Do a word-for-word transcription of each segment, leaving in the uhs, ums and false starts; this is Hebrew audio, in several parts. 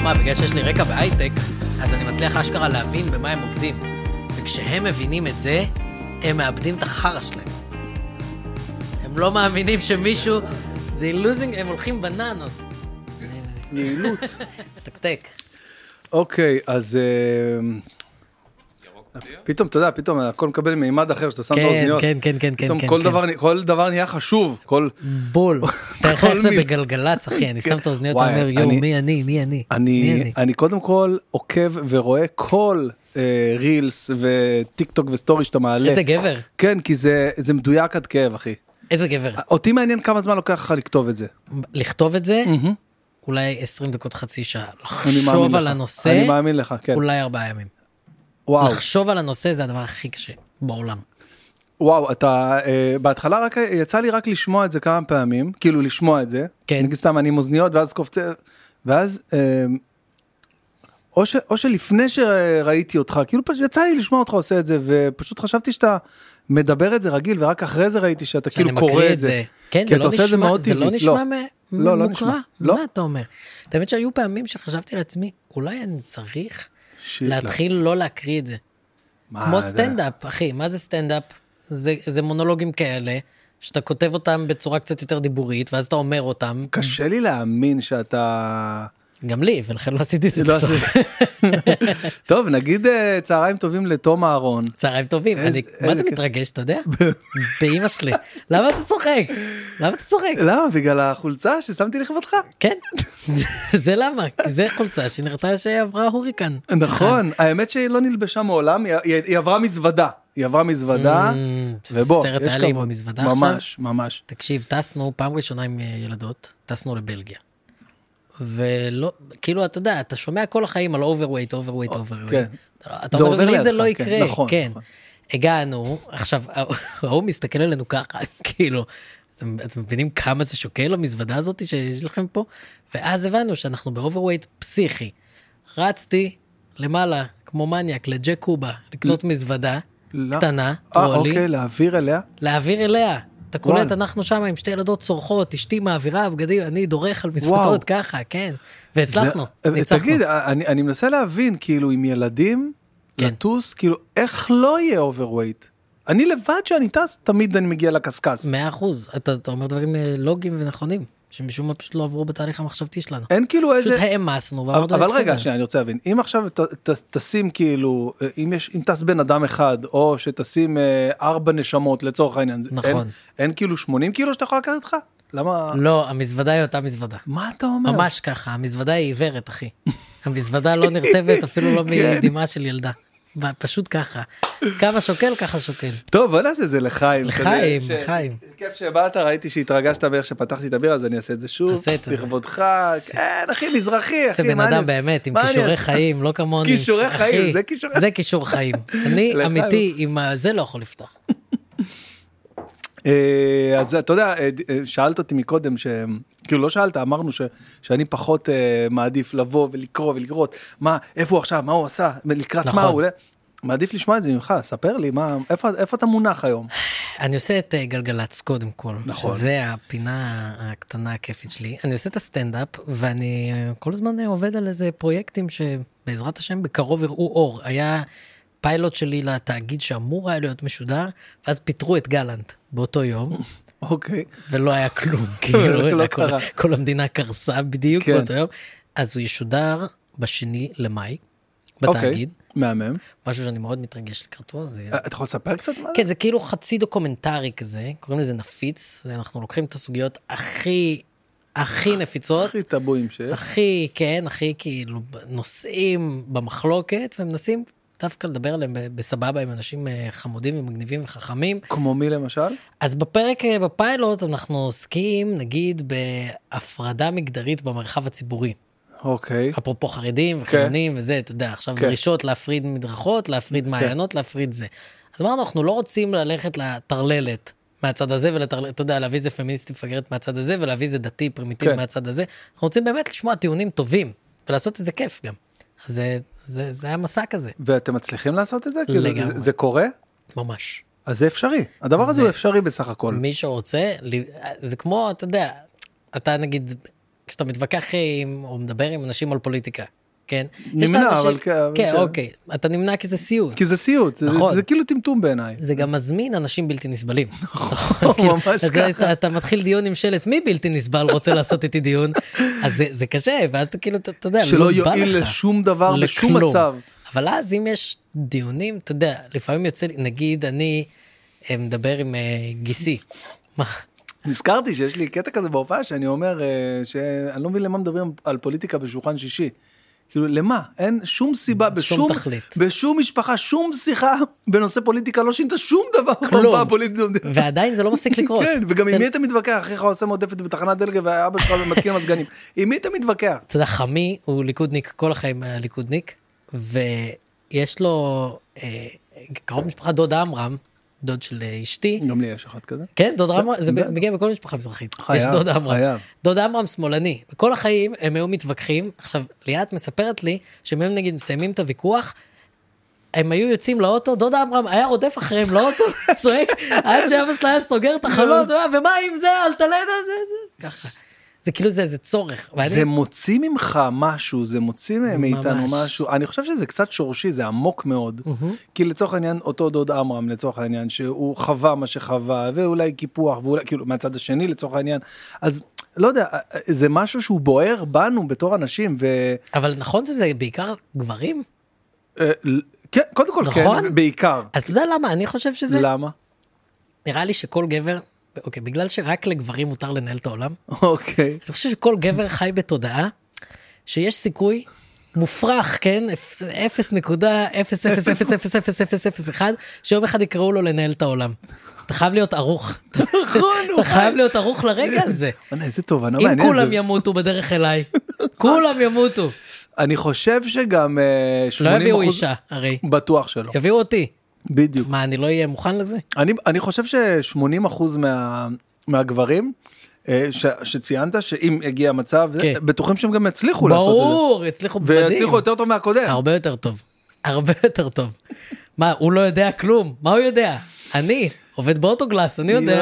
מה, בגלל שיש לי רקע בהייטק, אז אני מצליח אשכרה להבין במה הם עובדים. וכשהם מבינים את זה, הם מאבדים את החרא שלהם. הם לא מאמינים שמישהו, they losing, הם הולכים בננות. יעילות. תקתק. אוקיי, אז... פתאום, אתה יודע, פתאום הכל מקבל מימד אחר, שאתה שם את האוזניות. כן, כן, כן, פתאום כן. כל דבר נהיה חשוב. בול. אתה יכול לעשות בגלגלץ, אחי, אני שם את האוזניות, אתה אומר, יו, מי אני, מי אני? אני קודם כל עוקב ורואה כל רילס וטיק טוק וסטורי שאתה מעלה. איזה גבר. כן, כי זה מדויק עד כאב, אחי. איזה גבר. אותי מעניין כמה זמן לוקח לך לכתוב את זה. לכתוב את זה? אולי עשרים דקות, חצי שעה. לחשוב על הנושא. אני מאמין לך, כן. אולי ארבעה ימים. וואו. לחשוב על הנושא זה הדבר הכי קשה בעולם. וואו, אתה, uh, בהתחלה רק, יצא לי רק לשמוע את זה כמה פעמים, כאילו לשמוע את זה. כן. נגיד סתם, אני עם אוזניות, ואז קופצה, ואז, uh, או, ש, או שלפני שראיתי אותך, כאילו פשוט יצא לי לשמוע אותך עושה את זה, ופשוט חשבתי שאתה מדבר את זה רגיל, ורק אחרי זה ראיתי שאתה כאילו קורא את זה. כן, זה לא נשמע, זה לא נשמע מוקרא. מה אתה אומר? תמיד שהיו פעמים שחשבתי לעצמי, אולי אני צריך להתחיל לא להקריא את זה. כמו סטנדאפ, אחי, מה זה סטנדאפ? זה מונולוגים כאלה, שאתה כותב אותם בצורה קצת יותר דיבורית, ואז אתה אומר אותם. קשה לי להאמין שאתה... גם לי, ולכן לא עשיתי את זה בסוף. טוב, נגיד צהריים טובים לתום אהרון. צהריים טובים, מה זה מתרגש, אתה יודע? באמא שלי. למה אתה צוחק? למה אתה צוחק? למה? בגלל החולצה ששמתי לכבודך? כן, זה למה? כי זה חולצה שנראתה שעברה הוריקן. נכון, האמת שהיא לא נלבשה מעולם, היא עברה מזוודה. היא עברה מזוודה, ובוא, סרט היה לי עם המזוודה עכשיו. ממש, ממש. תקשיב, טסנו פעם ראשונה עם ילדות, טסנו לבלגיה. ולא, כאילו, אתה יודע, אתה שומע כל החיים על overweight, overweight, overweight. כן. אתה אומר, לי זה לא יקרה. נכון. כן. הגענו, עכשיו, הוא מסתכל עלינו ככה, כאילו, אתם, אתם מבינים כמה זה שוקל המזוודה הזאת שיש לכם פה? ואז הבנו שאנחנו ב-overweight פסיכי. רצתי למעלה, כמו מניאק, לג'ק קובה, לקנות מזוודה קטנה, טרולי. אה, אוקיי, להעביר אליה? להעביר אליה. אתה קולט, אנחנו שם עם שתי ילדות צורכות, אשתי מעבירה בגדים, אני דורך על מזוודות ככה, כן. והצלחנו, ניצחנו. תגיד, אני מנסה להבין, כאילו, עם ילדים, לטוס, כאילו, איך לא יהיה overweight? אני לבד שאני טס, תמיד אני מגיע לקסקס. מאה אחוז. אתה אומר דברים לוגיים ונכונים, שמשום מה פשוט לא עברו בתהליך המחשבתי שלנו. אין כאילו איזה... פשוט העמסנו. אבל רגע, שאני רוצה להבין, אם עכשיו תשים כאילו, אם יש, אם טס בן אדם אחד, או שתשים ארבע נשמות לצורך העניין, נכון. אין כאילו שמונים קילו שאתה יכול לקחת איתך? למה? לא, המזוודה היא אותה מזוודה. מה אתה אומר? ממש ככה, המזוודה היא עיוורת, אחי. המזוודה לא נרטבת אפילו לא מדימה של ילדה. פשוט ככה. כמה שוקל, ככה שוקל. טוב, בוא נעשה את זה לחיים. לחיים, לחיים. כיף שבאת, ראיתי שהתרגשת באיך שפתחתי את הביר, אז אני אעשה את זה שוב. לכבודך. כן, אחי, מזרחי, אחי. זה בן אדם באמת, עם כישורי חיים, לא כמוני. כישורי חיים, זה כישורי חיים. זה כישור חיים. אני אמיתי, עם זה לא יכול לפתוח. אז אתה יודע, שאלת אותי מקודם, כאילו לא שאלת, אמרנו שאני פחות מעדיף לבוא ולקרוא ולקרות, מה, איפה הוא עכשיו, מה הוא עשה, לקראת מה הוא, מעדיף לשמוע את זה ממך, ספר לי, איפה אתה מונח היום? אני עושה את גלגלץ קודם כל, נכון. שזה הפינה הקטנה הכיפית שלי, אני עושה את הסטנדאפ, ואני כל הזמן עובד על איזה פרויקטים שבעזרת השם בקרוב הראו אור, היה פיילוט שלי לתאגיד שאמור היה להיות משודר, ואז פיתרו את גלנט באותו יום, אוקיי. ולא היה כלום, כאילו, כל המדינה קרסה בדיוק באותו יום, אז הוא ישודר בשני למאי, בתאגיד. מהמם. משהו שאני מאוד מתרגש לקראתו. אתה יכול לספר קצת מה זה? כן, זה כאילו חצי דוקומנטרי כזה, קוראים לזה נפיץ, אנחנו לוקחים את הסוגיות הכי, הכי נפיצות. הכי טבויים שיש. הכי, כן, הכי כאילו נושאים במחלוקת, ומנסים דווקא לדבר עליהם בסבבה עם אנשים חמודים ומגניבים וחכמים. כמו מי למשל? אז בפרק, בפיילוט, אנחנו עוסקים, נגיד, בהפרדה מגדרית במרחב הציבורי. אוקיי. אפרופו חרדים וחילונים וזה, אתה יודע, עכשיו דרישות להפריד מדרכות, להפריד מעיינות, להפריד זה. אז אמרנו, אנחנו לא רוצים ללכת לתרללת מהצד הזה, אתה יודע, להביא זה פמיניסטי מפגרת מהצד הזה, ולהביא זה דתי פרימיטיבי מהצד הזה. אנחנו רוצים באמת לשמוע טיעונים טובים, ולעשות את זה כיף גם. אז זה, זה, זה היה מסע כזה. ואתם מצליחים לעשות את זה? לגמרי. זה, זה קורה? ממש. אז זה אפשרי. הדבר זה, הזה הוא אפשרי בסך הכל. מי שרוצה, זה כמו, אתה יודע, אתה נגיד, כשאתה מתווכח עם, או מדבר עם אנשים על פוליטיקה, כן. נמנע, אבל כן, אוקיי. אתה נמנע כי זה סיוט. כי זה סיוט, זה כאילו טמטום בעיניי. זה גם מזמין אנשים בלתי נסבלים. ממש ככה. אתה מתחיל דיון עם שלט, מי בלתי נסבל רוצה לעשות איתי דיון? אז זה קשה, ואז אתה כאילו, אתה יודע, שלא יועיל לשום דבר, בשום מצב. אבל אז אם יש דיונים, אתה יודע, לפעמים יוצא לי, נגיד אני מדבר עם גיסי. מה? נזכרתי שיש לי קטע כזה בהופעה שאני אומר שאני לא מבין למה מדברים על פוליטיקה בשולחן שישי. כאילו למה? אין שום סיבה, בשום, בשום משפחה, שום שיחה בנושא פוליטיקה לא שינתה שום דבר. כלום. ועדיין זה לא מפסיק לקרות. כן, וגם עם מי אתה מתווכח? אחיך עושה מועדפת בתחנת דלק ואבא שלך מתקין מזגנים. עם מי אתה מתווכח? אתה יודע, חמי הוא ליכודניק, כל החיים היה ליכודניק, ויש לו קרוב משפחה דוד עמרם, דוד של אשתי. גם לי יש אחד כזה. כן, דוד עמרם, זה מגיע בכל משפחה מזרחית. יש דוד עמרם. דוד עמרם שמאלני. בכל החיים הם היו מתווכחים. עכשיו, ליאת מספרת לי, שהם היו נגיד מסיימים את הוויכוח, הם היו יוצאים לאוטו, דוד עמרם היה רודף אחריהם לאוטו, צועק, עד שאבא שלה היה סוגר את החלון, ומה עם זה, אל תלד על זה, זה, ככה. זה כאילו זה, זה צורך. זה מוציא ממך משהו, זה מוציא מאיתנו משהו, אני חושב שזה קצת שורשי, זה עמוק מאוד, כי לצורך העניין, אותו דוד עמרם, לצורך העניין, שהוא חווה מה שחווה, ואולי קיפוח, ואולי, כאילו, מהצד השני, לצורך העניין, אז לא יודע, זה משהו שהוא בוער בנו בתור אנשים, ו... אבל נכון שזה בעיקר גברים? כן, קודם כל כן, בעיקר. אז אתה יודע למה? אני חושב שזה... למה? נראה לי שכל גבר... אוקיי, בגלל שרק לגברים מותר לנהל את העולם. אוקיי. אני חושב שכל גבר חי בתודעה, שיש סיכוי מופרח, כן? אפס נקודה אפס אפס אפס אפס אפס אפס אפס אחד, שיום אחד יקראו לו לנהל את העולם. אתה חייב להיות ערוך. אתה חייב להיות ערוך לרגע הזה. איזה טוב, אני אם כולם ימותו בדרך אליי, כולם ימותו. אני חושב שגם לא יביאו אישה, הרי. בטוח שלא. יביאו אותי. בדיוק. מה, אני לא אהיה מוכן לזה? אני, אני חושב ש-שמונים אחוז מה, מהגברים ש, שציינת, שאם הגיע מצב, כן. בטוחים שהם גם הצליחו לעשות את זה. ברור, הצליחו בבדים. והצליחו יותר טוב מהקודם. הרבה יותר טוב. הרבה יותר טוב. מה, הוא לא יודע כלום? מה הוא יודע? אני, עובד באוטוגלס, אני יודע.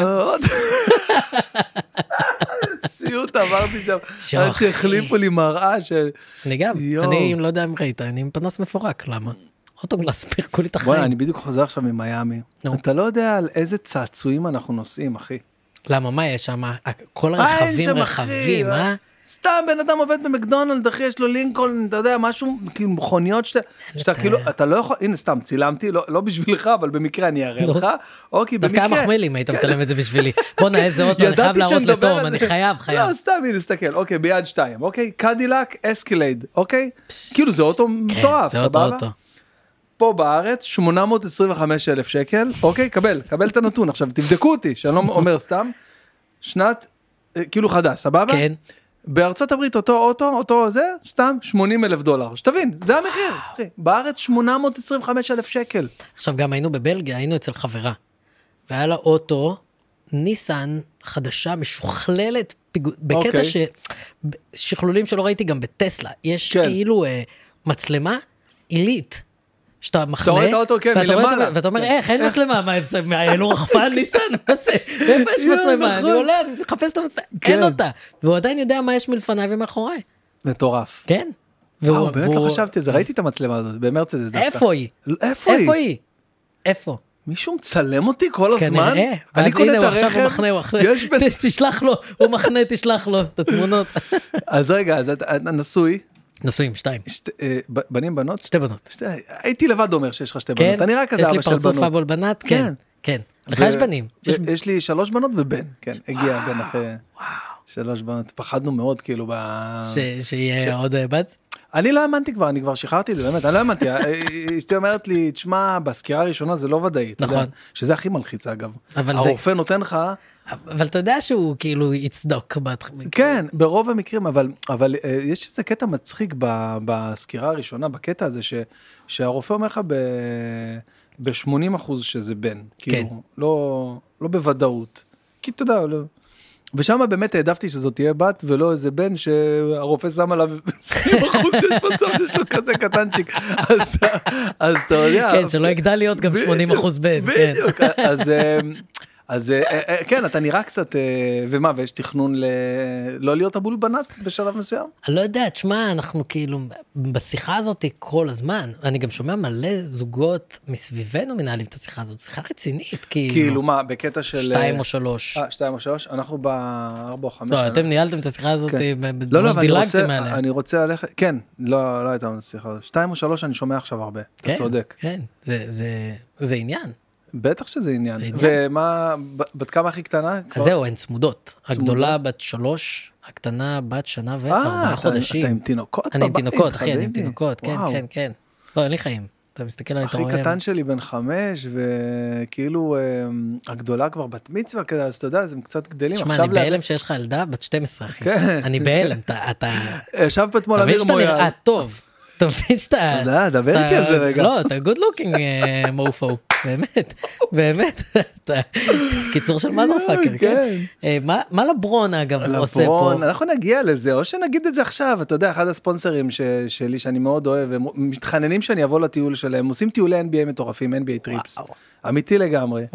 סיוט, עברתי שם. עד שהחליפו לי מראה של... אני גם, אני לא יודע אם ראית, אני עם פנס מפורק, למה? אוטוגלס, פירקו לי את החיים. בואי, אני בדיוק חוזר עכשיו ממיימי. אתה לא יודע על איזה צעצועים אנחנו נוסעים, אחי. למה, מה יש שם? כל הרכבים רחבים, מה? סתם בן אדם עובד במקדונלד, אחי, יש לו לינקולן, אתה יודע, משהו, כאילו, מכוניות שאתה כאילו, אתה לא יכול, הנה, סתם, צילמתי, לא בשבילך, אבל במקרה אני אראה לך, אוקיי, במקרה. דווקא מחמילים, היית מצלם את זה בשבילי. בוא נע, איזה אוטו, אני חייב להראות לתום, אני חייב, חייב. לא, סתם, הנה, תסתכל, אוקיי, ביד שתיים, אוקיי, קדילק, אסקלייד, אוקיי? כאילו, זה אוטו מטורף, סבבה? פה בארץ, שמונה מאות עשרים וחמישה אלף שקל, אוקיי, קבל, קבל את הנתון, עכשיו תבדקו אותי, שאני לא אומר סתם, שנת, כאילו חדש, סבבה? כן. בארצות הברית אותו אוטו, אותו זה, סתם שמונים אלף דולר, שתבין, זה המחיר, בארץ שמונה מאות עשרים וחמישה אלף שקל. עכשיו גם היינו בבלגיה, היינו אצל חברה, והיה לה אוטו, ניסן חדשה, משוכללת, בקטע ששכלולים שלא ראיתי גם בטסלה, יש כאילו מצלמה עילית, שאתה מחנה, ואתה אומר, איך, אין מצלמה, מה, העלו רחפן ניסן, מה זה, איפה יש מצלמה, אני עולה, אני מחפש את המצלמה, אין אותה, והוא עדיין יודע מה יש מלפניי ומאחוריי. מטורף. כן. וואו, באמת לא חשבתי את זה, ראיתי את המצלמה הזאת, במרצדס דווקא. איפה היא? איפה היא? איפה היא? איפה? מישהו מצלם אותי כל הזמן? כנראה, ואז הנה הוא עכשיו הוא מחנה, הוא מחנה, תשלח לו, הוא מחנה, תשלח לו את התמונות. אז רגע, אז אתה נשוי. נשואים, שתיים. בנים, בנות? שתי בנות. הייתי לבד אומר שיש לך שתי בנות. אני רק כזה אבא של בנות. יש לי פרצוף אבול בנת? כן. כן. לך יש בנים. יש לי שלוש בנות ובן. כן, הגיע בן אחרי שלוש בנות. פחדנו מאוד כאילו ב... שיהיה עוד בת? אני לא האמנתי כבר, אני כבר שחררתי את זה, באמת, אני לא האמנתי. אשתי אומרת לי, תשמע, בסקירה הראשונה זה לא ודאי. נכון. שזה הכי מלחיץ אגב. הרופא נותן לך... אבל אתה יודע שהוא כאילו יצדוק. כן, ברוב המקרים, אבל, אבל יש איזה קטע מצחיק בסקירה הראשונה, בקטע הזה, שהרופא אומר לך ב-שמונים אחוז שזה בן. כאילו, לא, לא בוודאות. כי אתה יודע, לא... ושם באמת העדפתי שזאת תהיה בת, ולא איזה בן שהרופא שם עליו עשרים אחוז שיש מצב, שיש לו כזה קטנצ'יק. אז אתה יודע... כן, שלא יגדל להיות גם שמונים אחוז בן. בדיוק, אז... אז כן, אתה נראה קצת, ומה, ויש תכנון לא להיות הבולבנת בשלב מסוים? אני לא יודע, תשמע, אנחנו כאילו, בשיחה הזאת כל הזמן, אני גם שומע מלא זוגות מסביבנו מנהלים את השיחה הזאת, שיחה רצינית, כאילו. כאילו מה, בקטע של... שתיים או שלוש. אה, שתיים או שלוש, אנחנו בארבע או חמש. לא, אתם ניהלתם את השיחה הזאת, לא, לא, אני רוצה ללכת, כן, לא, לא הייתה לנו שיחה, שתיים או שלוש אני שומע עכשיו הרבה, אתה צודק. כן, זה עניין. בטח שזה עניין. ומה, בת כמה הכי קטנה? אז זהו, הן צמודות. הגדולה בת שלוש, הקטנה בת שנה וארבעה חודשים. אתה עם תינוקות? אני עם תינוקות, אחי, אני עם תינוקות, כן, כן, כן. לא, אין לי חיים. אתה מסתכל על הכי קטן שלי בן חמש, וכאילו הגדולה כבר בת מצווה כזה, אז אתה יודע, הם קצת גדלים. תשמע, אני בהלם שיש לך ילדה בת שתים עשרה, אחי. אני בהלם, אתה... ישב פה אתמול אמיר מויאל. אתה מבין שאתה נראה טוב. אתה מבין שאתה... תודה, דבר איתי על זה רגע. לא, אתה good looking מופו, באמת, באמת. קיצור של מודרפאקר, כן? מה לברון אגב עושה פה? אנחנו נגיע לזה, או שנגיד את זה עכשיו, אתה יודע, אחד הספונסרים שלי שאני מאוד אוהב, הם מתחננים שאני אבוא לטיול שלהם, עושים טיולי אן בי איי מטורפים, אן בי איי טריפס, אמיתי לגמרי.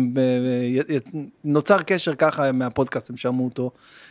נוצר קשר ככה מהפודקאסט, הם שמעו אותו.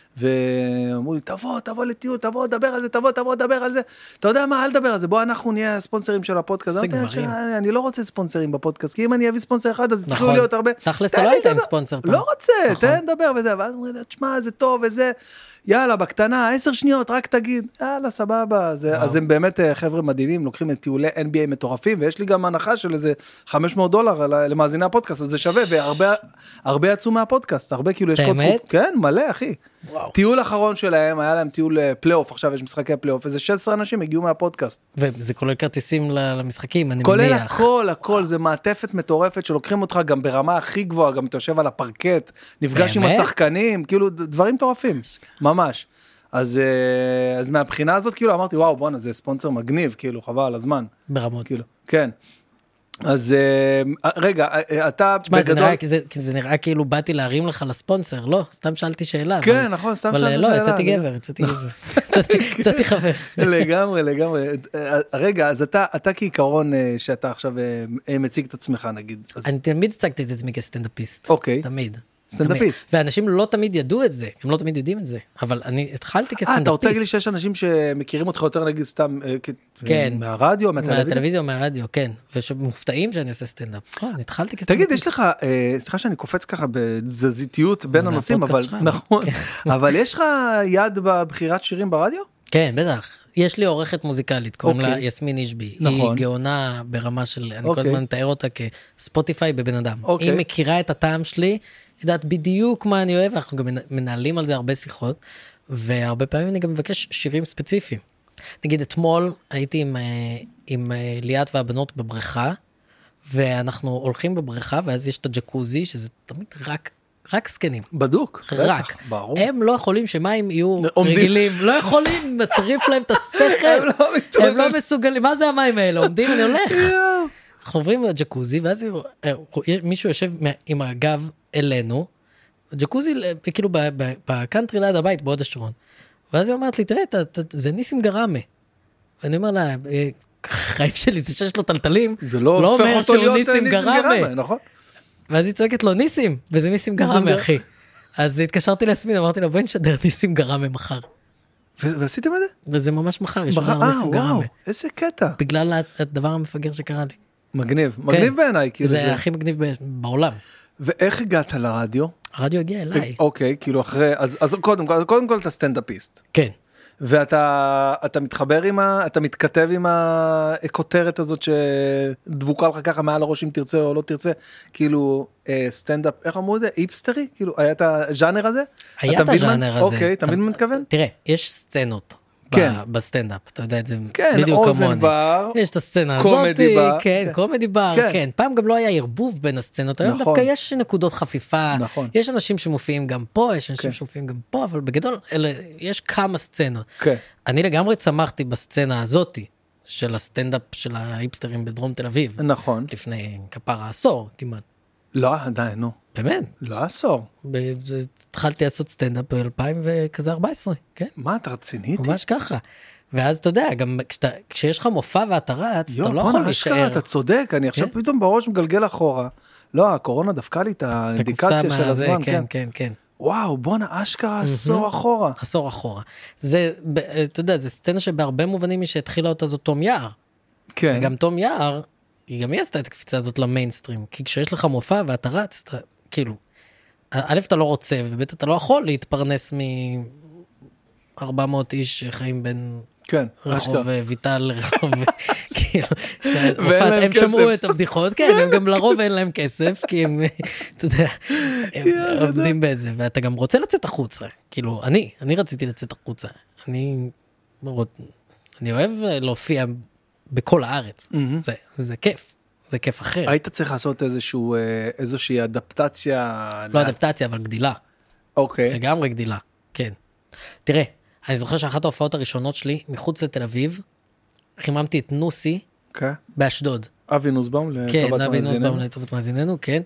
ואמרו לי, תבוא, תבוא לטיול, תבוא, דבר על זה, תבוא, תבוא, דבר על זה. אתה יודע מה, אל דבר על זה, בוא אנחנו נהיה ספונסרים של הפודקאסט. אני לא רוצה ספונסרים בפודקאסט, כי אם אני אביא ספונסר אחד, אז תתחילו להיות הרבה. תכלס, אתה לא היית עם ספונסר פעם. לא רוצה, תן דבר וזה. ואז אמרו לי, תשמע, זה טוב וזה. יאללה, בקטנה, עשר שניות, רק תגיד. יאללה, סבבה. אז הם באמת חבר'ה מדהימים, לוקחים את טיולי אן בי איי מטורפים, ויש לי גם הנחה של איזה חמש מאות דולר למאזיני הפודקאסט, אז זה שווה, והרבה יצאו מהפודקאסט, הרבה כאילו יש קוד, כן, מלא, אחי. טיול אחרון שלהם, היה להם טיול פלייאוף, עכשיו יש משחקי פלייאוף, איזה שש עשרה אנשים הגיעו מהפודקאסט. וזה כולל כרטיסים למשחקים, אני מניח. כולל הכל, הכל, זה מעטפת מטורפת שלוקחים אותך גם ברמה הכי גבוהה, גם אתה יושב על הפרקט, נפגש עם השחקנים, כאילו דברים מטורפים, ממש. אז, אז מהבחינה הזאת, כאילו אמרתי, וואו, בואנה, זה ספונסר מגניב, כאילו, חבל על הזמן. ברמות. כאילו, כן. אז רגע, אתה תשמע, בגדול... זה נראה, זה, זה נראה כאילו באתי להרים לך לספונסר, לא, סתם שאלתי שאלה. כן, אבל, נכון, סתם אבל שאלתי לא, שאלה. יצאתי גבר, יצאתי גבר, יצאתי חבר. לגמרי, לגמרי. רגע, אז אתה, אתה כעיקרון שאתה עכשיו מציג את עצמך, נגיד. אז... אני תמיד הצגתי את עצמי כסטנדאפיסט. אוקיי. תמיד. סטנדאפיסט. ואנשים לא תמיד ידעו את זה, הם לא תמיד יודעים את זה, אבל אני התחלתי כסטנדאפיסט. אתה רוצה להגיד לי שיש אנשים שמכירים אותך יותר נגיד סתם מהרדיו, מהטלוויזיה? מהטלוויזיה או מהרדיו, כן, ושמופתעים שאני עושה סטנדאפ. אני התחלתי כסטנדאפיסט. תגיד, יש לך, סליחה שאני קופץ ככה בתזזיתיות בין הנושאים, אבל נכון, אבל יש לך יד בבחירת שירים ברדיו? כן, בטח. יש לי עורכת מוזיקלית, קוראים לה יסמין אישבי. היא גאונה ברמה של, אני כל הזמן מתאר אותה כספוטיפיי בבן אדם. היא מכירה את הטעם שלי, יודעת בדיוק מה אני אוהב, אנחנו גם מנהלים על זה הרבה שיחות, והרבה פעמים אני גם מבקש שירים ספציפיים. נגיד, אתמול הייתי עם, עם ליאת והבנות בבריכה, ואנחנו הולכים בבריכה, ואז יש את הג'קוזי, שזה תמיד רק, רק סקנים. בדוק. רק. ברור. הם לא יכולים שמים יהיו רגילים, לא יכולים, מטריף להם את השכל, הם לא מסוגלים, מה זה המים האלה? עומדים, אני הולך. אנחנו עוברים לג'קוזי, ואז מישהו יושב עם הגב אלינו, ג'קוזי כאילו בקנטרי ליד הבית, בעוד השרון. ואז היא אומרת לי, תראה, זה ניסים גרמה. ואני אומר לה, חיים שלי זה שיש לו טלטלים, זה לא הופך אותו להיות ניסים גרמה, נכון? ואז היא צועקת לו, ניסים, וזה ניסים גרמה, אחי. אז התקשרתי להסמין, אמרתי לו, בואי נשדר ניסים גרמה מחר. ועשיתם את זה? וזה ממש מחר, יש דבר ניסים גרמה. איזה קטע. בגלל הדבר המפגר שקרה לי. מגניב, מגניב בעיניי. זה הכי מגניב בעולם. ואיך הגעת לרדיו? הרדיו הגיע אליי. אוקיי, כאילו אחרי, אז, אז קודם, קודם כל אתה סטנדאפיסט. כן. ואתה, אתה מתחבר עם ה, אתה מתכתב עם הכותרת הזאת שדבוקה לך ככה מעל הראש אם תרצה או לא תרצה, כאילו סטנדאפ, איך אמרו את זה? איפסטרי? כאילו, היה את הז'אנר הזה? היה את הז'אנר הזה. אוקיי, תמיד מתכוון? תראה, יש סצנות. כן. בסטנדאפ, אתה יודע את זה כן, בדיוק כמוני. אוזן בר, יש את הסצנה הזאת, קומדי בר. כן, קומדי בר, כן. כן. פעם גם לא היה ערבוב בין הסצנות, היום נכון. דווקא יש נקודות חפיפה, נכון. יש אנשים שמופיעים גם פה, יש אנשים כן. שמופיעים גם פה, אבל בגדול אלה, יש כמה סצנות. כן. אני לגמרי צמחתי בסצנה הזאת, של הסטנדאפ של ההיפסטרים בדרום תל אביב. נכון. לפני כפרה עשור כמעט. לא, עדיין, נו. באמת? לא עשור. התחלתי לעשות סטנדאפ ב-אלפיים וארבע עשרה, כן? מה, אתה רציני? ממש ככה. ואז אתה יודע, גם כשאתה, כשיש לך מופע ואתה רץ, אתה לא יכול להישאר. אתה צודק, אני עכשיו פתאום בראש מגלגל אחורה, לא, הקורונה דווקא לי את האינדיקציה של הזמן, כן, כן, כן. וואו, בואנה, אשכרה עשור אחורה. עשור אחורה. זה, אתה יודע, זה סצנה שבהרבה מובנים היא שהתחילה אותה זאת תום יער. כן. וגם תום יער, היא גם היא עשתה את הקפיצה הזאת למיינסטרים. כי כשיש לך מופע ואתה רץ, אתה, כאילו, א' אתה לא רוצה, וב' אתה לא יכול להתפרנס מ-ארבע מאות איש שחיים בין כן, רחוב ויטל לרחוב, כאילו, הם שמעו את הבדיחות, כן, הם גם לרוב אין להם כסף, כי הם, אתה יודע, הם עובדים באיזה, ואתה גם רוצה לצאת החוצה, כאילו, אני, אני רציתי לצאת החוצה, אני, אני אוהב להופיע בכל הארץ, זה, זה כיף. זה כיף אחר. היית צריך לעשות איזשהו, איזושהי אדפטציה. לא אדפטציה, אבל גדילה. אוקיי. לגמרי גדילה, כן. תראה, אני זוכר שאחת ההופעות הראשונות שלי, מחוץ לתל אביב, חיממתי את נוסי, באשדוד. אבי נוסבאום, לטובת מאזיננו. כן, אבי נוסבאום, לטובת מאזיננו, כן.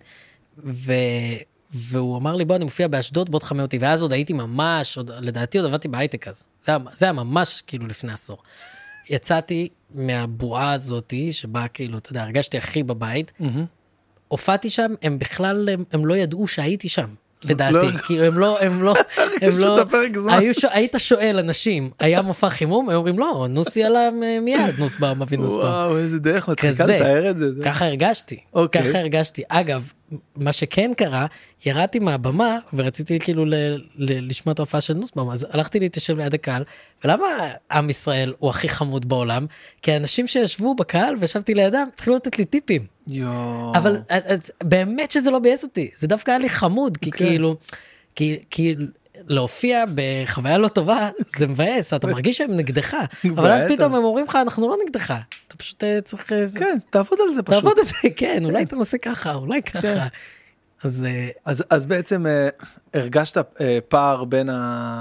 והוא אמר לי, בוא, אני מופיע באשדוד, בוא תחמם אותי. ואז עוד הייתי ממש, לדעתי עוד עבדתי בהייטק אז. זה היה ממש כאילו לפני עשור. יצאתי מהבועה הזאת, שבה כאילו, אתה יודע, הרגשתי הכי בבית, הופעתי שם, הם בכלל, הם, הם לא ידעו שהייתי שם, לדעתי, כאילו הם לא, הם לא, הם לא, היית שואל אנשים, היה מופע חימום, הם אומרים, לא, נוסי עלה מיד, נוסבאום, אבי נוסבאום. וואו, איזה דרך, מצחיקה לתאר את זה. ככה הרגשתי, ככה הרגשתי. אגב, מה שכן קרה, ירדתי מהבמה, ורציתי כאילו לשמוע את ההופעה של נוסבאום, אז הלכתי להתיישב ליד הקהל, ולמה עם ישראל הוא הכי חמוד בעולם? כי האנשים שישבו בקהל, וישבתי לידם, התחילו לתת לי טיפים. אבל באמת שזה לא בייס אותי, זה דווקא היה לי חמוד, כי כאילו, כי להופיע בחוויה לא טובה, זה מבאס, אתה מרגיש שהם נגדך, אבל אז פתאום הם אומרים לך, אנחנו לא נגדך, אתה פשוט צריך... כן, תעבוד על זה פשוט. תעבוד על זה, כן, אולי אתה נעשה ככה, אולי ככה. אז, אז, אז בעצם הרגשת פער בין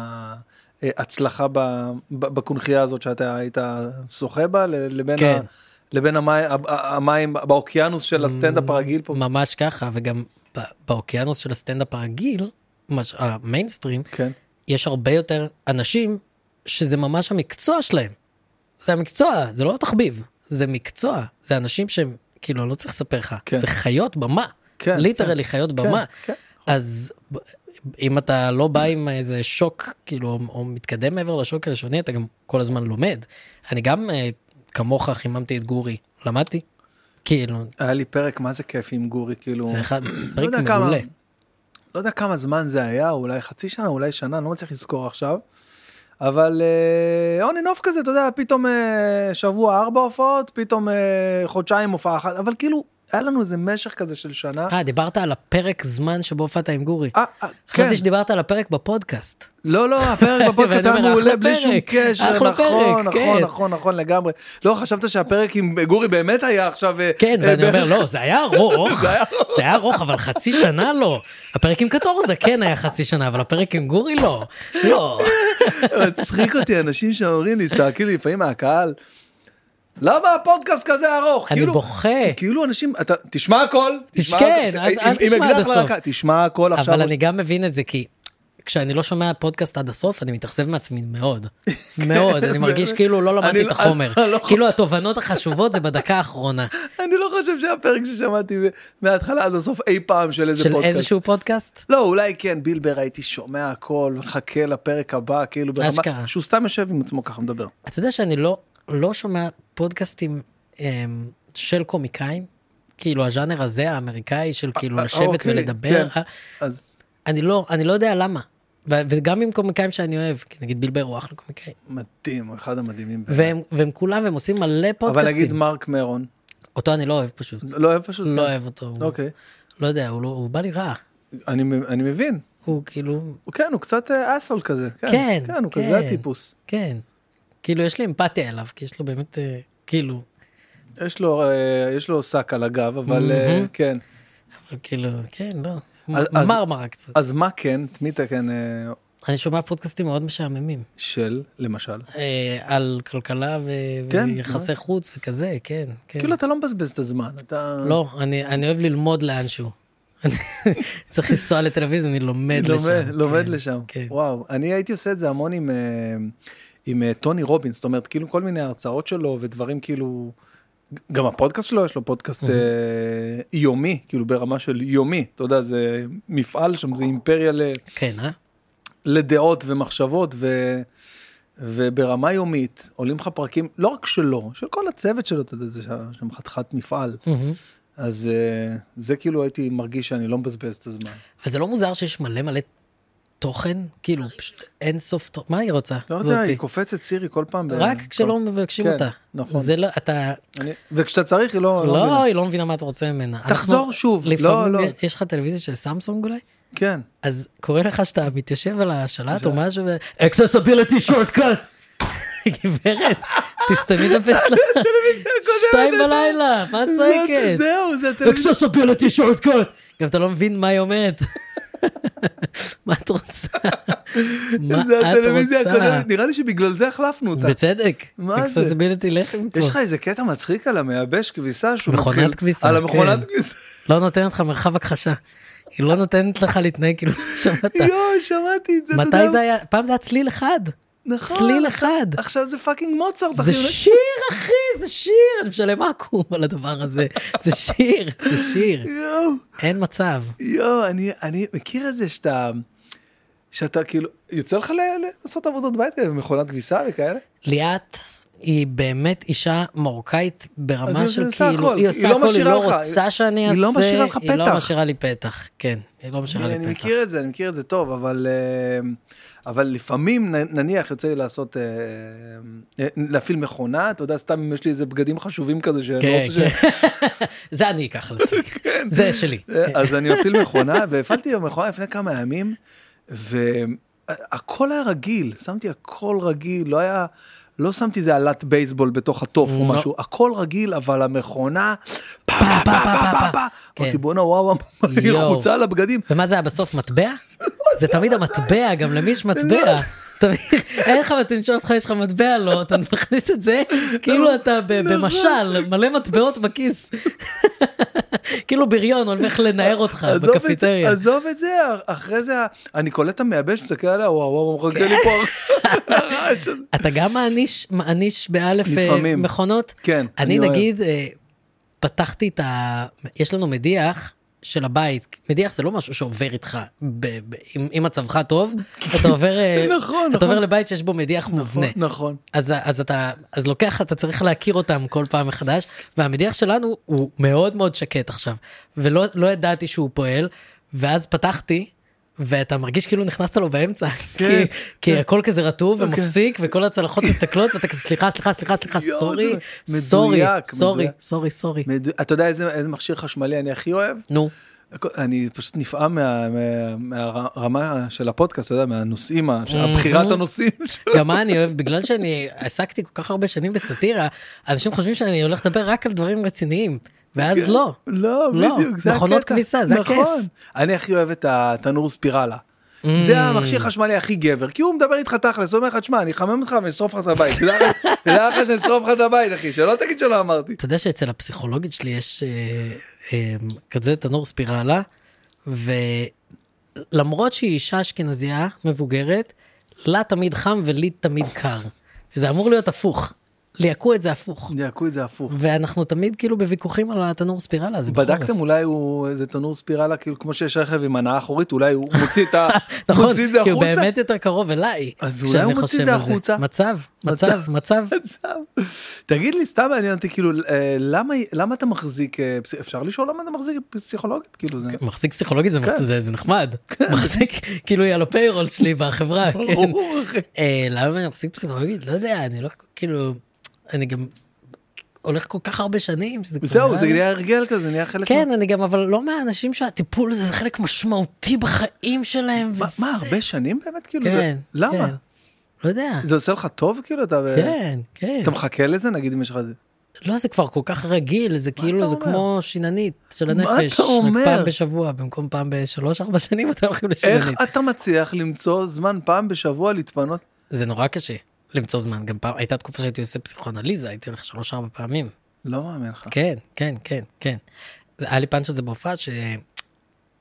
ההצלחה בקונחייה הזאת שאתה היית שוחה בה, לבין, כן. ה, לבין המים, המים באוקיינוס של הסטנדאפ הרגיל פה? ממש ככה, וגם באוקיינוס של הסטנדאפ הרגיל, המיינסטרים, כן. יש הרבה יותר אנשים שזה ממש המקצוע שלהם. זה המקצוע, זה לא תחביב, זה מקצוע, זה אנשים שהם, כאילו, לא צריך לספר לך, כן. זה חיות במה. כן, ליטרלי כן, חיות במה, כן, כן. אז אם אתה לא בא עם איזה שוק, כאילו, או מתקדם מעבר לשוק הראשוני, אתה גם כל הזמן לומד. אני גם, כמוך, חיממתי את גורי, למדתי, כאילו. היה לי פרק, מה זה כיף עם גורי, כאילו. זה אחד, פרק לא מעולה. לא יודע כמה זמן זה היה, אולי חצי שנה, אולי שנה, לא מצליח לזכור עכשיו, אבל און אנד אוף כזה, אתה יודע, פתאום שבוע ארבע הופעות, פתאום חודשיים הופעה אחת, אבל כאילו, היה לנו איזה משך כזה של שנה. אה, דיברת על הפרק זמן שבו הופעת עם גורי. אה, כן. חשבתי שדיברת על הפרק בפודקאסט. לא, לא, הפרק בפודקאסט היה מעולה בלי שום קשר, נכון, נכון, נכון, נכון, לגמרי. לא, חשבת שהפרק עם גורי באמת היה עכשיו... כן, ואני אומר, לא, זה היה ארוך, זה היה ארוך, אבל חצי שנה לא. הפרק עם קטורזה כן היה חצי שנה, אבל הפרק עם גורי לא. לא. מצחיק אותי, אנשים שאומרים לי, צעקים לי לפעמים מהקהל, למה הפודקאסט כזה ארוך? אני בוכה. כאילו אנשים, אתה תשמע הכל. כן, אל תשמע עד הסוף. תשמע הכל עכשיו. אבל אני גם מבין את זה, כי כשאני לא שומע פודקאסט עד הסוף, אני מתאכזב מעצמי מאוד. מאוד, אני מרגיש כאילו לא למדתי את החומר. כאילו התובנות החשובות זה בדקה האחרונה. אני לא חושב שהפרק ששמעתי מההתחלה עד הסוף אי פעם של איזה פודקאסט. של איזשהו פודקאסט? לא, אולי כן, בילבר, הייתי שומע הכל, חכה לפרק הבא, כאילו ברמה, שהוא סתם יושב עם עצמו ככה מדבר. אתה יודע שאני לא לא שומע פודקאסטים של קומיקאים, כאילו הז'אנר הזה האמריקאי של כאילו לשבת ולדבר, אני לא, אני לא יודע למה, וגם עם קומיקאים שאני אוהב, כי נגיד בילבר הוא אחלה קומיקאי. מדהים, הוא אחד המדהימים. והם כולם, והם עושים מלא פודקאסטים. אבל נגיד מרק מרון. אותו אני לא אוהב פשוט. לא אוהב פשוט? לא אוהב אותו. אוקיי. לא יודע, הוא בא לי רע. אני מבין. הוא כאילו... כן, הוא קצת אסול כזה. כן, כן, הוא כזה הטיפוס. כן. כאילו, יש לי אמפתיה אליו, כי יש לו באמת, כאילו... יש לו, יש לו סק על הגב, אבל כן. אבל כאילו, כן, לא. מרמרה קצת. אז מה כן? תמיד כן... אני שומע פודקאסטים מאוד משעממים. של, למשל? על כלכלה ויחסי חוץ וכזה, כן. כאילו, אתה לא מבזבז את הזמן, אתה... לא, אני אוהב ללמוד לאנשהו. צריך לנסוע לתל אביב, אני לומד לשם. לומד לשם, וואו. אני הייתי עושה את זה המון עם... עם טוני רובינס, זאת אומרת, כאילו כל מיני הרצאות שלו ודברים כאילו, גם הפודקאסט שלו, יש לו פודקאסט יומי, כאילו ברמה של יומי, אתה יודע, זה מפעל שם, זה אימפריה לדעות ומחשבות, וברמה יומית, עולים לך פרקים, לא רק שלו, של כל הצוות שלו, אתה יודע, זה שם חתיכת מפעל. אז זה כאילו הייתי מרגיש שאני לא מבזבז את הזמן. וזה לא מוזר שיש מלא מלא תוכן? כאילו, פשוט אין סוף תוכן. מה היא רוצה? לא יודע, היא קופצת סירי כל פעם. רק כשלא מבקשים אותה. נכון. זה לא, אתה... וכשאתה צריך, היא לא... לא, היא לא מבינה מה אתה רוצה ממנה. תחזור שוב. לפעמים יש לך טלוויזיה של סמסונג אולי? כן. אז קורא לך שאתה מתיישב על השלט או משהו ו... accessibility shortcut! גברת, תסתמי את הפה שלה. שתיים בלילה, מה את צועקת? זהו, זה הטלוויזיה. accessibility shortcut! גם אתה לא מבין מה היא אומרת. מה את רוצה? מה את רוצה? נראה לי שבגלל זה החלפנו אותה. בצדק. accessibility לחם. יש לך איזה קטע מצחיק על המייבש כביסה? מכונת כביסה. על המכונת כביסה. לא נותנת לך מרחב הכחשה. היא לא נותנת לך להתנהג כאילו שמעת. יואו, שמעתי את זה. מתי זה היה? פעם זה היה צליל אחד. נכון. צליל אחד. עכשיו זה פאקינג מוצרט. זה שיר, אחי, זה שיר. אני משלם עקום על הדבר הזה. זה שיר, זה שיר. יואו. אין מצב. יואו, אני, אני מכיר את זה שאתה, שאתה כאילו, יוצא לך לעשות עבודות בית כאלה, במכונת כביסה וכאלה? ליאת היא באמת אישה מרוקאית ברמה של כאילו, היא עושה הכל, היא לא רוצה שאני אעשה, היא לא משאירה לך פתח. היא לא משאירה לי פתח, כן, היא לא משאירה לי פתח. אני מכיר את זה, אני מכיר את זה טוב, אבל, אבל לפעמים נניח יוצא לי לעשות, להפעיל מכונה, אתה יודע, סתם אם יש לי איזה בגדים חשובים כזה, שאני לא רוצה ש... זה אני אקח לעצמי, זה שלי. אז אני אפעיל מכונה, והפעלתי במכונה לפני כמה ימים, והכל היה רגיל, שמתי הכל רגיל, לא היה... לא שמתי זה עלת בייסבול בתוך התוף או משהו, הכל רגיל, אבל המכונה, פה, פה, פה, פה, פה, פה, אמרתי בואנה וואו, היא חוצה על הבגדים. ומה זה היה בסוף, מטבע? זה תמיד המטבע, גם למי יש מטבע. אין לך, אתה נשאל אותך, יש לך מטבע? לא, אתה מכניס את זה, כאילו אתה במשל, מלא מטבעות בכיס. כאילו בריון הולך לנער אותך בקפיטריה. עזוב את זה, אחרי זה, אני קולט את המייבש, מסתכל עליה, וואו, וואו, מחכה לי פה. אתה גם מעניש באלף מכונות? כן. אני נגיד, פתחתי את ה... יש לנו מדיח של הבית. מדיח זה לא משהו שעובר איתך, אם מצבך טוב, אתה עובר לבית שיש בו מדיח מובנה. נכון. אז אתה, אז לוקח, אתה צריך להכיר אותם כל פעם מחדש, והמדיח שלנו הוא מאוד מאוד שקט עכשיו, ולא ידעתי שהוא פועל, ואז פתחתי, ואתה מרגיש כאילו נכנסת לו באמצע, כי הכל כזה רטוב ומפסיק, וכל הצלחות מסתכלות, ואתה כזה סליחה, סליחה, סליחה, סליחה, סורי, סורי, סורי, סורי, סורי. אתה יודע איזה מכשיר חשמלי אני הכי אוהב? נו. אני פשוט נפעם מהרמה של הפודקאסט, אתה יודע, מהנושאים, הבחירת הנושאים. גם מה אני אוהב, בגלל שאני עסקתי כל כך הרבה שנים בסאטירה, אנשים חושבים שאני הולך לדבר רק על דברים רציניים. ואז לא. לא, בדיוק, זה הקטע. מכונות כביסה, זה הכיף. אני הכי אוהב את התנור ספירלה. זה המכשיר חשמלי הכי גבר, כי הוא מדבר איתך תכלס, הוא אומר לך, תשמע, אני אחמם אותך ואני אשרוף לך את הבית. תדע לך שאני אשרוף לך את הבית, אחי, שלא תגיד שלא אמרתי. אתה יודע שאצל הפסיכולוגית שלי יש כזה תנור ספירלה, ולמרות שהיא אישה אשכנזייה מבוגרת, לה תמיד חם ולי תמיד קר. שזה אמור להיות הפוך. ליעקו את זה הפוך. ליעקו את זה הפוך. ואנחנו תמיד כאילו בוויכוחים על התנור ספירלה הזה. בדקתם אולי הוא איזה תנור ספירלה, כאילו כמו שיש רכב עם הנאה אחורית, אולי הוא מוציא את זה החוצה? נכון, כי הוא באמת יותר קרוב אליי. אז אולי הוא מוציא את זה החוצה? מצב, מצב, מצב. תגיד לי, סתם מעניין אותי, כאילו, למה אתה מחזיק, אפשר לשאול למה אתה מחזיק פסיכולוגית? מחזיק פסיכולוגית זה נחמד. מחזיק, כאילו היא על הפיירול שלי בחברה. למה אני מחזיק פסיכולוגית? לא יודע, אני לא, כאילו, אני גם הולך כל כך הרבה שנים. זהו, זה נהיה הרגל כזה, נהיה חלק... כן, אני גם, אבל לא מהאנשים שהטיפול הזה, זה חלק משמעותי בחיים שלהם. מה, הרבה שנים באמת? כאילו? כן. למה? לא יודע. זה עושה לך טוב כאילו? כן, כן. אתה מחכה לזה, נגיד אם יש לך זה? לא, זה כבר כל כך רגיל, זה כאילו, זה כמו שיננית של הנפש. מה אתה אומר? פעם בשבוע, במקום פעם בשלוש, ארבע שנים, אתה הולכים לשיננית. איך אתה מצליח למצוא זמן פעם בשבוע להתפנות? זה נורא קשה. למצוא זמן, גם פעם, הייתה תקופה שהייתי עושה פסיכואנליזה, הייתי הולך שלוש ארבע פעמים. לא מאמין לך. כן, כן, כן, כן. זה היה לי פעם שזה בהופעה, ש...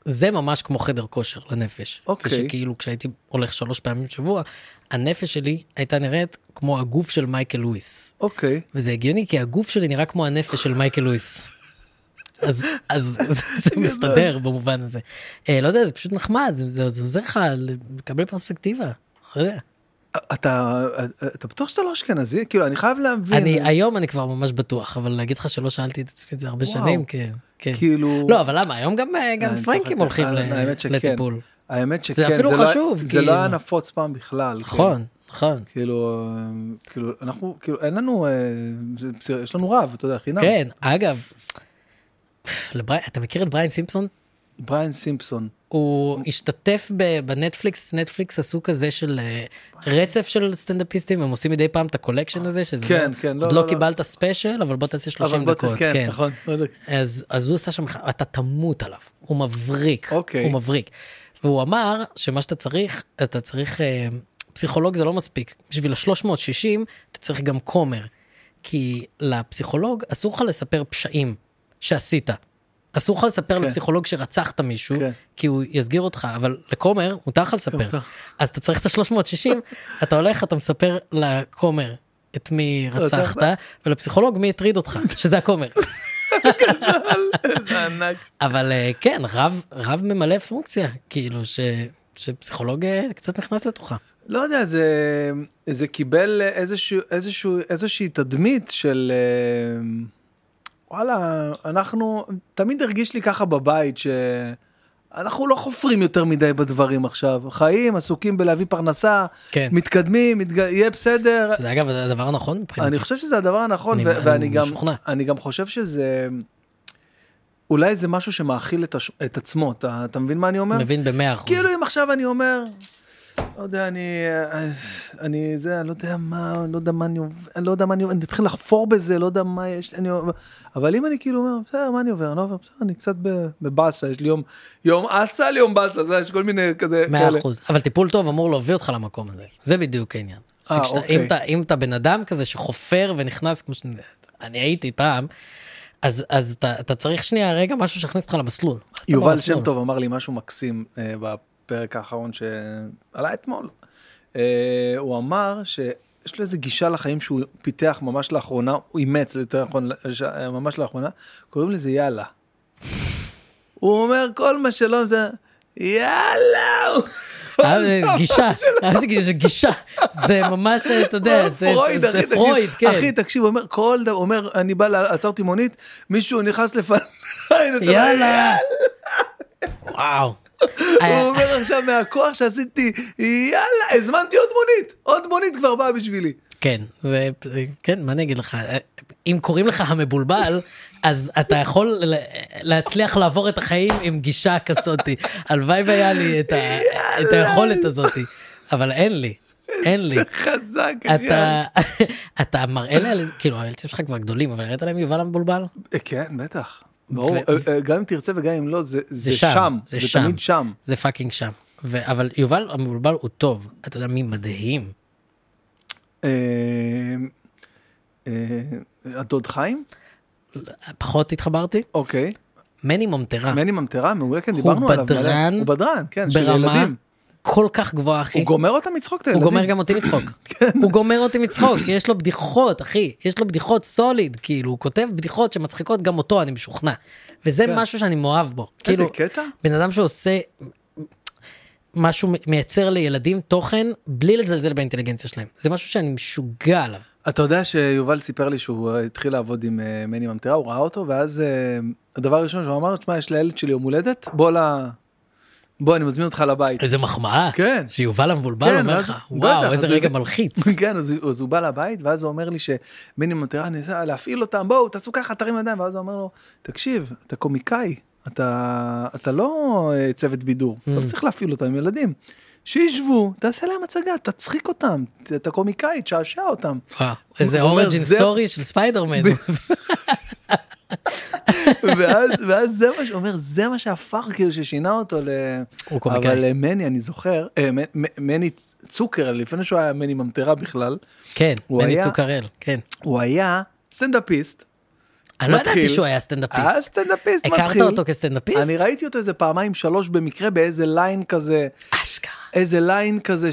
זה ממש כמו חדר כושר לנפש. אוקיי. ושכאילו כשהייתי הולך שלוש פעמים בשבוע, הנפש שלי הייתה נראית כמו הגוף של מייקל לואיס. אוקיי. וזה הגיוני, כי הגוף שלי נראה כמו הנפש של מייקל לואיס. אז, אז זה מסתדר במובן הזה. לא יודע, זה פשוט נחמד, זה עוזר לך לקבל פרספקטיבה. לא יודע. אתה, אתה בטוח שאתה לא אשכנזי? כאילו, אני חייב להבין. אני, היום אני כבר ממש בטוח, אבל להגיד לך שלא שאלתי את עצמי את זה הרבה שנים, כן, כן. כאילו... לא, אבל למה? היום גם, גם פרנקים הולכים לטיפול. האמת שכן. זה אפילו חשוב. זה לא היה נפוץ פעם בכלל. נכון, נכון. כאילו, כאילו, אנחנו, כאילו, אין לנו, יש לנו רב, אתה יודע, חינם. כן, אגב, אתה מכיר את בריין סימפסון? בריין סימפסון. הוא השתתף בנטפליקס, נטפליקס עשו כזה של רצף של סטנדאפיסטים, הם עושים מדי פעם את הקולקשן הזה, שזה כן, כן, עוד לא קיבלת ספיישל, אבל בוא תעשה שלושים דקות. כן, נכון. אז הוא עשה שם, אתה תמות עליו, הוא מבריק, אוקיי. הוא מבריק. והוא אמר שמה שאתה צריך, אתה צריך, פסיכולוג זה לא מספיק, בשביל ה-שלוש מאות ושישים אתה צריך גם קומר, כי לפסיכולוג אסור לך לספר פשעים שעשית. אסור לך לספר לפסיכולוג שרצחת מישהו, כי הוא יסגיר אותך, אבל לקומר מותר לך לספר. אז אתה צריך את ה-שלוש מאות ושישים, אתה הולך, אתה מספר לקומר את מי רצחת, ולפסיכולוג מי הטריד אותך, שזה הקומר. אבל כן, רב ממלא פונקציה, כאילו שפסיכולוג קצת נכנס לתוכה. לא יודע, זה קיבל איזושהי תדמית של... וואלה, אנחנו, תמיד הרגיש לי ככה בבית, שאנחנו לא חופרים יותר מדי בדברים עכשיו, חיים, עסוקים בלהביא פרנסה, כן. מתקדמים, מתג... יהיה בסדר. זה אגב, זה הדבר הנכון מבחינתי. אני חושב שזה הדבר הנכון, אני, ו- אני ואני גם, אני גם חושב שזה, אולי זה משהו שמאכיל את, הש... את עצמו, אתה, אתה מבין מה אני אומר? מבין במאה אחוז. כאילו אם עכשיו אני אומר... לא יודע, אני, אני, זה, אני לא יודע מה, לא יודע מה אני עובר, אני לא יודע מה אני עובר, אני אתחיל לחפור בזה, לא יודע מה יש, אני עובר, אבל אם אני כאילו אומר, בסדר, מה אני עובר, אני עובר, בסדר, אני קצת בבאסה, יש לי יום, יום אסה ליום באסה, זה, יש כל מיני כזה, מאה אחוז, אבל טיפול טוב אמור להביא אותך למקום הזה, זה בדיוק העניין. אה, אוקיי. אם אתה בן אדם כזה שחופר ונכנס, כמו שאני הייתי פעם, אז, אז אתה, אתה צריך שנייה רגע משהו שהכניס אותך למסלול. יובל שם טוב אמר לי משהו מקסים בפרק האחרון שעלה אתמול. הוא אמר שיש לו איזו גישה לחיים שהוא פיתח ממש לאחרונה, הוא אימץ יותר נכון, ממש לאחרונה, קוראים לזה יאללה. הוא אומר כל מה שלא זה יאללה. גישה, זה גישה, זה ממש, אתה יודע, זה פרויד, כן. אחי, תקשיב, הוא אומר, כל דבר, הוא אומר, אני בא לעצרתי מונית, מישהו נכנס לפני, יאללה. וואו. הוא אומר עכשיו, מהכוח שעשיתי, יאללה, הזמנתי עוד מונית, עוד מונית כבר באה בשבילי. כן, כן, מה אני אגיד לך, אם קוראים לך המבולבל, אז אתה יכול להצליח לעבור את החיים עם גישה כזאת, הלוואי והיה לי את היכולת הזאת, אבל אין לי, אין לי. זה חזק. אתה מראה להם, כאילו, הילצים שלך כבר גדולים, אבל הראית להם יובל המבולבל? כן, בטח. גם אם תרצה וגם אם לא, זה שם, זה תמיד שם. זה פאקינג שם. אבל יובל המבולבל הוא טוב, אתה יודע מי מדהים? הדוד חיים? פחות התחברתי. אוקיי. מני ממטרה. מני ממטרה, מעולה, כן, דיברנו עליו. הוא בדרן. הוא בדרן, כן, של ברמה ילדים. כל כך גבוהה, אחי. הוא גומר אותם מצחוק, את הילדים. הוא גומר גם אותי מצחוק. הוא גומר אותי מצחוק, יש לו בדיחות, אחי. יש לו בדיחות סוליד, כאילו, הוא כותב בדיחות שמצחיקות גם אותו, אני משוכנע. וזה משהו שאני מאוהב בו. איזה קטע? בן אדם שעושה משהו, מייצר לילדים תוכן, בלי לזלזל באינטליגנציה שלהם. זה משהו שאני משוגע עליו. אתה יודע שיובל סיפר לי שהוא התחיל לעבוד עם מני ממטרה, הוא ראה אותו, ואז הדבר הראשון שהוא אמר, תשמע, יש לילד שלי יום הולדת, בוא ל... בוא, אני מזמין אותך לבית. איזה מחמאה. כן. שיובל המבולבל אומר לך, וואו, איזה רגע מלחיץ. כן, אז הוא בא לבית, ואז הוא אומר לי שמני ממטרה ניסה להפעיל אותם, בואו, תעשו ככה, תרים ידיים, ואז הוא אומר לו, תקשיב, אתה קומיקאי, אתה לא צוות בידור, אתה לא צריך להפעיל אותם עם ילדים. שישבו, תעשה להם הצגה, תצחיק אותם, אתה קומיקאי, תשעשע אותם. וואו, איזה אוריג'ין סטורי של ספיידרמן. ואז, ואז זה מה שאומר, זה מה שהפך כאילו ששינה אותו ל... הוא קומיקאי. אבל מני, אני זוכר, מני צוקר, לפני שהוא היה מני ממטרה בכלל. כן, מני צוקרל, כן. הוא היה סטנדאפיסט, אני לא ידעתי שהוא היה סטנדאפיסט. היה סטנדאפיסט מתחיל. הכרת אותו כסטנדאפיסט? אני ראיתי אותו איזה פעמיים שלוש במקרה באיזה ליין כזה. אשכרה. איזה ליין כזה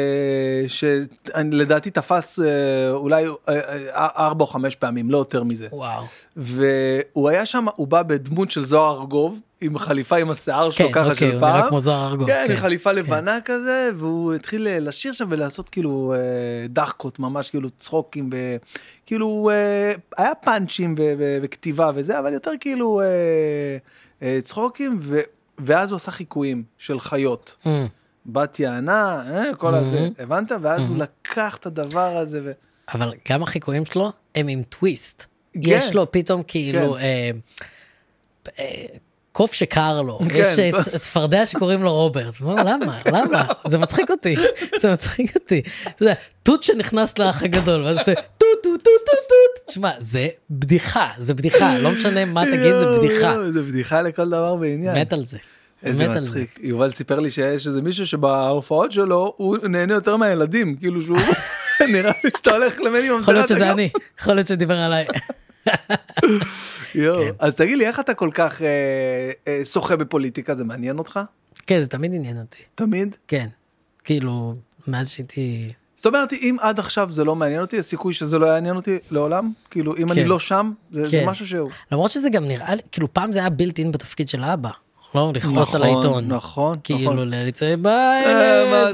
שלדעתי תפס אולי ארבע או חמש פעמים, לא יותר מזה. וואו. והוא היה שם, הוא בא בדמות של זוהר ארגוב, עם חליפה עם השיער שלו ככה של פעם. הוא נראה כמו זוהר ארגוב. כן, עם חליפה לבנה כזה, והוא התחיל לשיר שם ולעשות כאילו דחקות, ממש כאילו צחוקים, כאילו היה פאנצ'ים וכתיבה וזה, אבל יותר כאילו צחוקים, ואז הוא עשה חיקויים של חיות. בת יענה, כל הזה, הבנת? ואז הוא לקח את הדבר הזה. אבל גם החיקויים שלו הם עם טוויסט. יש לו פתאום כאילו... קוף שקר לו, יש צפרדע שקוראים לו רוברט, למה? למה? זה מצחיק אותי, זה מצחיק אותי. אתה יודע, טוט שנכנס לאח הגדול, ואז עושה טוט טוט טוט טוט. תשמע, זה בדיחה, זה בדיחה, לא משנה מה תגיד, זה בדיחה. זה בדיחה לכל דבר בעניין. מת על זה. איזה מצחיק. יובל סיפר לי שיש איזה מישהו שבהופעות שלו, הוא נהנה יותר מהילדים, כאילו שהוא נראה לי שאתה הולך למינימום. יכול להיות שזה אני, יכול להיות שדיבר עליי. אז תגיד לי, איך אתה כל כך שוחה בפוליטיקה? זה מעניין אותך? כן, זה תמיד עניין אותי. תמיד? כן. כאילו, מאז שהייתי... זאת אומרת, אם עד עכשיו זה לא מעניין אותי, הסיכוי שזה לא יעניין אותי לעולם? כאילו, אם אני לא שם, זה משהו שהוא... למרות שזה גם נראה לי, כאילו, פעם זה היה בילט אין בתפקיד של האבא. לא, לכעוס על העיתון. נכון, כאילו, לצעי ביי,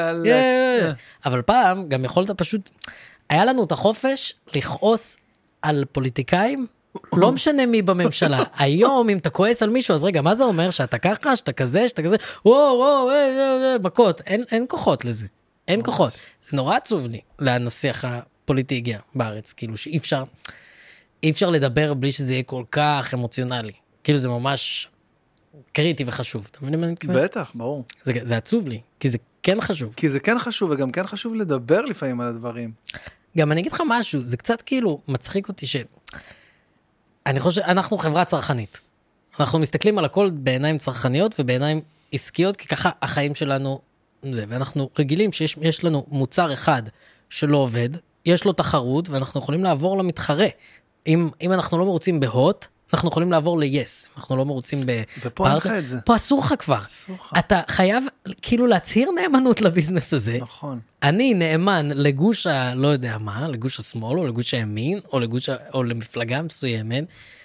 זה. אבל פעם, גם יכולת פשוט... היה לנו את החופש לכעוס על פוליטיקאים, לא משנה מי בממשלה. היום, אם אתה כועס על מישהו, אז רגע, מה זה אומר? שאתה ככה, שאתה כזה, שאתה כזה, וואו, וואו, מכות. אין כוחות לזה. אין כוחות. זה נורא עצוב לי, לנסיך הפוליטי הגיע בארץ, כאילו שאי אפשר, אי אפשר לדבר בלי שזה יהיה כל כך אמוציונלי. כאילו זה ממש קריטי וחשוב. אתה מבין מה אני מתכוון? בטח, ברור. זה, זה עצוב לי, כי זה כן חשוב. כי זה כן חשוב, וגם כן חשוב לדבר לפעמים על הדברים. גם אני אגיד לך משהו, זה קצת כאילו מצחיק אותי ש... אני חושב, אנחנו חברה צרכנית. אנחנו מסתכלים על הכל בעיניים צרכניות ובעיניים עסקיות, כי ככה החיים שלנו זה, ואנחנו רגילים שיש יש לנו מוצר אחד שלא עובד, יש לו תחרות, ואנחנו יכולים לעבור למתחרה. אם, אם אנחנו לא מרוצים בהוט, אנחנו יכולים לעבור ל-yes. אנחנו לא מרוצים בפארטנר. ופה אין לך את זה. פה אסור לך כבר. אסור לך. אתה חייב כאילו להצהיר נאמנות לביזנס הזה. נכון. אני נאמן לגוש ה... לא יודע מה, לגוש השמאל, או לגוש הימין, או לגוש ה... או למפלגה מסוימת,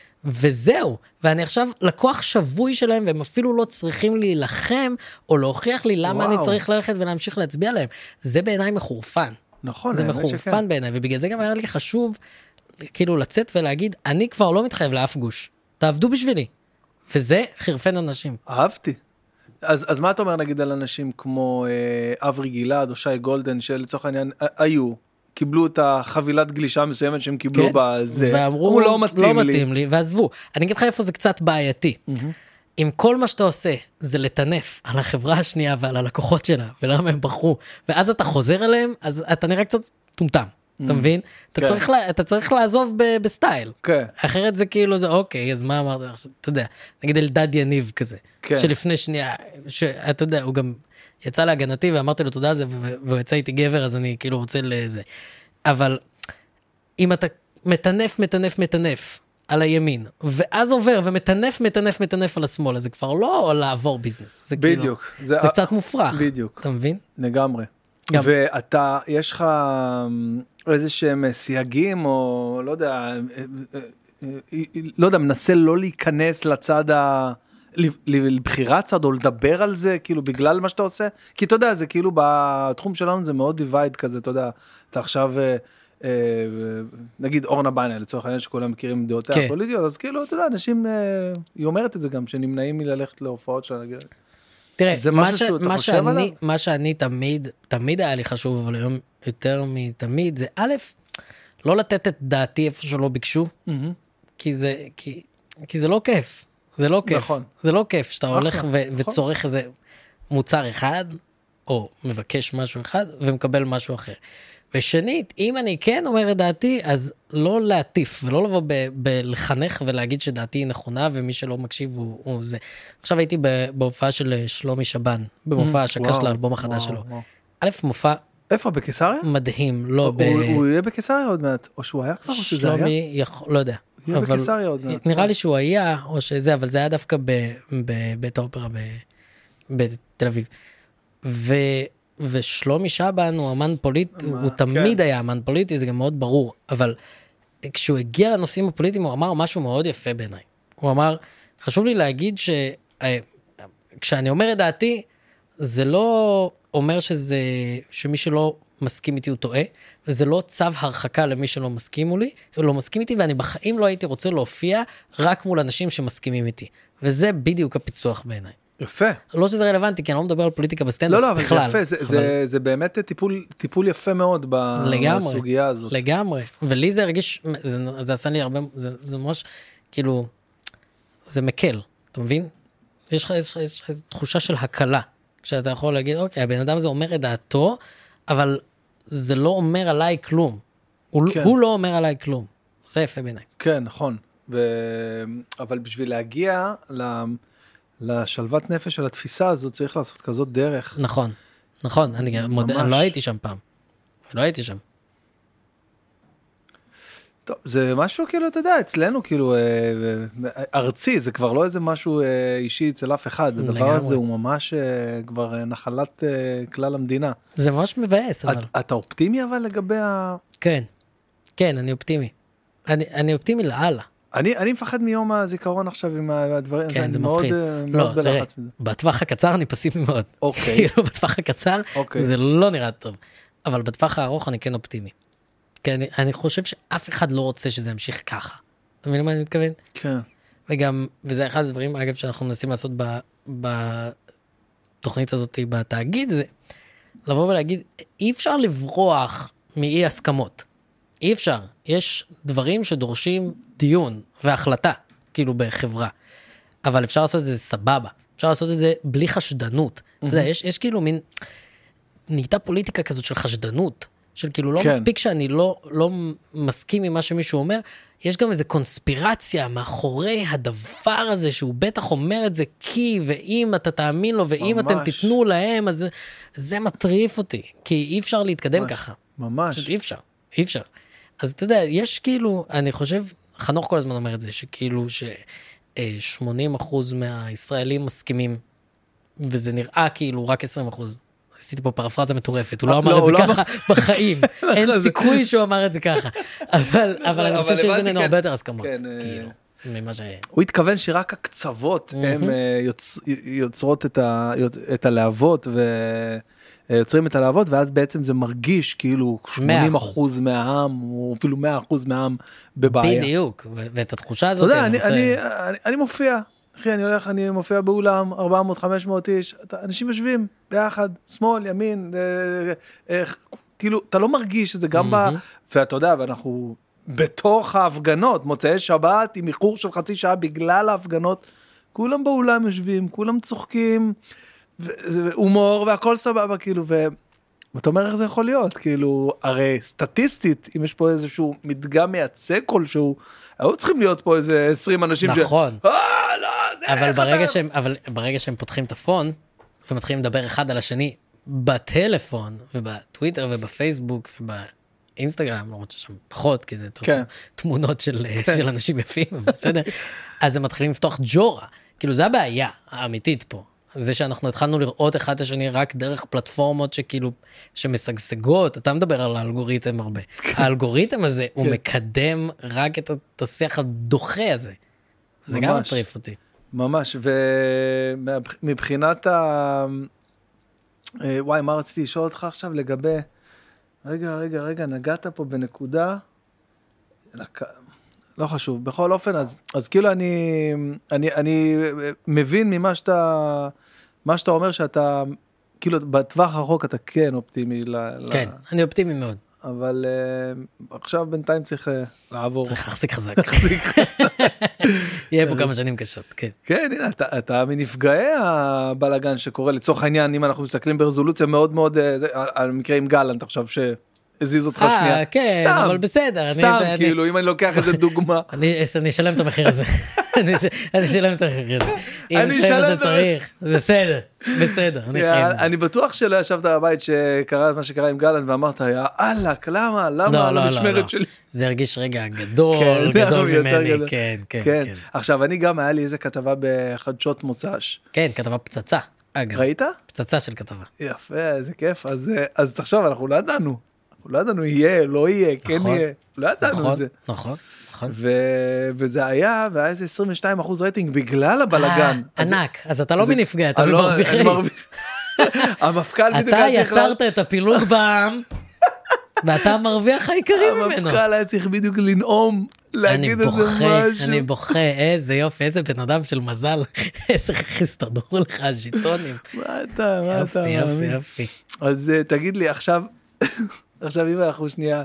וזהו. ואני עכשיו לקוח שבוי שלהם, והם אפילו לא צריכים להילחם, או להוכיח לי למה וואו. אני צריך ללכת ולהמשיך להצביע להם. זה בעיניי מחורפן. נכון. זה מחורפן בעיניי, ובגלל זה גם היה לי חשוב, כאילו לצאת ולהגיד, אני כבר לא מתחייב לאף גוש. תעבדו בשבילי. וזה חרפן אנשים. אהבתי. אז, אז מה אתה אומר נגיד על אנשים כמו אה, אברי גלעד או שי גולדן, שלצורך העניין היו, קיבלו את החבילת גלישה מסוימת שהם קיבלו כן, בזה. ואמרו, לא מתאים, לא לי. מתאים לי, ועזבו. אני אגיד לך איפה זה קצת בעייתי. Mm-hmm. אם כל מה שאתה עושה זה לטנף על החברה השנייה ועל הלקוחות שלה, ולמה הם בחרו, ואז אתה חוזר אליהם, אז אתה נראה קצת טומטם. אתה מבין? אתה צריך אתה צריך לעזוב בסטייל. אחרת זה כאילו זה אוקיי, אז מה אמרת? אתה יודע, נגיד אלדד יניב כזה, שלפני שנייה, שאתה יודע, הוא גם יצא להגנתי ואמרתי לו תודה על זה, והוא יצא איתי גבר, אז אני כאילו רוצה לזה. אבל אם אתה מטנף, מטנף, מטנף על הימין, ואז עובר ומטנף, מטנף, מטנף על השמאל, אז זה כבר לא לעבור ביזנס. בדיוק. זה קצת מופרך. בדיוק. אתה מבין? לגמרי. ואתה, יש לך איזה שהם סייגים, או לא יודע, לא יודע, מנסה לא להיכנס לצד ה... לבחירת צד, או לדבר על זה, כאילו, בגלל מה שאתה עושה? כי אתה יודע, זה כאילו, בתחום שלנו זה מאוד דיווייד כזה, אתה יודע, אתה עכשיו, נגיד, אורנה ביינר, לצורך העניין שכולם מכירים דעותיה הפוליטיות, אז כאילו, אתה יודע, אנשים, היא אומרת את זה גם, שנמנעים מללכת להופעות שלה, תראה, מה, ש... מה, שאני, מה שאני תמיד, תמיד היה לי חשוב, אבל היום יותר מתמיד, זה א', לא לתת את דעתי איפה שלא ביקשו, mm-hmm. כי, זה, כי, כי זה לא כיף. זה לא כיף. נכון. זה לא כיף שאתה הולך ו... נכון. וצורך איזה מוצר אחד, או מבקש משהו אחד, ומקבל משהו אחר. ושנית, אם אני כן אומר את דעתי, אז לא להטיף, ולא לבוא בלחנך ולהגיד שדעתי היא נכונה, ומי שלא מקשיב הוא, הוא זה. עכשיו הייתי בהופעה של שלומי שבן, במופע השקה של האלבום החדש שלו. א', מופע... איפה, בקיסריה? מדהים, לא ב... הוא יהיה בקיסריה עוד מעט, או שהוא היה כבר, או שזה היה? שלומי, לא יודע. יהיה בקיסריה עוד. נראה לי שהוא היה, או שזה, אבל זה היה דווקא בבית האופרה בתל אביב. ושלומי שבן הוא אמן פוליטי, הוא תמיד היה אמן פוליטי, זה גם מאוד ברור, אבל כשהוא הגיע לנושאים הפוליטיים, הוא אמר משהו מאוד יפה בעיניי. הוא אמר, חשוב לי להגיד ש... כשאני אומר את דעתי, זה לא אומר שזה, שמי שלא מסכים איתי הוא טועה, וזה לא צו הרחקה למי שלא מסכים מולי, הוא לא מסכים איתי, ואני בחיים לא הייתי רוצה להופיע רק מול אנשים שמסכימים איתי. וזה בדיוק הפיצוח בעיניי. יפה. לא שזה רלוונטי, כי אני לא מדבר על פוליטיקה בסטנדאפ בכלל. לא, לא, אבל זה יפה, זה, אבל... זה, זה באמת טיפול, טיפול יפה מאוד בסוגיה הזאת. לגמרי, ולי זה הרגיש, זה, זה עשה לי הרבה, זה, זה ממש, כאילו, זה מקל, אתה מבין? יש לך יש, יש, יש תחושה של הקלה, כשאתה יכול להגיד, אוקיי, הבן אדם הזה אומר את דעתו, אבל זה לא אומר עליי כלום. הוא, כן. הוא לא אומר עליי כלום. זה יפה בעיניי. כן, נכון. ו... אבל בשביל להגיע ל... לשלוות נפש של התפיסה הזאת, צריך לעשות כזאת דרך. נכון, נכון. אני, מוד... אני לא הייתי שם פעם. לא הייתי שם. טוב, זה משהו כאילו, אתה יודע, אצלנו כאילו, ארצי, זה כבר לא איזה משהו אישי אצל אף אחד. הדבר לגמרי. הזה הוא ממש כבר נחלת כלל המדינה. זה ממש מבאס, אבל. את, אתה אופטימי אבל לגבי ה... כן, כן, אני אופטימי. אני, אני אופטימי לאללה. אני, אני מפחד מיום הזיכרון עכשיו עם הדברים, כן, זה מפחיד. לא, תראה, בטווח הקצר אני פסימי מאוד. אוקיי. כאילו, בטווח הקצר זה לא נראה טוב. אבל בטווח הארוך אני כן אופטימי. כי אני, אני חושב שאף אחד לא רוצה שזה ימשיך ככה. אתה מבין מה אני מתכוון? כן. וגם, וזה אחד הדברים, אגב, שאנחנו מנסים לעשות ב, בתוכנית הזאת, בתאגיד, זה לבוא ולהגיד, אי אפשר לברוח מאי הסכמות. אי אפשר. יש דברים שדורשים דיון והחלטה, כאילו בחברה. אבל אפשר לעשות את זה סבבה. אפשר לעשות את זה בלי חשדנות. אתה יודע, יש, יש כאילו מין, נהייתה פוליטיקה כזאת של חשדנות, של כאילו לא מספיק שאני לא, לא מסכים עם מה שמישהו אומר, יש גם איזו קונספירציה מאחורי הדבר הזה, שהוא בטח אומר את זה כי, ואם אתה תאמין לו, ואם ממש. אתם תיתנו להם, אז זה מטריף אותי, כי אי אפשר להתקדם ממש. ככה. ממש. פשוט אי אפשר, אי אפשר. אז אתה יודע, יש כאילו, אני חושב, חנוך כל הזמן אומר את זה, שכאילו ש-שמונים אחוז מהישראלים מסכימים, וזה נראה כאילו רק עשרים אחוז. עשיתי פה פרפרזה מטורפת, הוא לא אמר את זה ככה בחיים, אין סיכוי שהוא אמר את זה ככה, אבל אני חושב שיש בינינו הרבה יותר הסכמות, כאילו, ממה ש... הוא התכוון שרק הקצוות הם יוצרות את הלהבות, ויוצרים את הלהבות, ואז בעצם זה מרגיש כאילו שמונים אחוז מהעם, או אפילו מאה אחוז מהעם בבעיה. בדיוק, ואת התחושה הזאת... אתה יודע, אני מופיע, אחי, אני הולך, אני מופיע באולם, ארבע מאות חמש מאות איש, אנשים יושבים ביחד, שמאל, ימין, כאילו, אתה לא מרגיש את זה גם ב... ואתה יודע, ואנחנו בתוך ההפגנות, מוצאי שבת, עם איחור של חצי שעה בגלל ההפגנות, כולם באולם יושבים, כולם צוחקים, הומור, והכל סבבה, כאילו, ואתה אומר איך זה יכול להיות, כאילו, הרי סטטיסטית, אם יש פה איזשהו מדגם מייצג כלשהו, היו צריכים להיות פה איזה עשרים אנשים ש... נכון. אה, לא, אבל ברגע שהם, אבל ברגע שהם פותחים את הפון, ומתחילים לדבר אחד על השני, בטלפון, ובטוויטר, ובפייסבוק, ובאינסטגרם, למרות ששם פחות, כי זה תמונות של אנשים יפים, בסדר? אז הם מתחילים לפתוח ג'ורה. כאילו, זה הבעיה האמיתית פה. זה שאנחנו התחלנו לראות אחד את השני רק דרך פלטפורמות שכאילו, שמשגשגות, אתה מדבר על האלגוריתם הרבה. האלגוריתם הזה, הוא מקדם רק את השיח הדוחה הזה. זה גם מטריף אותי. ממש, ומבחינת ה... וואי, מה רציתי לשאול אותך עכשיו לגבי... רגע, רגע, רגע, נגעת פה בנקודה... לא חשוב, בכל אופן, אז, אז כאילו אני, אני, אני מבין ממה שאתה, מה שאתה אומר שאתה, כאילו בטווח הרחוק אתה כן אופטימי. כן, ל... אני אופטימי מאוד. אבל uh, עכשיו בינתיים צריך uh, לעבור. צריך להחזיק חזק. יהיה פה כמה שנים קשות, כן. כן, הנה, אתה, אתה מנפגעי הבלגן שקורה, לצורך העניין, אם אנחנו מסתכלים ברזולוציה מאוד מאוד, uh, על מקרה עם גלנט עכשיו ש... הזיז אותך שנייה. כן, אבל בסדר. סתם, כאילו, אם אני לוקח איזה דוגמה. אני אשלם את המחיר הזה. אני אשלם את המחיר הזה. אם זה מה שצריך, בסדר, בסדר. אני בטוח שלא ישבת בבית שקרה מה שקרה עם גלנט ואמרת, יא אללה, למה? למה על המשמרת שלי? זה הרגיש רגע גדול, גדול ממני, כן, כן. עכשיו, אני גם, היה לי איזה כתבה בחדשות מוצ"ש. כן, כתבה פצצה, אגב. ראית? פצצה של כתבה. יפה, איזה כיף. אז תחשוב, אנחנו לא ידענו. אנחנו לא ידענו, יהיה, לא יהיה, כן יהיה. לא ידענו את זה. נכון, נכון. וזה היה, והיה איזה עשרים ושתיים אחוז רייטינג בגלל הבלגן. ענק, אז אתה לא מנפגע, אתה מרוויחי. המפכ"ל בדיוק אתה יצרת את הפילוג בעם, ואתה מרוויח העיקרי ממנו. המפכ"ל היה צריך בדיוק לנאום, להגיד איזה משהו. אני בוכה, איזה יופי, איזה בן אדם של מזל, איזה איך הסתדרו לך הז'יטונים. מה אתה, מה אתה מאמין? יופי, יופי. אז תגיד לי, עכשיו, עכשיו אם אנחנו שנייה,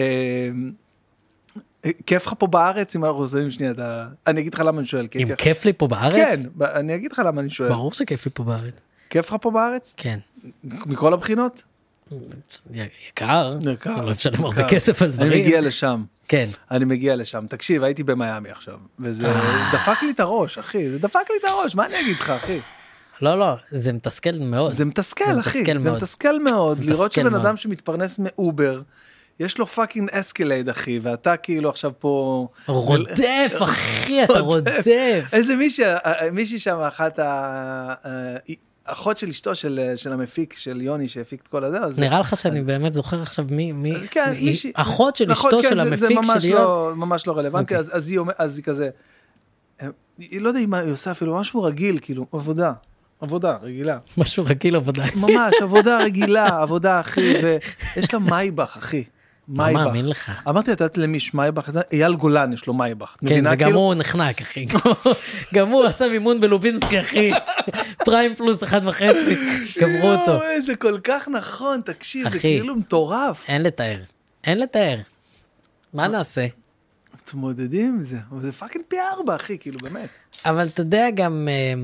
כיף לך פה בארץ, אם אנחנו עושים שנייה, אני אגיד לך למה אני שואל. אם כיף לי פה בארץ? כן, אני אגיד לך למה אני שואל. ברור שכיף לי פה בארץ. כיף לך פה בארץ? כן. מכל הבחינות? יקר, לא אפשר לשלם הרבה כסף על דברים. אני מגיע לשם. כן. אני מגיע לשם. תקשיב, הייתי במיימי עכשיו, וזה דפק לי את הראש, אחי, זה דפק לי את הראש, מה אני אגיד לך, אחי? לא, לא, זה מתסכל מאוד. זה מתסכל, אחי, זה מתסכל מאוד, לראות שבן אדם שמתפרנס מאובר, יש לו פאקינג אסקלייד, אחי, ואתה כאילו עכשיו פה... רודף, אחי, אתה רודף. איזה מישהי שם, אחת האחות של אשתו של המפיק, של יוני, שהפיק את כל הזה. נראה לך שאני באמת זוכר עכשיו מי... אחות של אשתו של המפיק של יוני. זה ממש לא רלוונטי, אז היא כזה... היא לא יודע אם היא עושה אפילו משהו רגיל, כאילו, עבודה. עבודה, רגילה. משהו רגיל, עבודה. ממש, עבודה רגילה, עבודה, אחי, ויש לה מייבך, אחי. מה מאמין לך? אמרתי, אתה יודעת למי יש מייבך? אייל גולן יש לו מייבך. כן, וגם הוא נחנק, אחי. גם הוא עשה מימון בלובינסקי, אחי. פריים פלוס אחד וחצי. גמרו אותו. זה כל כך נכון, תקשיב, זה כאילו מטורף. אין לתאר. אין לתאר. מה נעשה? מתמודדים עם זה. זה פאקינג פי ארבע, אחי, כאילו, באמת. אבל אתה יודע גם...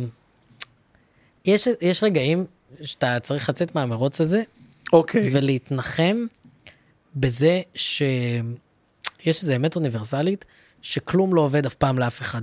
יש, יש רגעים שאתה צריך לצאת מהמרוץ הזה, אוקיי. ולהתנחם בזה שיש איזו אמת אוניברסלית, שכלום לא עובד אף פעם לאף אחד.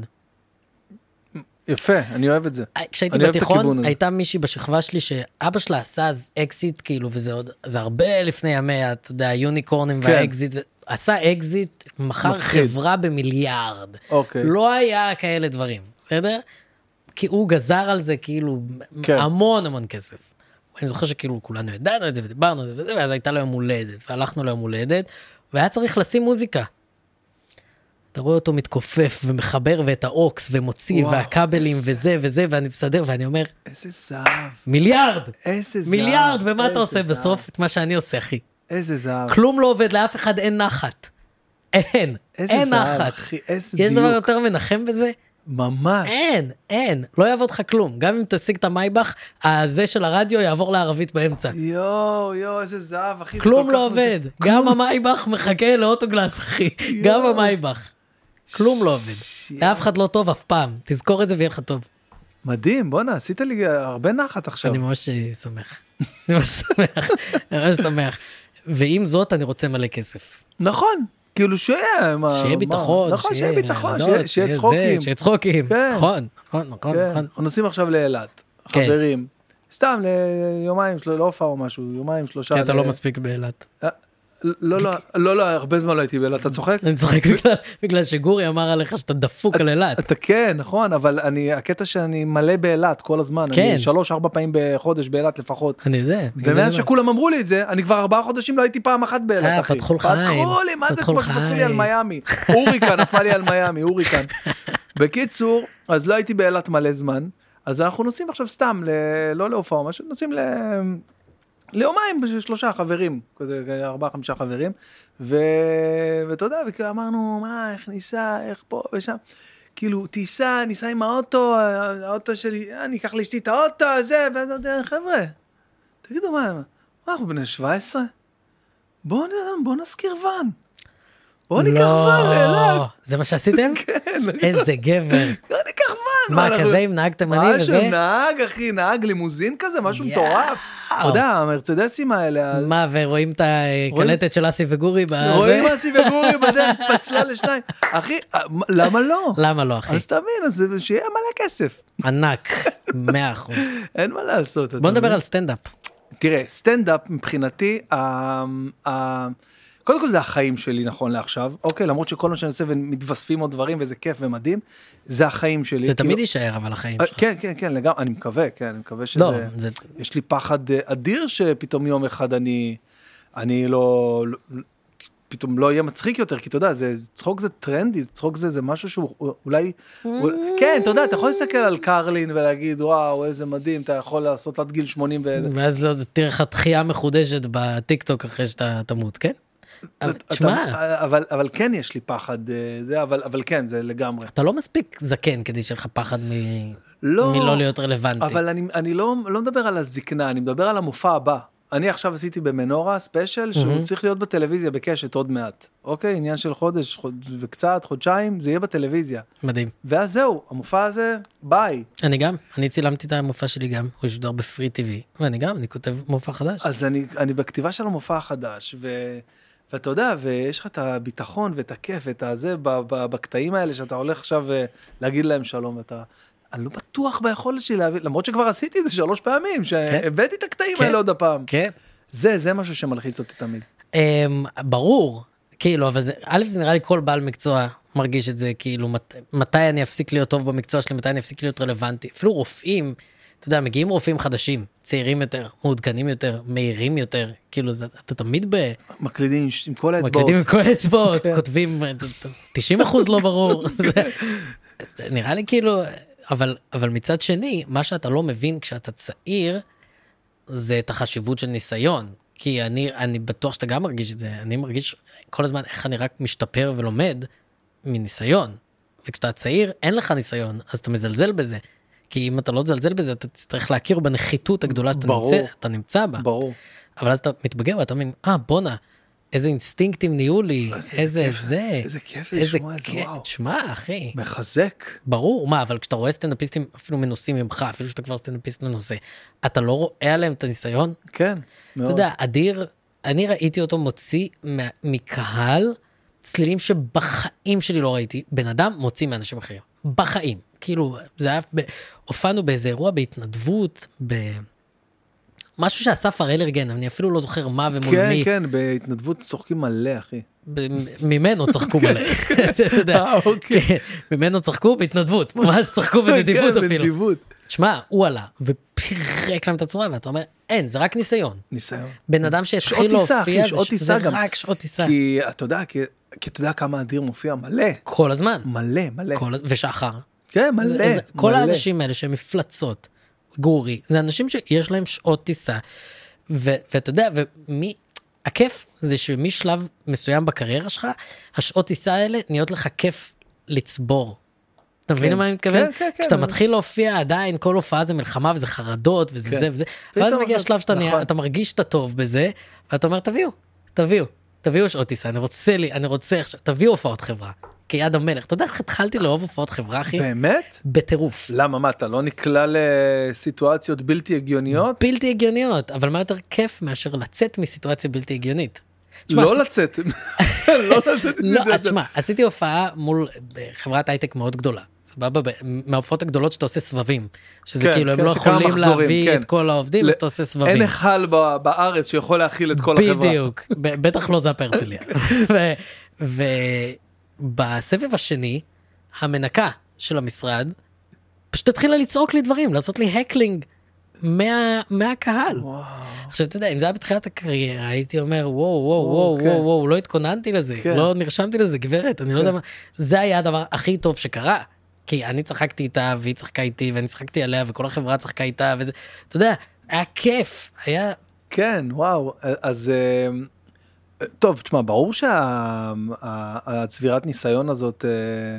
יפה, אני אוהב את זה. כשהייתי בתיכון, הייתה מישהי בשכבה שלי, שאבא שלה עשה אז אקזיט, כאילו, וזה עוד, זה הרבה לפני ימי, אתה יודע, היוניקורנים והאקזיט, עשה אקזיט, מחר חברה במיליארד. אוקיי. לא היה כאלה דברים, בסדר? כי הוא גזר על זה כאילו כן. המון המון כסף. אני זוכר שכאילו כולנו ידענו את זה ודיברנו את זה וזה, ואז הייתה לו יום הולדת, והלכנו ליום הולדת, והיה צריך לשים מוזיקה. אתה רואה אותו מתכופף ומחבר ואת האוקס ומוציא וואו, והכבלים וזה וזה, ואני מסדר ואני אומר, איזה זהב. מיליארד. איזה זהב. מיליארד, ומה אתה עושה זהב. בסוף? את מה שאני עושה, אחי. איזה זהב. כלום לא עובד, לאף אחד אין נחת. אין. איזה אין זהב, נחת. אחי, איזה יש דיוק. דבר יותר מנחם בזה? ממש. אין, אין, לא יעבוד לך כלום. גם אם תשיג את המייבך, הזה של הרדיו יעבור לערבית באמצע. יואו, יואו, איזה זהב, אחי. כלום לא עובד. גם המייבך מחכה לאוטוגלס, אחי. גם המייבך. כלום לא עובד. לאף אחד לא טוב אף פעם. תזכור את זה ויהיה לך טוב. מדהים, בוא'נה, עשית לי הרבה נחת עכשיו. אני ממש שמח. אני ממש שמח. אני ממש שמח. ועם זאת, אני רוצה מלא כסף. נכון. כאילו שיהיה, שיהיה ביטחון, נכון, שיהיה ביטחון, שיהיה צחוקים. שיהיה צחוקים, נכון, נכון, נכון. אנחנו נוסעים עכשיו לאילת, חברים, סתם ליומיים, לא הופעה או משהו, יומיים, שלושה. כי אתה לא מספיק באילת. לא, לא, לא, לא, הרבה זמן לא הייתי באילת, אתה צוחק? אני צוחק בגלל שגורי אמר עליך שאתה דפוק על אילת. אתה כן, נכון, אבל אני, הקטע שאני מלא באילת כל הזמן, אני שלוש, ארבע פעמים בחודש באילת לפחות. אני יודע. ומאז שכולם אמרו לי את זה, אני כבר ארבעה חודשים לא הייתי פעם אחת באילת, אחי. פתחו לך עין. פתחו לי, מה זה כמו שפתחו לי על מיימי? אוריקן, נפל לי על מיימי, אוריקן. בקיצור, אז לא הייתי באילת מלא זמן, אז אנחנו נוסעים עכשיו סתם, לא להופעה או משהו, נוסעים ל... ליומיים, שלושה חברים, כזה ארבעה, חמישה חברים, ואתה יודע, וכאילו אמרנו, מה, איך ניסה, איך פה ושם, כאילו, טיסה, ניסה עם האוטו, האוטו שלי, אני אקח לאשתי את האוטו, זה, ואז אתה יודע, חבר'ה, תגידו מה, מה, אנחנו בני שבע עשרה? בואו בוא נזכיר ון. בואו ניקח ון לאילת. זה מה שעשיתם? כן. איזה גבר. בואו ניקח ון מה, כזה עם נהג תימני וזה? משהו, נהג, אחי, נהג לימוזין כזה, משהו מטורף. אתה יודע, המרצדסים האלה. מה, ורואים את הקלטת של אסי וגורי? רואים אסי וגורי בדרך, פצלה לשניים. אחי, למה לא? למה לא, אחי? אז תבין, אז שיהיה מלא כסף. ענק, מאה אחוז. אין מה לעשות. בוא נדבר על סטנדאפ. תראה, סטנדאפ מבחינתי, קודם כל זה החיים שלי נכון לעכשיו, אוקיי, למרות שכל מה שאני עושה ומתווספים עוד דברים וזה כיף ומדהים, זה החיים שלי. זה תמיד יישאר אבל החיים שלך. כן, כן, כן, לגמרי, אני מקווה, כן, אני מקווה שזה, יש לי פחד אדיר שפתאום יום אחד אני, אני לא, פתאום לא יהיה מצחיק יותר, כי אתה יודע, צחוק זה טרנדי, צחוק זה, זה משהו שהוא אולי, כן, אתה יודע, אתה יכול להסתכל על קרלין ולהגיד, וואו, איזה מדהים, אתה יכול לעשות עד גיל שמונים. ואז לא, תראה לך תחייה מחודשת בטיק טוק אחרי שאתה תמות, כן? תשמע. אבל, אבל כן יש לי פחד, זה, אבל, אבל כן, זה לגמרי. אתה לא מספיק זקן כדי שיהיה לך פחד מ... לא, מלא להיות רלוונטי. אבל אני, אני לא, לא מדבר על הזקנה, אני מדבר על המופע הבא. אני עכשיו עשיתי במנורה ספיישל, שהוא mm-hmm. צריך להיות בטלוויזיה בקשת עוד מעט. אוקיי, עניין של חודש חוד... וקצת, חודשיים, זה יהיה בטלוויזיה. מדהים. ואז זהו, המופע הזה, ביי. אני גם, אני צילמתי את המופע שלי גם, הוא שודר בפרי טיווי, ואני גם, אני כותב מופע חדש. אז אני, אני בכתיבה של המופע החדש, ו... ואתה יודע, ויש לך את הביטחון ואת הכיף, ואת הזה, בקטעים האלה, שאתה הולך עכשיו להגיד להם שלום, ואתה... אני לא בטוח ביכולת שלי להביא, למרות שכבר עשיתי את זה שלוש פעמים, שהבאתי את הקטעים האלה עוד הפעם. כן. זה, זה משהו שמלחיץ אותי תמיד. ברור, כאילו, אבל זה, א', זה נראה לי כל בעל מקצוע מרגיש את זה, כאילו, מתי אני אפסיק להיות טוב במקצוע שלי, מתי אני אפסיק להיות רלוונטי. אפילו רופאים, אתה יודע, מגיעים רופאים חדשים, צעירים יותר, מעודכנים יותר, מהירים יותר, כאילו, אתה תמיד ב... מקלידים עם כל האצבעות. מקלידים עם כל האצבעות, כותבים, תשעים אחוז לא ברור. נראה לי כאילו... אבל, אבל מצד שני, מה שאתה לא מבין כשאתה צעיר, זה את החשיבות של ניסיון. כי אני, אני בטוח שאתה גם מרגיש את זה. אני מרגיש כל הזמן איך אני רק משתפר ולומד מניסיון. וכשאתה צעיר, אין לך ניסיון, אז אתה מזלזל בזה. כי אם אתה לא תזלזל בזה, אתה תצטרך להכיר בנחיתות הגדולה שאתה נמצא, אתה נמצא בה. ברור. אבל אז אתה מתבגר ואתה אומר, אה, בונה, איזה אינסטינקטים נהיו לי, איזה זה. איזה כיף לשמוע את זה, וואו. תשמע, אחי. מחזק. ברור, מה, אבל כשאתה רואה סטנדאפיסטים אפילו מנוסים ממך, אפילו שאתה כבר סטנדאפיסט מנוסה, אתה לא רואה עליהם את הניסיון? כן, מאוד. אתה יודע, אדיר, אני ראיתי אותו מוציא מקהל, צלילים שבחיים שלי לא ראיתי, בן אדם מוציא מאנשים אחרים. בחיים. כאילו, זה היה, הופענו באיזה אירוע בהתנדבות, ב... משהו שאסף הראל ארגן, אני אפילו לא זוכר מה ומול כן, מי. כן, כן, בהתנדבות צוחקים מלא, אחי. ממנו צחקו מלא. אתה יודע, ממנו צחקו בהתנדבות, ממש צחקו בנדיבות אפילו. תשמע, הוא עלה, ופירק להם את הצורה, ואתה אומר, אין, זה רק ניסיון. ניסיון. בן אדם שהתחיל להופיע, זה רק שעות טיסה. כי אתה יודע, כי אתה יודע כמה אדיר מופיע מלא. כל הזמן. מלא, מלא. ושחר. כן, מלא. כל האנשים האלה שהם מפלצות, גורי, זה אנשים שיש להם שעות טיסה, ואתה יודע, ומי, הכיף זה שמשלב מסוים בקריירה שלך, השעות טיסה האלה נהיות לך כיף לצבור. אתה מבין מה אני מתכוון? כשאתה מתחיל להופיע עדיין, כל הופעה זה מלחמה וזה חרדות וזה זה וזה, ואז מגיע שלב שאתה מרגיש שאתה טוב בזה, ואתה אומר תביאו, תביאו, תביאו שעות טיסה, אני רוצה לי, אני רוצה עכשיו, תביאו הופעות חברה. כיד המלך. אתה יודע איך התחלתי לאהוב הופעות חברה, אחי? באמת? בטירוף. למה, מה, אתה לא נקלע לסיטואציות בלתי הגיוניות? בלתי הגיוניות, אבל מה יותר כיף מאשר לצאת מסיטואציה בלתי הגיונית? לא לצאת. לא לצאת. לא, תשמע, עשיתי הופעה מול חברת הייטק מאוד גדולה. סבבה, מההופעות הגדולות שאתה עושה סבבים. שזה כאילו, הם לא יכולים להביא את כל העובדים, אז אתה עושה סבבים. אין אחד בארץ שיכול להכיל את כל החברה. בדיוק. בטח לא זאפ הרצליה. ו... בסבב השני, המנקה של המשרד, פשוט התחילה לצעוק לי דברים, לעשות לי הקלינג מה, מהקהל. וואו. עכשיו, אתה יודע, אם זה היה בתחילת הקריירה, הייתי אומר, וואו, וואו, וואו, וואו, וואו, וואו, לא התכוננתי לזה, כן. לא נרשמתי לזה, גברת, אני כן. לא יודע מה. זה היה הדבר הכי טוב שקרה, כי אני צחקתי איתה, והיא צחקה איתי, ואני צחקתי עליה, וכל החברה צחקה איתה, וזה, אתה יודע, היה כיף, היה... כן, וואו, אז... טוב, תשמע, ברור שהצבירת ניסיון הזאת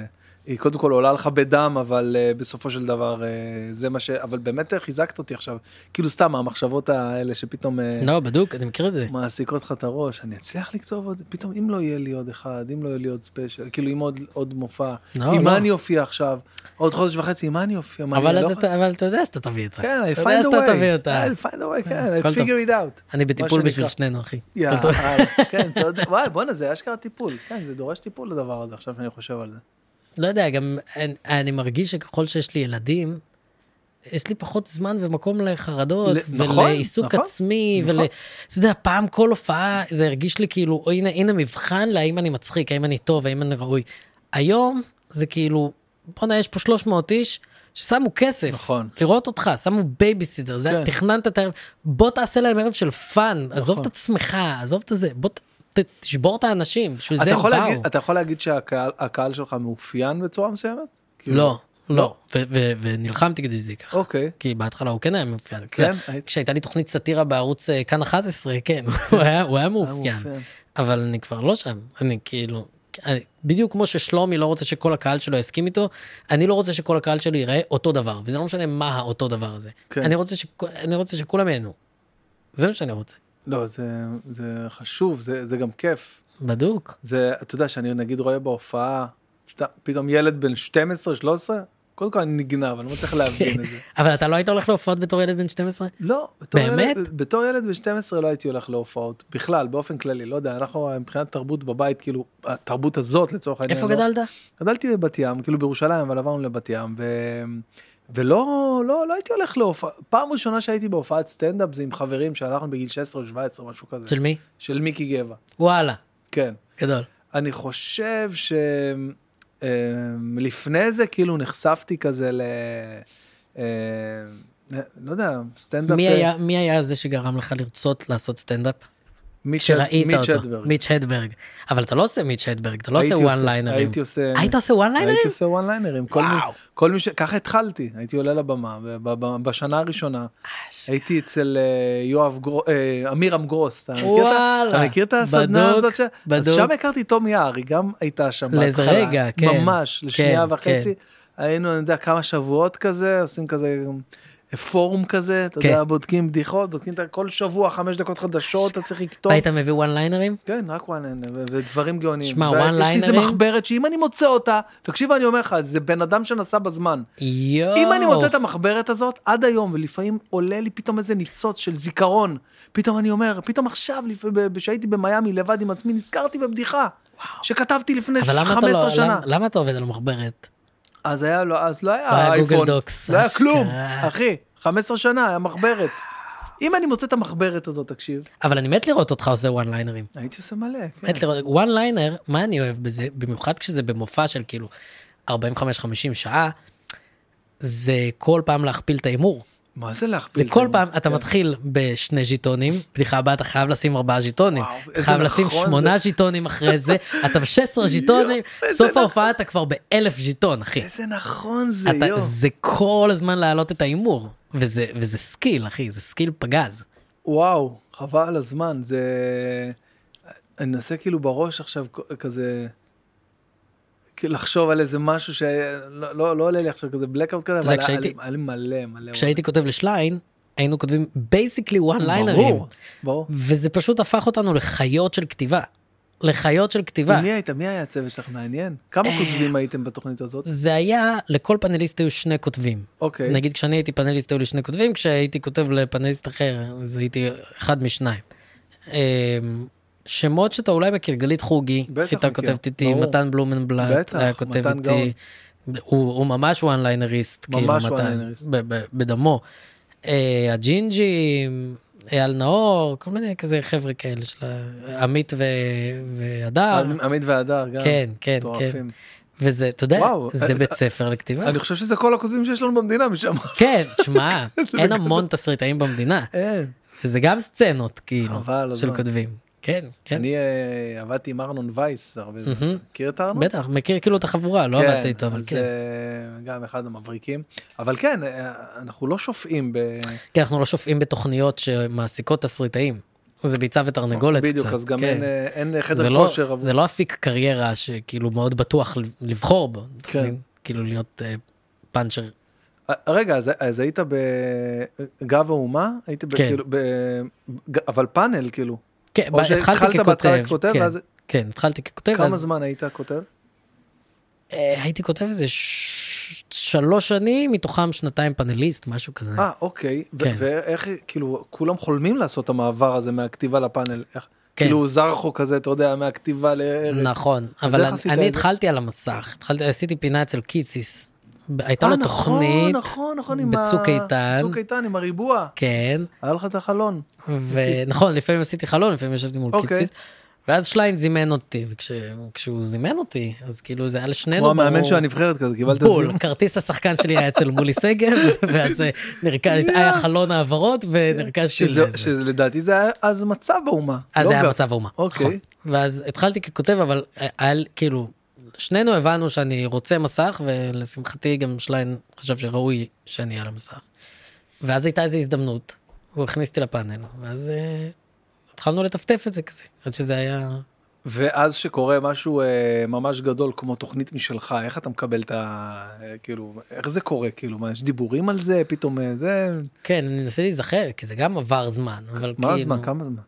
היא קודם כל עולה לך בדם, אבל uh, בסופו של דבר uh, זה מה ש... אבל באמת חיזקת אותי עכשיו. כאילו סתם, המחשבות האלה שפתאום... Uh, לא, בדוק, אני מכיר את זה. מעסיקות לך את הראש. אני אצליח לכתוב עוד... פתאום, אם לא יהיה לי עוד אחד, אם לא יהיה לי עוד ספיישל, כאילו אם עוד, עוד מופע, לא, עם לא. מה אני אופיע עכשיו? עוד חודש וחצי, עם מה אני אופיע? אבל, אתה, לא... אבל אתה יודע שאתה תביא אותה. כן, I find a way. תביא אותה. I find a way, כן, I figure it out. אני בטיפול בשביל שנינו, אחי. כן, אתה יודע, וואי, בוא'נה, זה אשכרה טיפול. כן, זה דורש טיפול לדבר הזה, עכשיו אני חושב על זה. לא יודע, גם אני, אני מרגיש שככל שיש לי ילדים, יש לי פחות זמן ומקום לחרדות, נכון, ולעיסוק נכון, עצמי, נכון. ול... אתה יודע, פעם כל הופעה, זה הרגיש לי כאילו, הנה, הנה מבחן להאם אני מצחיק, האם אני טוב, האם אני ראוי. היום זה כאילו, בוא'נה, יש פה שלוש מאות איש, ששמו כסף, נכון. לראות אותך, שמו בייביסיטר, זה, כן. תכננת את הערב, בוא תעשה להם ערב של פאן, נכון. עזוב את עצמך, עזוב את זה, בוא ת, תשבור את האנשים, בשביל זה הם באו. להגיד, אתה יכול להגיד שהקהל שלך מאופיין בצורה מסוימת? לא. לא, ונלחמתי כדי שזה ייקח. אוקיי. כי בהתחלה הוא כן היה מאופיין. כן? כשהייתה לי תוכנית סאטירה בערוץ כאן אחת עשרה, כן, הוא היה מאופיין. אבל אני כבר לא שם. אני כאילו, בדיוק כמו ששלומי לא רוצה שכל הקהל שלו יסכים איתו, אני לא רוצה שכל הקהל שלו ייראה אותו דבר, וזה לא משנה מה האותו דבר הזה. אני רוצה שכולם ייהנו. זה מה שאני רוצה. לא, זה חשוב, זה גם כיף. בדוק. זה, אתה יודע, שאני נגיד רואה בהופעה, פתאום ילד בן שתים עשרה, שלוש עשרה, קודם כל אני נגנב, אני לא צריך להבין את זה. אבל אתה לא היית הולך להופעות בתור ילד בן שתים עשרה? לא. באמת? בתור ילד בן שתים עשרה לא הייתי הולך להופעות, בכלל, באופן כללי, לא יודע, אנחנו מבחינת תרבות בבית, כאילו, התרבות הזאת לצורך העניין. איפה גדלת? גדלתי בבת ים, כאילו בירושלים, אבל עברנו לבת ים, ולא, לא, לא הייתי הולך להופעה. פעם ראשונה שהייתי בהופעת סטנדאפ, זה עם חברים שהלכנו בגיל שש עשרה או שבע עשרה, משהו כזה. של מי? של מיקי גבע. וואלה. כן. גדול. אני חושב ש... לפני זה כאילו נחשפתי כזה ל... לא יודע, סטנדאפ... מי היה זה שגרם לך לרצות לעשות סטנדאפ? מיץ' הדברג. מיץ' הדברג. אבל אתה לא עושה מיץ' הדברג, אתה לא עושה וואן ליינרים. הייתי עושה... היית עושה וואן ליינרים? הייתי עושה וואן ליינרים. כל מי ש... ככה התחלתי, הייתי עולה לבמה, בשנה הראשונה, הייתי אצל יואב גרוס, אמיר אמגרוס, אתה מכיר את הסדנה הזאת? אז שם הכרתי תום יער, היא גם הייתה שם לאיזה רגע, כן. ממש, לשנייה וחצי. היינו, אני יודע, כמה שבועות כזה, עושים כזה... פורום כזה, אתה יודע, בודקים בדיחות, בודקים כל שבוע חמש דקות חדשות, אתה צריך לכתוב. היית מביא וואן ליינרים? כן, רק וואן ליינרים, ודברים גאוניים. שמע, וואן ליינרים? יש לי איזה מחברת שאם אני מוצא אותה, תקשיב, אני אומר לך, זה בן אדם שנסע בזמן. יואו. אם אני מוצא את המחברת הזאת, עד היום, ולפעמים עולה לי פתאום איזה ניצוץ של זיכרון, פתאום אני אומר, פתאום עכשיו, שהייתי במיימי לבד עם עצמי, נזכרתי בבדיחה, שכתבתי לפני חמש עשרה שנה. למה אתה עובד על המחברת? אז היה, אז לא היה אייפון, לא היה כלום, אחי. חמש עשרה שנה, היה מחברת. אם אני מוצא את המחברת הזאת, תקשיב. אבל אני מת לראות אותך עושה וואן ליינרים. הייתי עושה מלא, כן. מת לראות, וואן ליינר, מה אני אוהב בזה? במיוחד כשזה במופע של כאילו ארבעים וחמש חמישים שעה, זה כל פעם להכפיל את האימור. מה זה להכפיל? זה כל פעם, אתה מתחיל בשני ז'יטונים, בדיחה הבאה אתה חייב לשים ארבעה ז'יטונים, אתה חייב לשים שמונה ז'יטונים אחרי זה, אתה ב-שש עשרה ז'יטונים, סוף ההופעה אתה כבר באלף ז'יטון, אחי. איזה נכון זה, יו. זה כל הזמן להעלות את האימור, וזה סקיל, אחי, זה סקיל פגז. וואו, חבל על הזמן, זה... אני אנסה כאילו בראש עכשיו כזה... לחשוב על איזה משהו שלא עולה לי עכשיו כזה בלקאוט כזה, אבל היה לי מלא מלא. כשהייתי כותב לשליין, היינו כותבים basically one liner'ים. ברור. וזה פשוט הפך אותנו לחיות של כתיבה. לחיות של כתיבה. מי היית? מי היה הצוות שלך? מעניין. כמה כותבים הייתם בתוכנית הזאת? זה היה, לכל פאנליסט היו שני כותבים. אוקיי. נגיד כשאני הייתי פאנליסט היו לי שני כותבים, כשהייתי כותב לפאנליסט אחר, אז הייתי אחד משניים. שמות שאתה אולי מכיר, גלית חוגי, הייתה כותבת איתי, מתן בלומנבלט, היה כותב איתי, הוא ממש וואן ליינריסט, ממש וואן ליינריסט. בדמו. הג'ינג'י, אייל נאור, כל מיני כזה חבר'ה כאלה, עמית והדר. עמית והדר, גם. כן, כן, כן. וזה, אתה יודע, זה בית ספר לכתיבה. אני חושב שזה כל הכותבים שיש לנו במדינה משם. כן, שמע, אין המון תסריטאים במדינה. אין. וזה גם סצנות, כאילו, של כותבים. כן, כן. אני עבדתי עם ארנון וייס, מכיר את ארנון? בטח, מכיר כאילו את החבורה, לא עבדתי איתו, אבל כן. גם אחד המבריקים. אבל כן, אנחנו לא שופעים ב... כן, אנחנו לא שופעים בתוכניות שמעסיקות תסריטאים. זה ביצה ותרנגולת קצת. בדיוק, אז גם כן. אין, אין חדר זה כושר. לא, זה לא אפיק קריירה שכאילו מאוד בטוח לבחור בו. כן. כאילו להיות uh, פאנצ'ר. רגע, אז, אז היית בגב האומה? היית כן. כאילו, ב, אבל פאנל כאילו. כן, או התחלתי ככותב. ככותב, כן, ואז... כן, התחלתי ככותב. כמה אז... זמן היית כותב? הייתי כותב איזה ש... שלוש שנים, מתוכם שנתיים פאנליסט, משהו כזה. אה, אוקיי. כן. ו- ואיך, כאילו, כולם חולמים לעשות את המעבר הזה מהכתיבה לפאנל. איך, כן. כאילו זרחו כזה, אתה יודע, מהכתיבה לארץ. נכון, אבל אני, אני התחלתי על המסך, התחלתי, עשיתי פינה אצל קיציס. הייתה לו תוכנית נכון, נכון, בצוק איתן. בצוק איתן, עם הריבוע. כן. היה לך את החלון. ונכון, לפעמים עשיתי חלון, לפעמים ישבתי מול אוקיי. קיציס. ואז שליין זימן אותי, וכשהוא זימן אותי, אז כאילו זה היה לשנינו כמו המאמן של הנבחרת כזה, קיבלת בול, זימן. כרטיס השחקן שלי היה אצל מולי סגב, ואז נרכז, היה חלון העברות, ונרכזתי לזה. שלדעתי זה היה אז מצב האומה. אז זה היה מצב האומה. אוקיי. ואז התחלתי ככותב, אבל כאילו, שנינו הבנו שאני רוצה מסך, ולשמחתי גם שליין חשב שראוי שאני על המסך. ואז הייתה איזו הזדמנות, הוא הכניס אותי לפאנל, ואז התחלנו לטפטף את זה כזה, עד שזה היה... ואז שקורה משהו אה, ממש גדול כמו תוכנית משלך, איך אתה מקבל את ה... אה, כאילו, איך זה קורה? כאילו, מה, יש דיבורים על זה? פתאום אה, זה... כן, אני מנסה להיזכר, כי זה גם עבר זמן, אבל מה כאילו... הזמן? כמה זמן?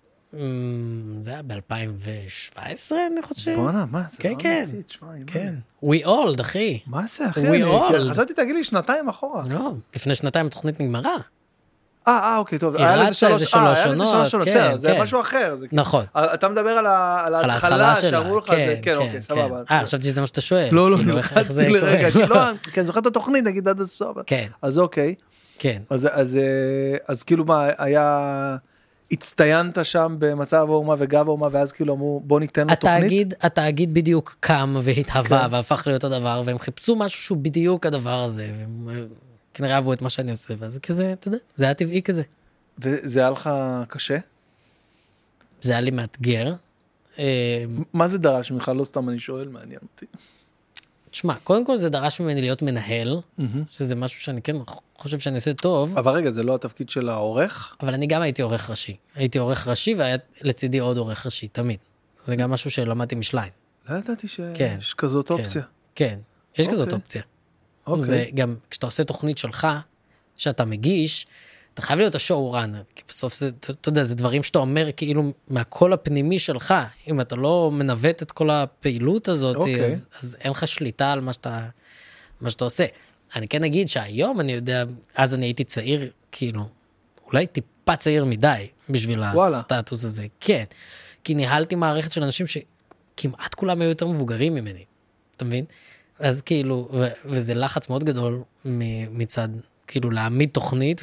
זה היה ב-אלפיים שבע עשרה, אני חושב. בוא'נה, מה? זה כן, לא כן. מפחיד, שמע, כן. We old, אחי. מה זה, אחי? We אני- old. חשבתי, תגיד לי, שנתיים אחורה. לא, לפני שנתיים התוכנית נגמרה. אה, אה, אוקיי, טוב. היא היה לזה רצה שלוש- איזה אה, שלוש היה לזה עונות, שלוש עונות, כן, בסדר, זה כן. משהו אחר. זה כאילו- נכון. אה, אתה מדבר על ה- על על ההתחלה ההתחלה שלה. שאמרו לך, זה- כן, אוקיי, סבבה. אה, חשבתי שזה מה שאתה שואל. לא, לא, כאילו, איך- איך זה נלחצתי קורה? לרגע, כי לא, כי אני זוכר את התוכנית, נגיד עד הסוף. כן, אז אוקיי. כן. אז, אז, אה, אז כאילו מה, היה, הצטיינת שם במצב האומה וגב האומה, ואז כאילו אמרו, בוא ניתן לו תוכנית? התאגיד, התאגיד בדיוק קם והתהווה כן. והפך להיות הדבר, והם חיפשו משהו שהוא בדיוק הדבר הזה, והם אה, כנראה אהבו את מה שאני עושה, ואז כזה, אתה יודע, זה היה טבעי כזה. וזה היה לך קשה? זה היה לי מאתגר. אה, מה זה דרש ממך? לא סתם אני שואל, מעניין אותי. תשמע, קודם כל זה דרש ממני להיות מנהל, שזה משהו שאני כן חושב שאני עושה טוב, אבל רגע, זה לא התפקיד של העורך? אבל אני גם הייתי עורך ראשי. הייתי עורך ראשי והיה לצידי עוד עורך ראשי, תמיד. זה גם משהו שלמדתי משליין. לא ידעתי כן. שיש כזאת אופציה. כן, יש כזאת אוקיי. אופציה. אוקיי. זה גם, כשאתה עושה תוכנית שלך, שאתה מגיש, אתה חייב להיות השואו ראנר, כי בסוף זה, אתה אתה יודע, זה דברים שאתה אומר כאילו מהקול הפנימי שלך, אם אתה לא מנווט את כל הפעילות הזאת, אוקיי. אז, אז אין לך שליטה על מה שאתה, מה שאתה עושה. אני כן אגיד שהיום אני יודע, אז אני הייתי צעיר, כאילו, אולי טיפה צעיר מדי, בשביל וואלה. הסטטוס הזה. כן, כי ניהלתי מערכת של אנשים שכמעט כולם היו יותר מבוגרים ממני, אתה מבין? אז כאילו, ו- וזה לחץ מאוד גדול מ- מצד, כאילו, להעמיד תוכנית,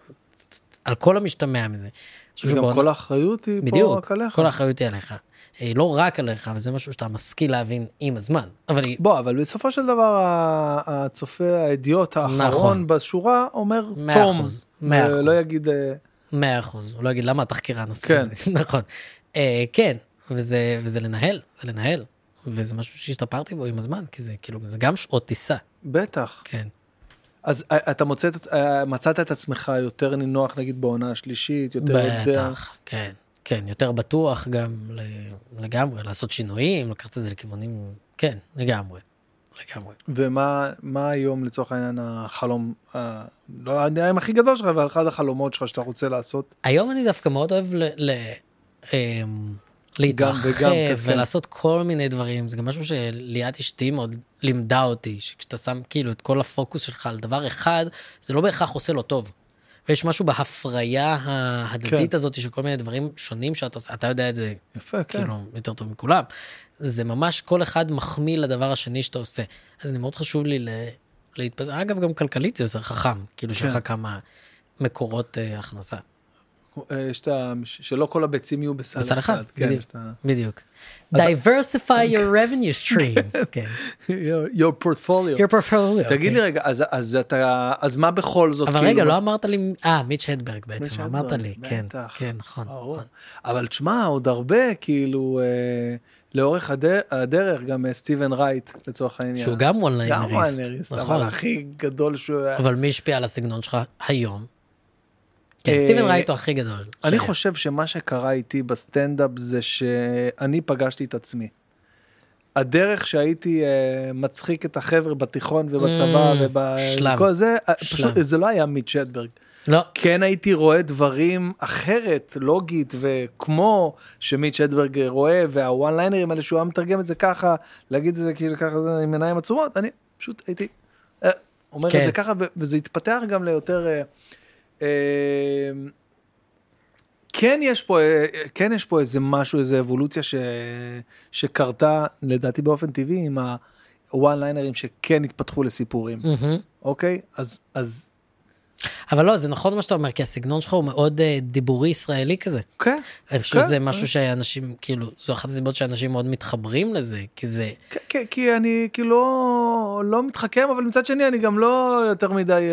ועל כל המשתמע מזה. וגם כל האחריות היא פה בדיוק, רק עליך. כל האחריות היא עליך. אה, לא רק עליך, וזה משהו שאתה משכיל להבין עם הזמן. אבל היא, בוא, אבל בסופו של דבר, ה- הצופה, האדיוט האחרון נכון. בשורה, אומר מאה תום. אחוז, מאה אחוז. לא יגיד... אה, מאה אחוז, הוא לא יגיד למה התחקירן עשה כן. את זה. נכון. אה, כן, וזה, וזה לנהל, זה לנהל. וזה משהו שהשתפרתי בו עם הזמן, כי זה כאילו, זה גם שעות טיסה. בטח. כן. אז אה, אתה מוצא, את- אה, מצאת את עצמך יותר נינוח, נגיד, בעונה השלישית, יותר יודע... בטח, כן. כן, יותר בטוח גם לגמרי, לעשות שינויים, לקחת את זה לכיוונים, כן, לגמרי, לגמרי. ומה מה היום לצורך העניין החלום, אה, לא יודע אם הכי גדול שלך, אבל אחד החלומות שלך שאתה רוצה לעשות? היום אני דווקא מאוד אוהב ל... ל אמ, להתרחב וגם, כן, כן. ולעשות כל מיני דברים, זה גם משהו שליאת אשתי מאוד לימדה אותי, שכשאתה שם כאילו את כל הפוקוס שלך על דבר אחד, זה לא בהכרח עושה לו טוב. ויש משהו בהפריה ההדדית כן. הזאת של כל מיני דברים שונים שאתה עושה, אתה יודע את זה יפה, כן. כאילו יותר טוב מכולם. זה ממש כל אחד מחמיא לדבר השני שאתה עושה. אז זה מאוד חשוב לי ל... להתפזר. אגב, גם כלכלית זה יותר חכם, כאילו כן. שלך כמה מקורות אה, הכנסה. אה, יש את ה... שלא כל הביצים יהיו בסל בסל אחד, כן, בדיוק. יש את ה- בדיוק. אז- Diversify your revenue stream. כן. your your portfolio. Your portfolio. תגיד לי אוקיי. רגע, אז, אז אתה, אז מה בכל זאת? אבל כאילו, רגע, מה- לא אמרת לי, אה, מיץ' הדברג בעצם, מיץ' אמרת הדברג, לי, כן, בטח. כן, נכון. ברור. נכון. אבל תשמע, עוד הרבה, כאילו, אה, לאורך הדר, הדרך, גם אה, סטיבן רייט, לצורך העניין. שהוא גם וואן גם ליינריסט. וואנריסט, נכון. אבל הכי גדול שהוא היה. אבל מי השפיע על הסגנון שלך היום? כן, סטיבן רייט הוא הכי גדול. אני חושב שמה שקרה איתי בסטנדאפ זה שאני פגשתי את עצמי. הדרך שהייתי מצחיק את החבר'ה בתיכון ובצבא ובכל זה, פשוט זה לא היה מיט שטברג. לא. כן הייתי רואה דברים אחרת, לוגית, וכמו שמיט שטברג רואה, והוואן ליינרים האלה שהוא היה מתרגם את זה ככה, להגיד את זה כאילו ככה עם עיניים עצומות, אני פשוט הייתי אומר את זה ככה, וזה התפתח גם ליותר... כן יש פה, כן יש פה איזה משהו, איזה אבולוציה ש, שקרתה, לדעתי באופן טבעי, עם הוואן ליינרים שכן התפתחו לסיפורים. אוקיי? אז, אז... אבל לא, זה נכון מה שאתה אומר, כי הסגנון שלך הוא מאוד דיבורי ישראלי כזה. כן. אני חושב שזה משהו שאנשים, כאילו, זו אחת הסיבות שאנשים מאוד מתחברים לזה, כי זה... כן, כי אני כאילו לא, לא מתחכם, אבל מצד שני אני גם לא יותר מדי...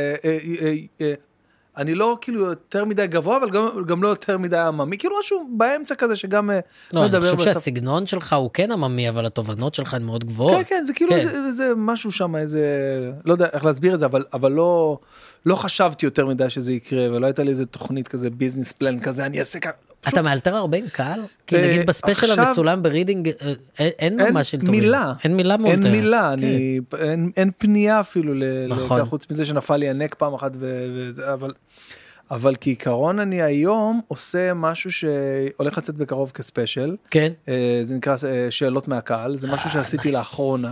אני לא כאילו יותר מדי גבוה, אבל גם, גם לא יותר מדי עממי, כאילו משהו באמצע כזה שגם לא, מדבר. אני חושב בסף... שהסגנון שלך הוא כן עממי, אבל התובנות שלך הן מאוד גבוהות. כן, כן, זה כאילו כן. זה, זה משהו שם, איזה, לא יודע איך להסביר את זה, אבל, אבל לא, לא חשבתי יותר מדי שזה יקרה, ולא הייתה לי איזה תוכנית כזה, ביזנס פלן כזה, אני אעשה ככה. אתה מאלתר הרבה עם קהל? כי נגיד בספיישל המצולם ברידינג, אין ממש של טובים. מילה. אין מילה מאולתר. אין מילה, אני, אין, אין פנייה אפילו, נכון. חוץ מזה שנפל לי הנק פעם אחת, וזה, אבל... אבל כעיקרון אני היום עושה משהו שהולך לצאת בקרוב כספיישל. כן. זה נקרא שאלות מהקהל, זה משהו שעשיתי לאחרונה,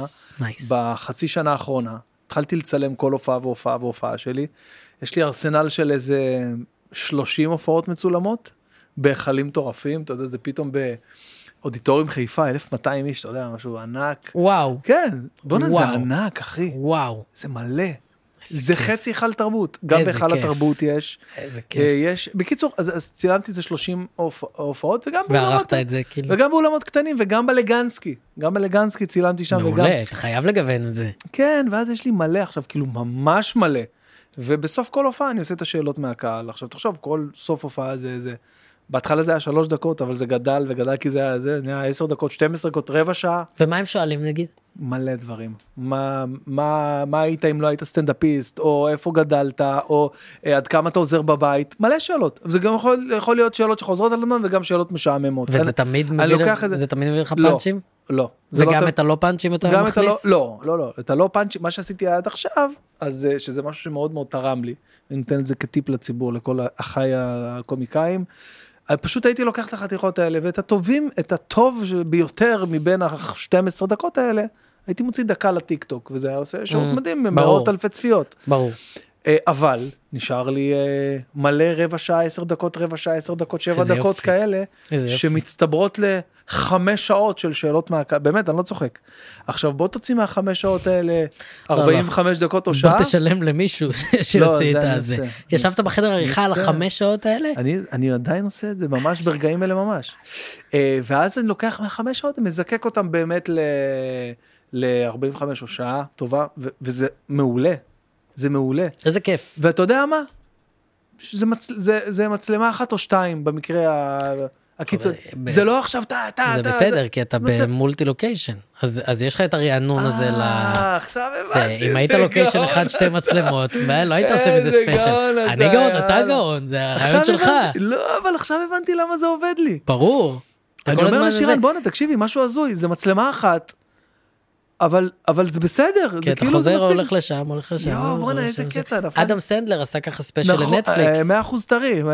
בחצי שנה האחרונה. התחלתי לצלם כל הופעה והופעה והופעה שלי. יש לי ארסנל של איזה שלושים הופעות מצולמות, בהיכלים טורפים, אתה יודע, זה פתאום באודיטוריום חיפה, אלף ומאתיים איש, אתה יודע, משהו ענק. וואו. כן, בוא נזה, זה ענק, אחי. וואו. זה מלא. זה חצי היכל תרבות, גם בהיכל התרבות יש. איזה כיף. יש, בקיצור, אז, אז צילמתי את זה שלושים הופעות, וגם וערכת את זה, כאילו. וגם באולמות קטנים, וגם בלגנסקי. גם בלגנסקי צילמתי שם. מעולה, וגם... אתה חייב לגוון את זה. כן, ואז יש לי מלא עכשיו, כאילו ממש מלא. ובסוף כל הופעה אני עושה את השאלות מהקהל. עכשיו תחשוב, כל סוף הופעה זה, זה... בהתחלה זה היה שלוש דקות, אבל זה גדל וגדל, כי זה היה, זה היה עשר דקות, שתים עשרה דקות, רבע שעה. ומה הם שואלים נגיד? מלא דברים. מה, מה, מה היית אם לא היית סטנדאפיסט, או איפה גדלת, או אה, עד כמה אתה עוזר בבית? מלא שאלות. זה גם יכול, יכול להיות שאלות שחוזרות על הזמן, וגם שאלות משעממות. וזה אני, תמיד אני מביא, זה... זה תמיד מביא לך לא, פאנצ'ים? לא. וגם לא, את הלא פאנצ'ים אתה מכניס? לא, לא, לא. את הלא פאנצ'ים, מה שעשיתי עד עכשיו, אז שזה משהו שמאוד מאוד תרם לי. אני נותן את זה כטיפ לציבור, לכל אחי הקומיקאים. פשוט הייתי לוקח את החתיכות האלה, ואת הטובים, את הטוב ביותר מבין ה-שתים עשרה דקות האלה, הייתי מוציא דקה לטיק טוק, וזה היה עושה שירות מדהים, מאות אלפי צפיות. ברור. אבל נשאר לי מלא רבע שעה, עשר דקות, רבע שעה, עשר דקות, שבע דקות כאלה, שמצטברות לחמש שעות של שאלות מהקהל, באמת, אני לא צוחק. עכשיו בוא תוציא מהחמש שעות האלה, ארבעים וחמש דקות או שעה. בוא תשלם למישהו שיוציא את הזה. ישבת בחדר עריכה על החמש שעות האלה? אני עדיין עושה את זה, ממש ברגעים אלה ממש. ואז אני לוקח מהחמש שעות, מזקק אותם באמת ל-ארבעים וחמש או שעה טובה, וזה מעולה. זה מעולה. איזה כיף. ואתה יודע מה? זה, מצ... זה, זה מצלמה אחת או שתיים במקרה הקיצוני. ב... זה לא עכשיו, אתה, אתה, זה אתה. בסדר, זה... כי אתה במולטי לוקיישן. אז, אז יש לך את הרענון הזה ל... אה, עכשיו הבנתי. אם היית לוקיישן אחד, שתי מצלמות, לא היית עושה מזה ספיישל. אני גאון, אתה גאון, זה הרעיון שלך. לא, אבל עכשיו הבנתי למה זה עובד לי. ברור. אני אומר לשירן, בוא נה, תקשיבי, משהו הזוי, זה מצלמה אחת. אבל, אבל זה בסדר. כי אתה חוזר או הולך לשם, הולך לשם. יואו, בוא'נה, איזה קטע. אדם סנדלר עשה ככה ספיישל לנטפליקס. מאה אחוז טרי,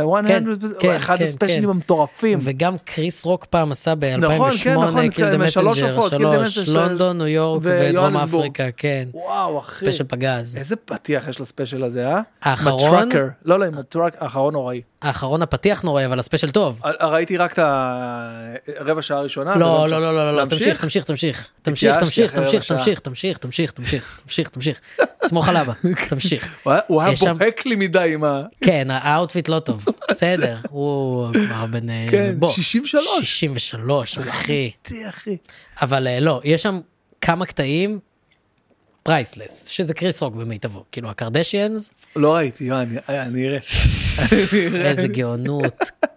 אחד הספיישלים המטורפים. וגם קריס רוק פעם עשה ב-אלפיים ושמונה, קיל דה מסנג'ר, שלוש, לונדון, ניו יורק ודרום אפריקה, כן. וואו, אחי. ספיישל פגז. איזה פתיח יש לספיישל הזה, אה? האחרון? לא, לא, האחרון נוראי. האחרון הפתיח נוראי, אבל הספיישל טוב. ראיתי רק את הרבע שעה הראשונה. לא, לא, לא, לא, תמשיך, תמשיך, תמשיך. תמשיך, תמשיך, תמשיך, תמשיך, תמשיך, תמשיך, תמשיך, תמשיך, תמשיך. סמוך על אבא, תמשיך. הוא היה בוהק לי מדי עם ה... כן, האוטפיט לא טוב. בסדר. הוא כבר בן... כן, שישים ושלוש. שישים ושלוש, אחי. אחי. אבל לא, יש שם כמה קטעים פרייסלס, שזה קריס רוק במיטבו. כאילו, הקרדשיאנס. לא ראיתי, אני אראה. איזה גאונות.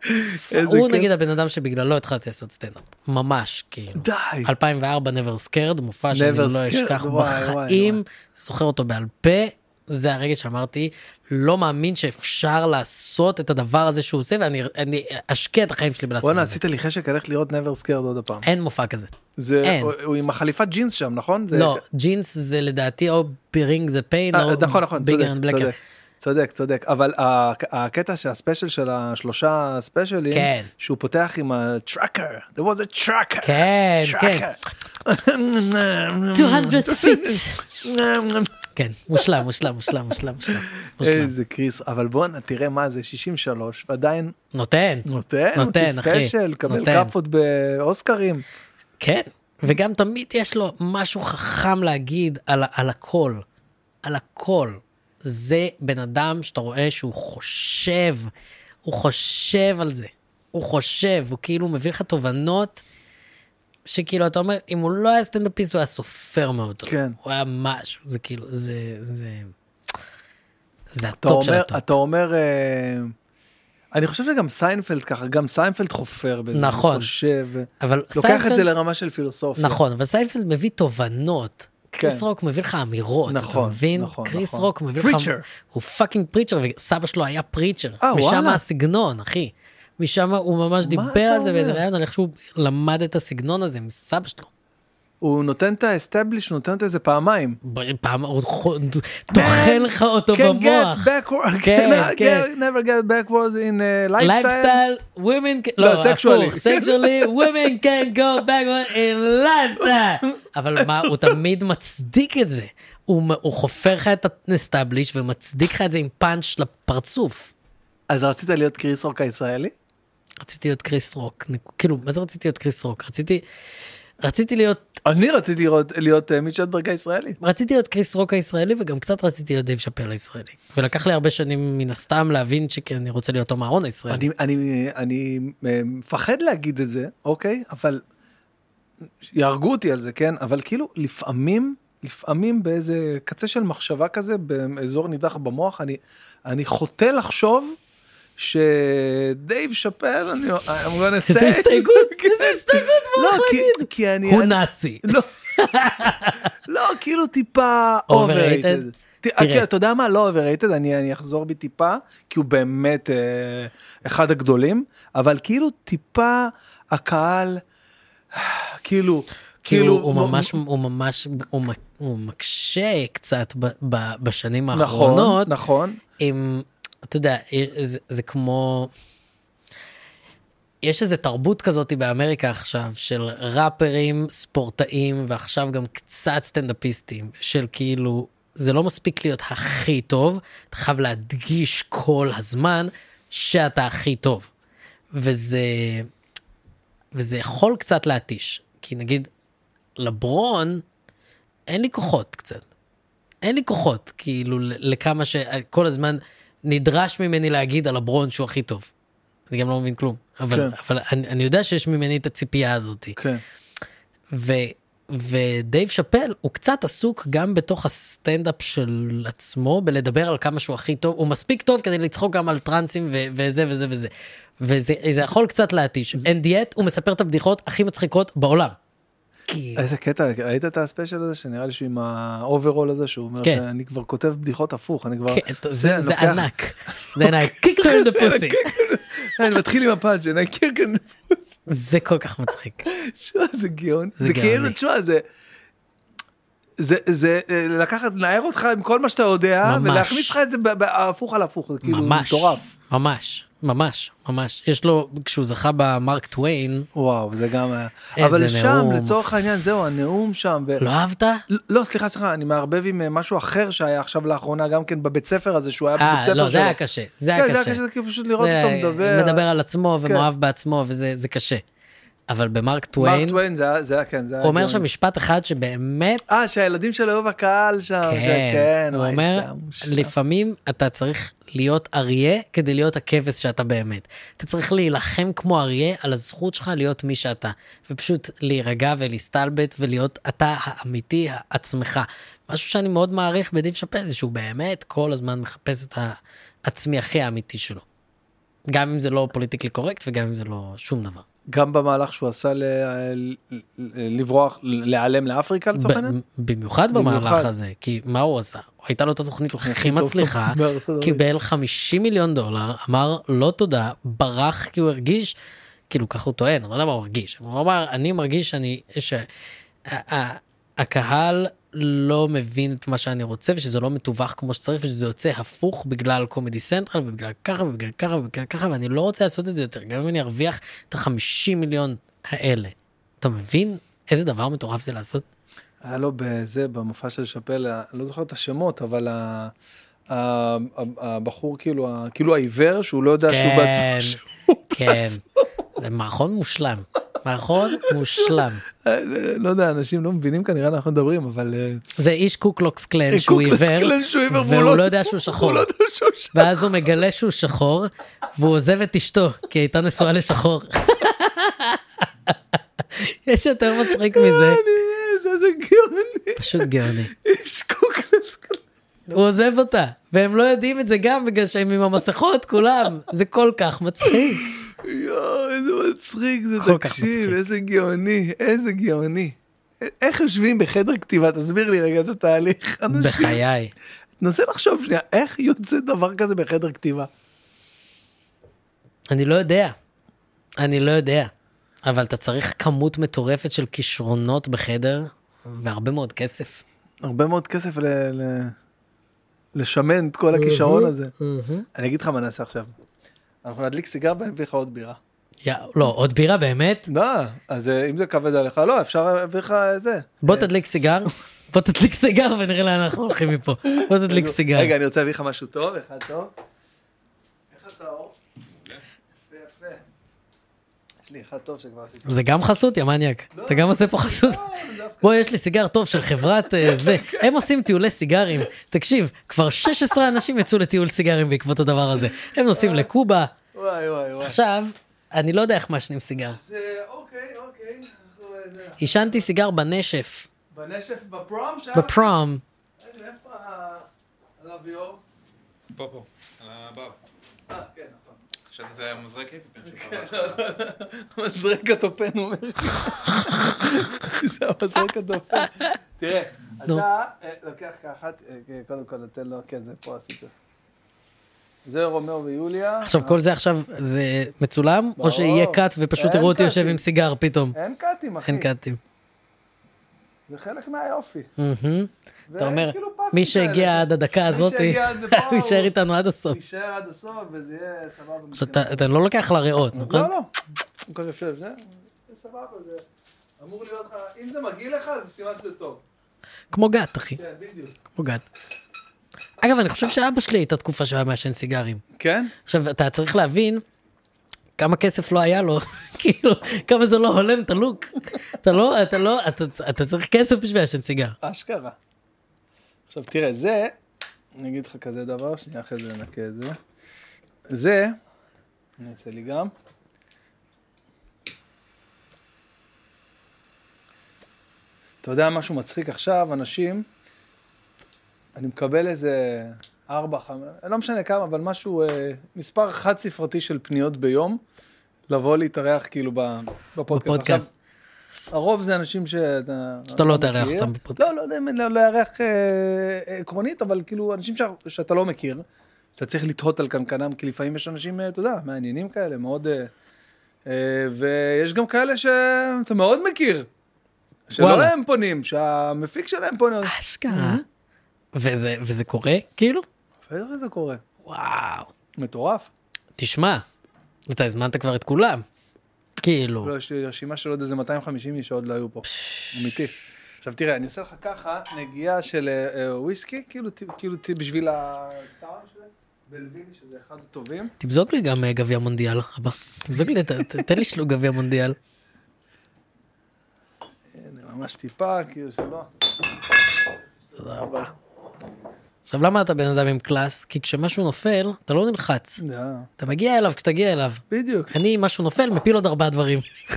הוא נגיד הבן אדם שבגללו התחלתי לעשות סטנדאפ. ממש, כאילו. די. אלפיים וארבע Never Scared, מופע שאני לא אשכח בחיים. זוכר אותו בעל פה, זה הרגע שאמרתי, לא מאמין שאפשר לעשות את הדבר הזה שהוא עושה, ואני אני אשקיע את החיים שלי בלעשות את בוא'נה, זה. עשית לי חשק ללכת לראות Never Scared עוד הפעם. אין מופע כזה. זה, אין. הוא, הוא עם החליפת ג'ינס שם, נכון? זה... לא, ג'ינס זה לדעתי או Bring the Pain, 아, או נכון, נכון, Bigger צודק, and Blacker. צודק, צודק, צודק, אבל הקטע שהספיישל של השלושה ספיישלים, כן. שהוא פותח עם ה-Tracker, there was a tracker. כן, כן. מאתיים פיט. כן, מושלם, מושלם, מושלם, מושלם, מושלם. איזה קריס, אבל בוא תראה מה זה, שישים ושלוש, ועדיין... נותן. נותן, נותן, אחי. ספיישל, קבל כאפות באוסקרים. כן, וגם תמיד יש לו משהו חכם להגיד על, על הכל. על הכל. זה בן אדם שאתה רואה שהוא חושב, הוא חושב על זה. הוא חושב, הוא כאילו מביא לך תובנות, שכאילו אתה אומר, אם הוא לא היה סטנדאפיסט, הוא היה סופר מאוד טוב. כן. הוא היה משהו, זה כאילו, זה, זה, זה הטופ של הטופ. אתה אומר, אני חושב שגם סיינפלד ככה, גם סיינפלד חופר בזה. נכון. חושב, אבל לוקח סיינפלד, את זה לרמה של פילוסופיה. נכון, אבל סיינפלד מביא תובנות. קריס כן. רוק מביא לך אמירות, נכון, אתה מבין? נכון, קריס נכון. רוק מביא Preacher. לך, הוא פאקינג פריצ'ר, וסבא שלו היה פריצ'ר. אה, משם וואלה. הסגנון, אחי. משם הוא ממש דיבר אתה על זה, באיזה אומר? רעיון, על איך שהוא למד את הסגנון הזה מסבא שלו. הוא נותן את ה-establish, הוא נותן את זה פעמיים. פעם, הוא טוחן לך אותו Can במוח. get backward, כן, can כן. never get backwards in uh, lifestyle. לייפסטייל, women, can- לא, לא, sexually. הפוך, sexually, women can go backward in lifestyle. אבל מה, הוא תמיד מצדיק את זה. הוא מ- הוא חופר לך את ה-establish ומצדיק לך את זה עם פאנץ' לפרצוף. אז רצית להיות קריס רוק הישראלי? רציתי להיות קריס רוק, כאילו, מה זה רציתי להיות קריס רוק? רציתי, רציתי להיות, אני רציתי לראות- להיות אה, מיץ' שטברג הישראלי. רציתי להיות קריס רוק הישראלי, וגם קצת רציתי להיות דייב שאפל הישראלי. ולקח לי הרבה שנים מן הסתם להבין שאני רוצה להיות תום אהרון הישראלי. אני, אני, אני אה, מפחד להגיד את זה, אוקיי? אבל יהרגו אותי על זה, כן? אבל כאילו, לפעמים, לפעמים באיזה קצה של מחשבה כזה, באזור נידח במוח, אני, אני חוטא לחשוב שדייב שאפל, אני, I'm gonna say... איזה הסתייגות, איזה הסתייגות, מה לא, הולך כי, להגיד? כי אני... הוא אני- נאצי. לא, לא, כאילו טיפה Overrated. overrated. תראה. אתה יודע מה? לא overrated, אני, אני אחזור בי טיפה, כי הוא באמת אה, אחד הגדולים, אבל כאילו טיפה הקהל, כאילו, כאילו, כאילו, הוא ממש, הוא ממש, הוא מ- הוא מקשה קצת ב- ב- בשנים נכון, האחרונות, נכון, עם, אתה יודע, זה, זה כמו, יש איזו תרבות כזאת באמריקה עכשיו, של ראפרים, ספורטאים, ועכשיו גם קצת סטנדאפיסטים, של כאילו, זה לא מספיק להיות הכי טוב, אתה חייב להדגיש כל הזמן, שאתה הכי טוב. וזה, וזה יכול קצת להתיש, כי נגיד, לברון, אין לי כוחות קצת. אין לי כוחות, כאילו, לכמה שכל הזמן נדרש ממני להגיד על לברון שהוא הכי טוב. אני גם לא מבין כלום. אבל, כן. אבל אני, אני יודע שיש ממני את הציפייה הזאת. כן. ו, ודייב שאפל, הוא קצת עסוק גם בתוך הסטנדאפ של עצמו, בלדבר על כמה שהוא הכי טוב. הוא מספיק טוב כדי לצחוק גם על טרנסים ו, וזה וזה וזה. וזה זה יכול קצת להתיש. אין דיאט, הוא מספר את הבדיחות הכי מצחיקות בעולם. כי... איזה קטע, ראית את הספיישל הזה שנראה לי שהוא עם האוברול הזה, שהוא אומר, כן. אני כבר כותב בדיחות הפוך, אני כבר... כן, זה, זה לוקח- ענק. Then I kicked her in the pussy. אני מתחיל עם הפאנץ' אני קירקן, זה כל כך מצחיק. תשמע, זה גאון, זה זה כאילו, גאוני. תשמע, זה... זה, זה אה, לקחת, לנער אותך עם כל מה שאתה יודע, ממש. ולהכניס לך את זה ב- ב- הפוך על הפוך, זה כאילו ממש, מטורף. ממש, ממש, ממש. יש לו, כשהוא זכה במרק טוויין, וואו, זה גם היה... איזה אבל שם, נאום. לצורך העניין, זהו, הנאום שם. ו... לא אהבת? לא, סליחה, סליחה, אני מערבב עם אה, משהו אחר שהיה עכשיו לאחרונה, גם כן בבית ספר הזה, שהוא היה בבית אה, ספר שלו. לא, זה היה קשה, זה כן, היה זה היה קשה. קשה, זה כאילו פשוט לראות זה- אותו מדבר. מדבר על עצמו כן. ומאוהב בעצמו, וזה זה קשה. אבל במרק מרק טוויין, טוויין, זה היה, זה היה, כן, זה היה... הוא אומר גאוני. שם משפט אחד שבאמת, אה, שהילדים שלו היו בקהל שם, כן, שכן, הוא וואי, אומר, זה היה מושלם. לפעמים אתה צריך להיות אריה כדי להיות הכבש שאתה באמת. אתה צריך להילחם כמו אריה על הזכות שלך להיות מי שאתה, ופשוט להירגע ולהסתלבט ולהיות אתה האמיתי עצמך. משהו שאני מאוד מעריך בדייב שאפל, זה שהוא באמת כל הזמן מחפש את העצמי הכי האמיתי שלו. גם אם זה לא פוליטיקלי קורקט וגם אם זה לא שום דבר. גם במהלך שהוא עשה לברוח, להיעלם לאפריקה לצורך העניין? במיוחד במהלך הזה, כי מה הוא עשה? הייתה לו את התוכנית הכי מצליחה, קיבל חמישים מיליון דולר, אמר לא תודה, ברח כי הוא הרגיש, כאילו ככה הוא טוען, אני לא יודע מה הוא הרגיש, הוא אמר, אני מרגיש שהקהל לא מבין את מה שאני רוצה, ושזה לא מתווך כמו שצריך, ושזה יוצא הפוך בגלל קומדי סנטרל, ובגלל ככה ובגלל ככה ובגלל ככה, ואני לא רוצה לעשות את זה יותר, גם אם אני ארוויח את החמישים מיליון האלה. אתה מבין איזה דבר מטורף זה לעשות? היה לו בזה, במופע של שאפל, אני לא זוכר את השמות, אבל הבחור כאילו העיוור, שהוא לא יודע שהוא בעצמו. כן, זה מערכון מושלם. מערכון מושלם. לא יודע, אנשים לא מבינים כנראה אנחנו מדברים, אבל... זה איש קוקלוקס קלן שהוא עיוור, והוא לא יודע שהוא שחור. ואז הוא מגלה שהוא שחור, והוא עוזב את אשתו, כי היא הייתה נשואה לשחור. יש יותר מצחיק מזה. זה גאוני. פשוט גאוני. איש קוקלוקס קלן. הוא עוזב אותה, והם לא יודעים את זה גם בגלל שהם עם המסכות, כולם. זה כל כך מצחיק. יואו, איזה מצחיק זה, תקשיב, איזה גאוני, איזה גאוני. איך יושבים בחדר כתיבה? תסביר לי רגע את התהליך. בחיי. תנסה לחשוב שנייה, איך יוצא דבר כזה בחדר כתיבה? אני לא יודע. אני לא יודע. אבל אתה צריך כמות מטורפת של כישרונות בחדר, והרבה מאוד כסף. הרבה מאוד כסף לשמן את כל הכישרון הזה. אני אגיד לך מה נעשה עכשיו. אנחנו נדליק סיגר ונביא לך עוד בירה. לא, עוד בירה באמת? לא, אז אם זה כבד עליך, לא, אפשר להביא לך זה. בוא תדליק סיגר, בוא תדליק סיגר ונראה לאן אנחנו הולכים מפה. בוא תדליק סיגר. רגע, אני רוצה להביא לך משהו טוב, אחד טוב. איך אתה אור? יפה, יפה. יש לי אחד טוב שכבר עשיתי. זה גם חסות, יא מניאק. אתה גם עושה פה חסות. בוא, יש לי סיגר טוב של חברת זה. הם עושים טיולי סיגרים. תקשיב, כבר שש עשרה אנשים יצאו לטיול סיגרים בעקבות הדבר הזה. הם נוסעים לקובה. וואי, וואי, וואי. עכשיו, אני לא יודע איך משנים סיגר. זה, אוקיי, אוקיי. עישנתי סיגר בנשף. בנשף, בפרום? בפרום. איפה הלביור? פה, פה, על הבר. אה, כן, נכון. חשבתי זה היה מזרק היפי. מזרק הטופן, הוא אומר. זה המזרק הטופן. תראה, אתה לוקח ככה, קודם כל נתן לו, כן, זה פה עשית. זה רומאו ויוליה. עכשיו, כל זה עכשיו, זה מצולם, או שיהיה קאט ופשוט תראו אותי יושב עם סיגר פתאום? אין קאטים, אחי. אין קאטים. זה חלק מהיופי. אתה אומר, מי שהגיע עד הדקה הזאת, הוא יישאר איתנו עד הסוף. הוא יישאר עד הסוף, וזה יהיה סבבה. אתה לא לוקח לריאות, נכון? לא, לא. הוא כזה יושב, זה סבבה, זה אמור להיות לך, אם זה מגיע לך, זה סימן שזה טוב. כמו גת, אחי. כן, בדיוק. כמו גת. אגב, אני חושב שאבא שלי הייתה תקופה שהיה מעשן סיגרים. כן? עכשיו, אתה צריך להבין כמה כסף לא היה לו, כאילו, כמה זה לא הולם את הלוק. אתה לא, אתה לא, אתה, אתה צריך כסף בשביל לעשן סיגר. אשכרה. עכשיו, תראה, זה, אני אגיד לך כזה דבר, שנייה אחרי זה נקה את זה. זה, אני אעשה לי גם. אתה יודע משהו מצחיק עכשיו, אנשים, אני מקבל איזה ארבע, חמש, לא משנה כמה, אבל משהו, אה, מספר חד ספרתי של פניות ביום, לבוא להתארח כאילו בפודקאסט. בפודקאסט. עכשיו, הרוב זה אנשים ש... שאתה לא תארח אותם בפודקאסט. לא, לא, לא, לא יארח אה, עקרונית, אבל כאילו אנשים ש... שאתה לא מכיר, אתה צריך לתהות על קנקנם, כי לפעמים יש אנשים, אתה יודע, מעניינים כאלה, מאוד... אה, אה, ויש גם כאלה שאתה מאוד מכיר. שלא הם פונים, שהמפיק שלהם פונים. אשכרה. וזה, וזה קורה, כאילו? ואיך זה קורה? וואו. מטורף. תשמע, אתה הזמנת כבר את כולם. כאילו. לא, יש לי רשימה של עוד איזה מאתיים וחמישים איש שעוד לא היו פה. אמיתי. עכשיו תראה, אני עושה לך ככה, נגיעה של וויסקי, כאילו, כאילו בשביל הטעם שלה, בלוויני, שזה אחד הטובים. תבזוג לי גם גביע מונדיאל, אבא. תבזוג לי, תן לי שלו גביע מונדיאל. ממש טיפה, כאילו שלא. תודה רבה. עכשיו, למה אתה בן אדם עם קלאס? כי כשמשהו נופל, אתה לא נלחץ. אתה מגיע אליו כשתגיע אליו. בדיוק. אני, משהו נופל, מפיל עוד ארבעה דברים.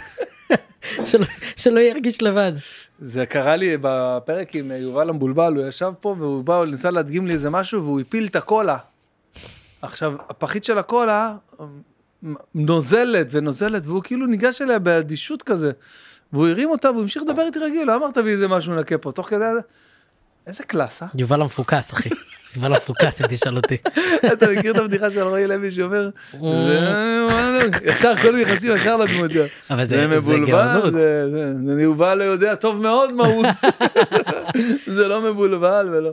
שלא ירגיש לבד. זה קרה לי בפרק עם יובל המבולבל, הוא ישב פה והוא בא, הוא ניסה להדגים לי איזה משהו, והוא הפיל את הקולה. עכשיו, הפחית של הקולה, נוזלת ונוזלת, והוא כאילו ניגש אליה באדישות כזה, והוא הרים אותה, והוא המשיך לדבר איתי רגיל, לא אמרת בי איזה משהו נקה פה, תוך כדי, איזה קלאס, אה? יובל המפוקס, אחי. יובל המפוקס, אם תשאל אותי. אתה מכיר את הבדיחה של רועי לוי שאומר, ישר, כל יחסים ישר לדמות שלו. אבל זה גאונות. זה יובל לא יודע טוב מאוד מה הוא עושה. זה לא מבולבל ולא.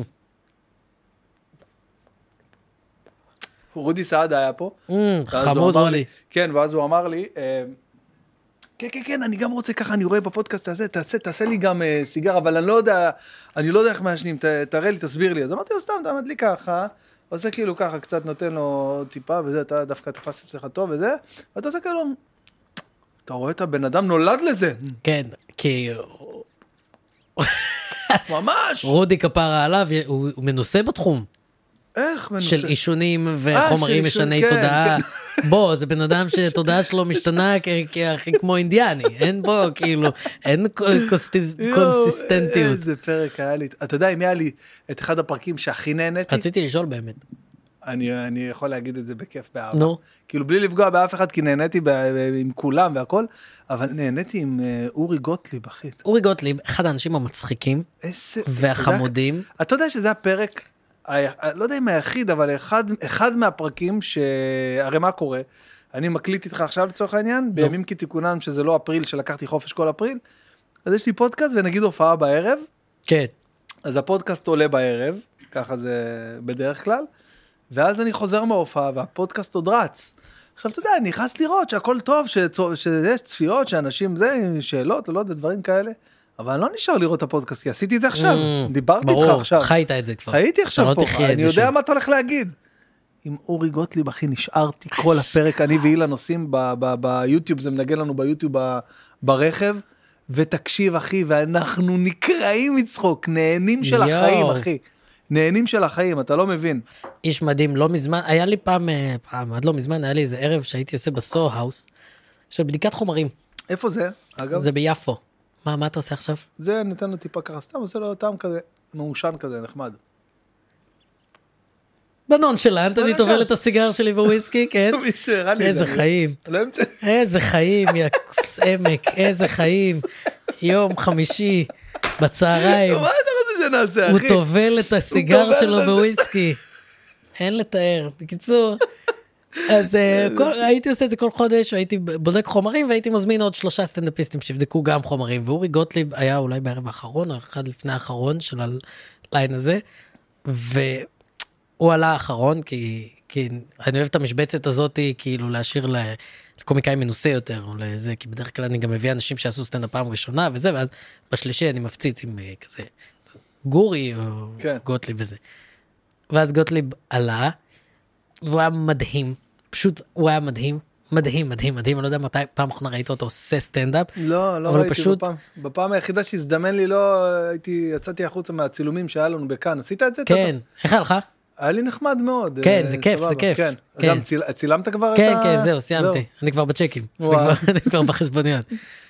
רודי סעדה היה פה. חמוד רודי. כן, ואז הוא אמר לי, כן, כן, כן, אני גם רוצה ככה, אני רואה בפודקאסט הזה, תעשה, תעשה לי גם uh, סיגר, אבל אני לא יודע, אני לא יודע איך מעשנים, ת, תראה לי, תסביר לי. אז אמרתי לו, סתם, אתה מדליק ככה, עושה כאילו ככה, קצת נותן לו טיפה, וזה, אתה דווקא תפס אצלך טוב, וזה, ואתה עושה כאילו, אתה רואה את הבן אדם נולד לזה. כן, כי... ממש. רודי כפרה עליו, הוא, הוא מנוסה בתחום. איך מנוסה? של אישונים וחומרים משני תודעה. בוא, זה בן אדם שתודעה שלו משתנה כמו אינדיאני. אין בו, כאילו, אין קונסיסטנטיות. איזה פרק היה לי. אתה יודע, אם היה לי את אחד הפרקים שהכי נהניתי. רציתי לשאול באמת. אני, אני יכול להגיד את זה בכיף באהבה. נו. כאילו, בלי לפגוע באף אחד, כי נהניתי עם כולם והכל, אבל נהניתי עם אורי גוטליב, אחי. אורי גוטליב, אחד האנשים המצחיקים והחמודים. אתה יודע שזה הפרק... לא יודע אם היחיד, אבל אחד, אחד מהפרקים שהרי מה קורה, אני מקליט איתך עכשיו לצורך העניין, בימים כתיקונם שזה לא אפריל, שלקחתי חופש כל אפריל, אז יש לי פודקאסט ונגיד הופעה בערב, כן. אז הפודקאסט עולה בערב, ככה זה בדרך כלל, ואז אני חוזר מההופעה והפודקאסט עוד רץ. עכשיו אתה יודע, אני נכנס לראות שהכל טוב, שיש צפיות, שאנשים זה, שאלות, לא יודע, דברים כאלה, אבל אני לא נשאר לראות את הפודקאסט, כי עשיתי את זה עכשיו, דיברתי איתך עכשיו. ברור, חיית את זה כבר. הייתי עכשיו פה, אני יודע מה אתה הולך להגיד. עם אורי גוטליב, אחי, נשארתי כל הפרק, אני ואילן עושים ביוטיוב, זה מנגן לנו ביוטיוב ברכב, ותקשיב, אחי, ואנחנו נקראים מצחוק, נהנים של החיים, אחי. נהנים של החיים, אתה לא מבין. איש מדהים, לא מזמן, היה לי פעם, פעם, עד לא מזמן, היה לי איזה ערב שהייתי עושה בסו האוס, של בדיקת חומרים. איפה זה, אגב? זה ביפו. מה, מה אתה עושה עכשיו? זה ניתן לו טיפה ככה, סתם עושה לו טעם כזה, מעושן כזה, נחמד. בנונשלנט, אני טובל את הסיגר שלי בוויסקי, כן? איזה חיים. איזה חיים, יא עמק, איזה חיים. יום חמישי, בצהריים. מה אתה רוצה שנעשה, אחי? הוא טובל את הסיגר שלו בוויסקי. אין לתאר. בקיצור... אז הייתי עושה את זה כל חודש, והייתי בודק חומרים, והייתי מזמין עוד שלושה סטנדאפיסטים שיבדקו גם חומרים, ואורי גוטליב היה אולי בערב האחרון, או אחד לפני האחרון של הליין הזה, והוא עלה האחרון, כי, כי אני אוהב את המשבצת הזאת, כאילו להשאיר לקומיקאי מנוסה יותר, או לזה, כי בדרך כלל אני גם מביא אנשים שעשו סטנדאפ פעם ראשונה, וזה, ואז בשלישי אני מפציץ עם כזה גורי, או כן. גוטליב וזה. ואז גוטליב עלה, והוא היה מדהים, פשוט הוא היה מדהים, מדהים, מדהים, מדהים, אני לא יודע מתי פעם אחרונה ראית אותו עושה סטנדאפ. לא, לא ראיתי פשוט... בפעם, בפעם היחידה שהזדמן לי, לא הייתי, יצאתי החוצה מהצילומים שהיה לנו בכאן, עשית את זה? כן, איך היה לך? היה לי נחמד מאוד. כן, זה כיף, זה כיף. כן, גם צילמת כבר את ה... כן, כן, זהו, סיימתי, אני כבר בצ'קים, אני כבר בחשבוניות.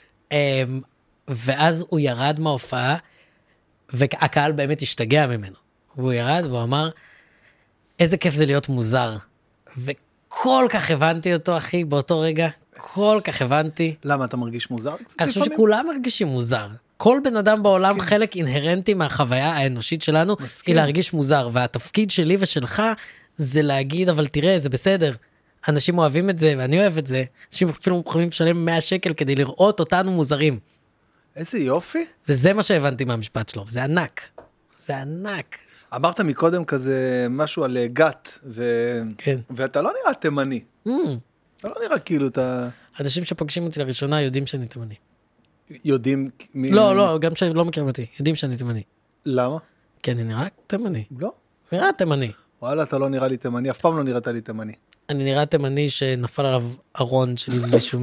ואז הוא ירד מההופעה, והקהל באמת השתגע ממנו, והוא ירד והוא אמר, איזה כיף זה להיות מוזר, וכל כך הבנתי אותו, אחי, באותו רגע, כל כך הבנתי. למה אתה מרגיש מוזר? אני חושב שכולם מרגישים מוזר. כל בן אדם בעולם, חלק אינהרנטי מהחוויה האנושית שלנו, היא להרגיש מוזר, והתפקיד שלי ושלך, זה להגיד, אבל תראה, זה בסדר. אנשים אוהבים את זה, ואני אוהב את זה. אנשים אפילו מוכנים לשלם מאה שקל, כדי לראות אותנו מוזרים. איזה יופי. וזה מה שהבנתי מהמשפט שלו, זה ענק. זה ענק. אמרת מקודם כזה משהו על גת, ו... כן. ואתה לא נראה תימני. Mm. אתה לא נראה כאילו אתה... אנשים שפגשים אותי לראשונה יודעים שאני תימני. יודעים... מ... לא, לא, גם שהם לא מכירים אותי, יודעים שאני תימני. למה? כי אני נראה תימני. לא. נראה תימני. וואלה, אתה לא נראה לי תימני, אף פעם לא נראית לי תימני. אני נראה תימני שנפל עליו ארון של מישהו מ...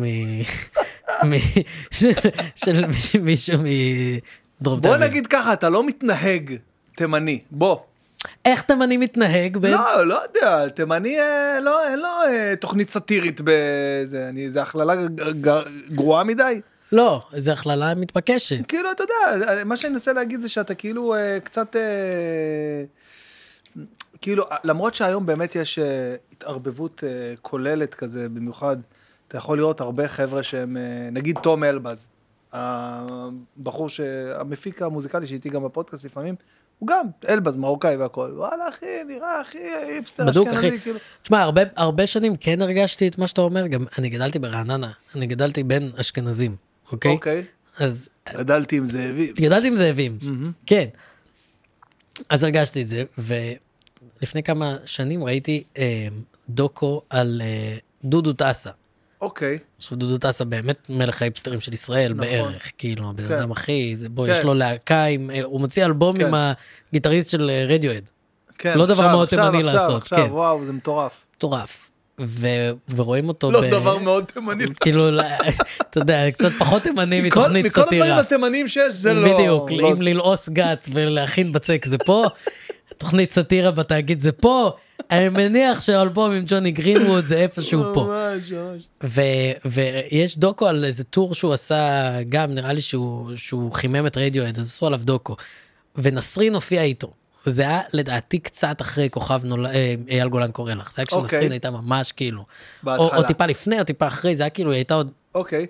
של מישהו מדרום תל אביב. בוא נגיד ככה, אתה לא מתנהג תימני, בוא. איך תימני מתנהג? לא, לא יודע, תימני, לא, אין לו תוכנית סאטירית בזה, זה הכללה גרועה מדי. לא, זה הכללה מתבקשת. כאילו, אתה יודע, מה שאני מנסה להגיד זה שאתה כאילו קצת, כאילו, למרות שהיום באמת יש התערבבות כוללת כזה, במיוחד, אתה יכול לראות הרבה חבר'ה שהם, נגיד תום אלבז, הבחור שהמפיק המוזיקלי שאיתי גם בפודקאסט לפעמים, הוא גם אלבז, מרוקאי והכל. וואלה, אחי, נראה, אחי, היפסטר אשכנזי, כאילו. תשמע, הרבה, הרבה שנים כן הרגשתי את מה שאתה אומר, גם אני גדלתי ברעננה, אני גדלתי בין אשכנזים, אוקיי? אוקיי. אז... גדלתי עם זאבים. גדלתי עם זאבים, כן. אז הרגשתי את זה, ולפני כמה שנים ראיתי אה, דוקו על אה, דודו טסה. אוקיי. עכשיו דודו טסה באמת מלך ההיפסטרים של ישראל בערך, כאילו, בן אדם אחי, בוא, יש לו להקה, הוא מוציא אלבום עם הגיטריסט של רדיואד. לא דבר מאוד תימני לעשות. עכשיו, וואו, זה מטורף. מטורף. ורואים אותו... לא דבר מאוד תימני. כאילו, אתה יודע, קצת פחות תימני מתוכנית סאטירה. מכל הדברים התימנים שיש, זה לא... בדיוק, אם ללעוס גת ולהכין בצק זה פה, תוכנית סאטירה בתאגיד זה פה, אני מניח שהאלבום עם ג'וני גרינווד זה איפשהו פה. ממש, ממש. ויש דוקו על איזה טור שהוא עשה, גם נראה לי שהוא חימם את רדיואד, אז עשו עליו דוקו. ונסרין הופיע איתו. זה היה לדעתי קצת אחרי כוכב אייל גולן קורא לך. זה היה כשנסרין הייתה ממש כאילו. או טיפה לפני או טיפה אחרי, זה היה כאילו, היא הייתה עוד... אוקיי.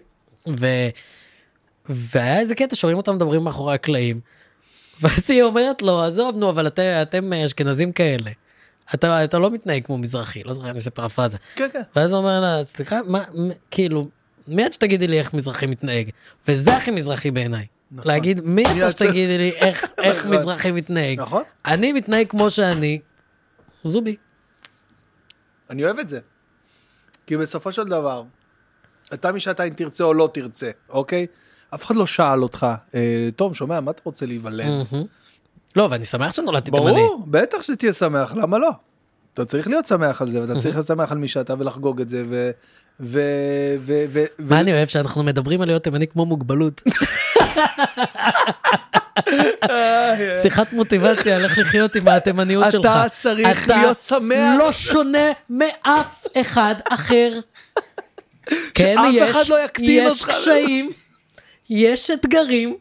והיה איזה קטע שרואים אותם מדברים מאחורי הקלעים. ואז היא אומרת לו, עזוב, נו, אבל אתם אשכנזים כאלה. אתה, אתה לא מתנהג כמו מזרחי, לא זוכר, אני אעשה פרפרזה. כן, כן. ואז הוא אומר לה, סליחה, מה, כאילו, מי את שתגידי לי איך מזרחי מתנהג? וזה הכי מזרחי בעיניי. נכון. להגיד, מי אתה שתגידי לי איך, איך מזרחי מתנהג? נכון. אני מתנהג כמו שאני, זובי. אני אוהב את זה. כי בסופו של דבר, אתה מי שאתה אם תרצה או לא תרצה, אוקיי? אף אחד לא שאל אותך, אה, טוב, שומע, מה אתה רוצה להיוולד? לא, ואני שמח שנולדתי תימני. ברור, בטח שתהיה שמח, למה לא? אתה צריך להיות שמח על זה, ואתה צריך להיות שמח על מי שאתה ולחגוג את זה, ו... ו... ו... ו... מה אני אוהב שאנחנו מדברים על להיות תימני כמו מוגבלות. שיחת מוטיבציה, הלך לחיות עם התימניות שלך. אתה צריך להיות שמח. אתה לא שונה מאף אחד אחר. כן, שאף אחד לא יקטין אותך. יש קשיים, יש אתגרים.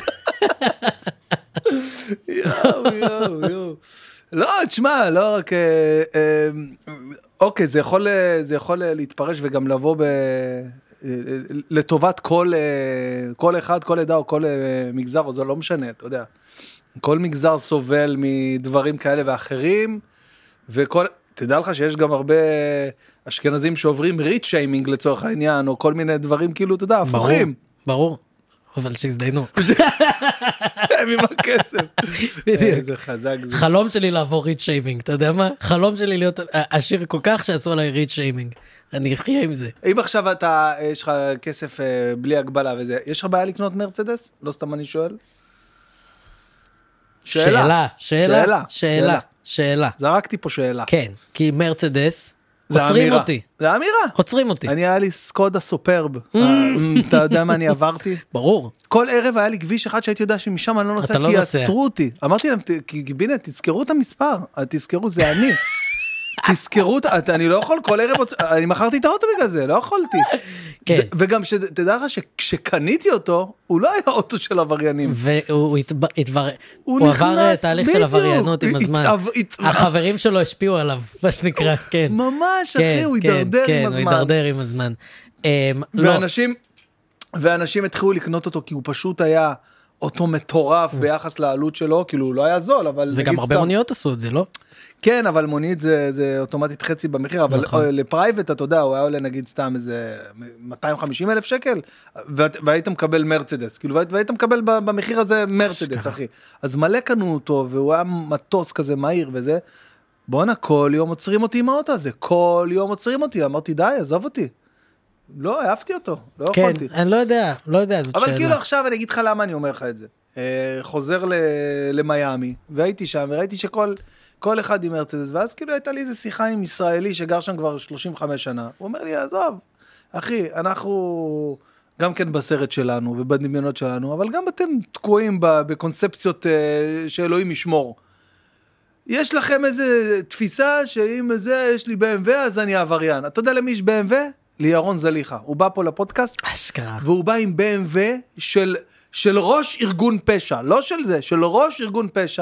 יואו, יואו, יואו. לא, תשמע, לא רק... אוקיי, זה יכול, זה יכול להתפרש וגם לבוא ב... לטובת כל, כל אחד, כל עדה או כל מגזר, או זה לא משנה, אתה יודע. כל מגזר סובל מדברים כאלה ואחרים, וכל... תדע לך שיש גם הרבה אשכנזים שעוברים ריט שיימינג לצורך העניין, או כל מיני דברים כאילו, אתה יודע, הפוכים. ברור, ברור. אבל שיזדיינו. עם הכסף. בדיוק. זה חזק. חלום שלי לעבור ריט שיימינג, אתה יודע מה? חלום שלי להיות עשיר כל כך שעשו עליי ריט שיימינג. אני אחיה עם זה. אם עכשיו אתה, יש לך כסף בלי הגבלה וזה, יש לך בעיה לקנות מרצדס? לא סתם אני שואל. שאלה, שאלה, שאלה, שאלה. זרקתי פה שאלה. כן, כי מרצדס... עוצרים אותי. זה אמירה. עוצרים אותי. אני היה לי סקודה סופרב. אתה יודע מה אני עברתי? ברור. כל ערב היה לי כביש אחד שהייתי יודע שמשם אני לא נוסע, כי יעצרו אותי. אמרתי להם, גיבינה, תזכרו את המספר. תזכרו, זה אני. תזכרו, אני לא יכול כל ערב, אני מכרתי את האוטו בגלל זה, לא יכולתי. וגם שתדע לך שכשקניתי אותו, הוא לא היה אוטו של עבריינים. והוא הוא עבר תהליך של עבריינות עם הזמן. החברים שלו השפיעו עליו, מה שנקרא, כן. ממש, אחי, הוא הידרדר עם הזמן. כן, הוא הידרדר עם הזמן. ואנשים, ואנשים התחילו לקנות אותו, כי הוא פשוט היה אוטו מטורף ביחס לעלות שלו, כאילו הוא לא היה זול, אבל... זה גם הרבה מוניות עשו את זה, לא? כן, אבל מונית זה, זה אוטומטית חצי במחיר, אבל נכון. לפרייבט, אתה יודע, הוא היה עולה נגיד סתם איזה מאתיים וחמישים אלף שקל, והיית מקבל מרצדס, כאילו, והיית מקבל במחיר הזה מרצדס, אחי. אז מלא קנו אותו, והוא היה מטוס כזה מהיר וזה, בואנה, כל יום עוצרים אותי עם האוטו הזה, כל יום עוצרים אותי, אמרתי, די, עזוב אותי. לא, אהבתי אותו, לא כן, יכולתי. אני לא יודע, לא יודע, זאת אבל שאלה. כאילו עכשיו אני אגיד לך למה אני אומר לך את זה. חוזר למיימי, והייתי שם, וראיתי שכל... כל אחד עם מרצדס, ואז כאילו הייתה לי איזו שיחה עם ישראלי שגר שם כבר שלושים וחמש שנה. הוא אומר לי, עזוב, אחי, אנחנו גם כן בסרט שלנו ובדמיונות שלנו, אבל גם אתם תקועים בקונספציות שאלוהים ישמור. יש לכם איזו תפיסה שאם זה יש לי בי אם דאבליו אז אני עבריין. אתה יודע למי יש בי אם דאבליו? לירון זליחה. הוא בא פה לפודקאסט, אשכרה. והוא בא עם בי אם דאבליו של, של ראש ארגון פשע, לא של זה, של ראש ארגון פשע,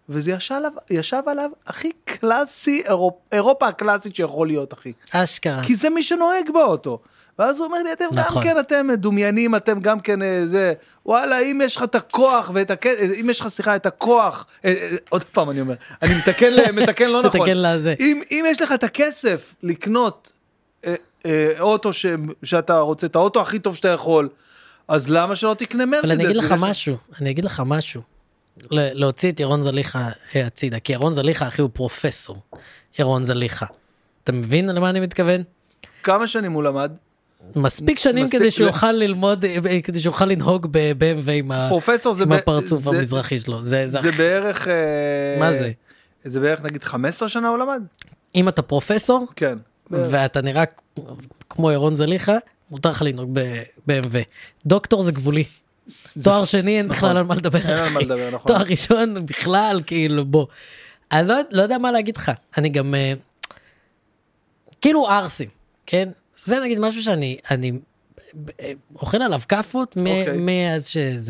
וזה ישב עליו, ישב עליו הכי קלאסי, אירופ, אירופה הקלאסית שיכול להיות, אחי. אשכרה. כי זה מי שנוהג באוטו. ואז הוא אומר לי, אתם נכון. גם כן, אתם דומיינים, אתם גם כן זה, וואלה, אם יש לך את הכוח, ואת הכ... אם יש לך, סליחה, את הכוח, עוד פעם אני אומר, אני מתקן, מתקן לא נכון. מתקן לזה. אם, אם יש לך את הכסף לקנות אה, אה, אוטו ש, שאתה רוצה, את האוטו הכי טוב שאתה יכול, אז למה שלא תקנה מרצדס? אבל אני אגיד לך משהו, אני אגיד לך משהו. להוציא את ירון זליחה הצידה, כי ירון זליחה אחי הוא פרופסור, ירון זליחה. אתה מבין למה אני מתכוון? כמה שנים הוא למד? מספיק שנים כדי שיוכל ללמוד, כדי שיוכל לנהוג ב-בי אם וי עם הפרצוף המזרחי שלו. זה בערך... מה זה? זה בערך נגיד חמש עשרה שנה הוא למד? אם אתה פרופסור, כן. ואתה נראה כמו ירון זליחה, מותר לך לנהוג ב-בי אם וי. דוקטור זה גבולי. תואר שני אין בכלל על מה לדבר. אין על מה לדבר, נכון. תואר ראשון בכלל, כאילו, בוא. אני לא יודע מה להגיד לך. אני גם... כאילו ארסים, כן? זה נגיד משהו שאני אני אוכל עליו כפות מאז שזה.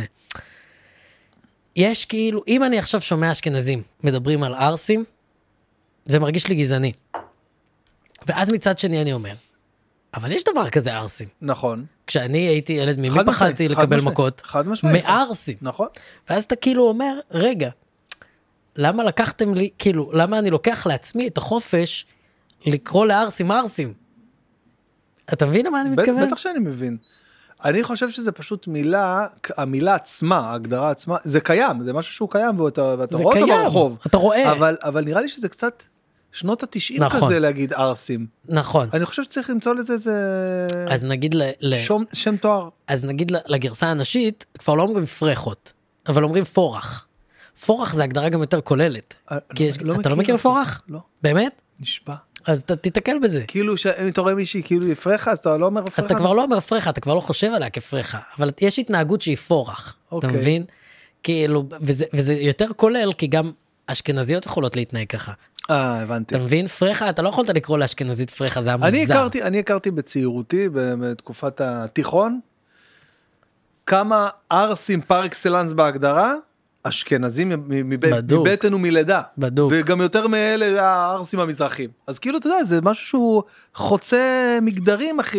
יש כאילו, אם אני עכשיו שומע אשכנזים מדברים על ארסים, זה מרגיש לי גזעני. ואז מצד שני אני אומר, אבל יש דבר כזה ארסים. נכון. כשאני הייתי ילד, ממי פחדתי לקבל מכות? חד משמעית. מארסים. נכון. ואז אתה כאילו אומר, רגע, למה לקחתם לי, כאילו, למה אני לוקח לעצמי את החופש לקרוא לארסים ארסים? אתה מבין למה אני מתכוון? בטח שאני מבין. אני חושב שזה פשוט מילה, המילה עצמה, ההגדרה עצמה, זה קיים, זה משהו שהוא קיים, ואתה רואה אותו ברחוב. אתה רואה. אבל, אבל נראה לי שזה קצת שנות התשעים נכון. כזה להגיד ארסים. נכון. אני חושב שצריך למצוא לזה איזה... אז נגיד ל... ל... שום, שם תואר. אז נגיד לגרסה הנשית, כבר לא אומרים פרחות, אבל אומרים פורח. פורח זה הגדרה גם יותר כוללת. כי יש... לא אתה לא מכיר פורח? לא. באמת? נשבע. אז אתה תתקל בזה. כאילו שאם אתה רואה מישהי כאילו היא פרחה, אז אתה לא אומר פרחה. אז אתה כבר לא אומר פרחה, אתה כבר לא חושב עליה כפרחה, אבל יש התנהגות שהיא פורח, אתה מבין? כאילו, וזה, וזה יותר כולל, כי גם אשכנזיות יכולות להתנהג ככה. אה, הבנתי. אתה מבין? פרחה, אתה לא יכולת לקרוא לאשכנזית פרחה, זה היה מוזר. אני הכרתי, אני הכרתי בצעירותי, בתקופת התיכון, כמה ארסים פר אקסלנס בהגדרה, אשכנזים מבטן ומלידה. בדוק. וגם יותר מאלה הארסים המזרחים. אז כאילו, אתה יודע, זה משהו שהוא חוצה מגדרים, אחי,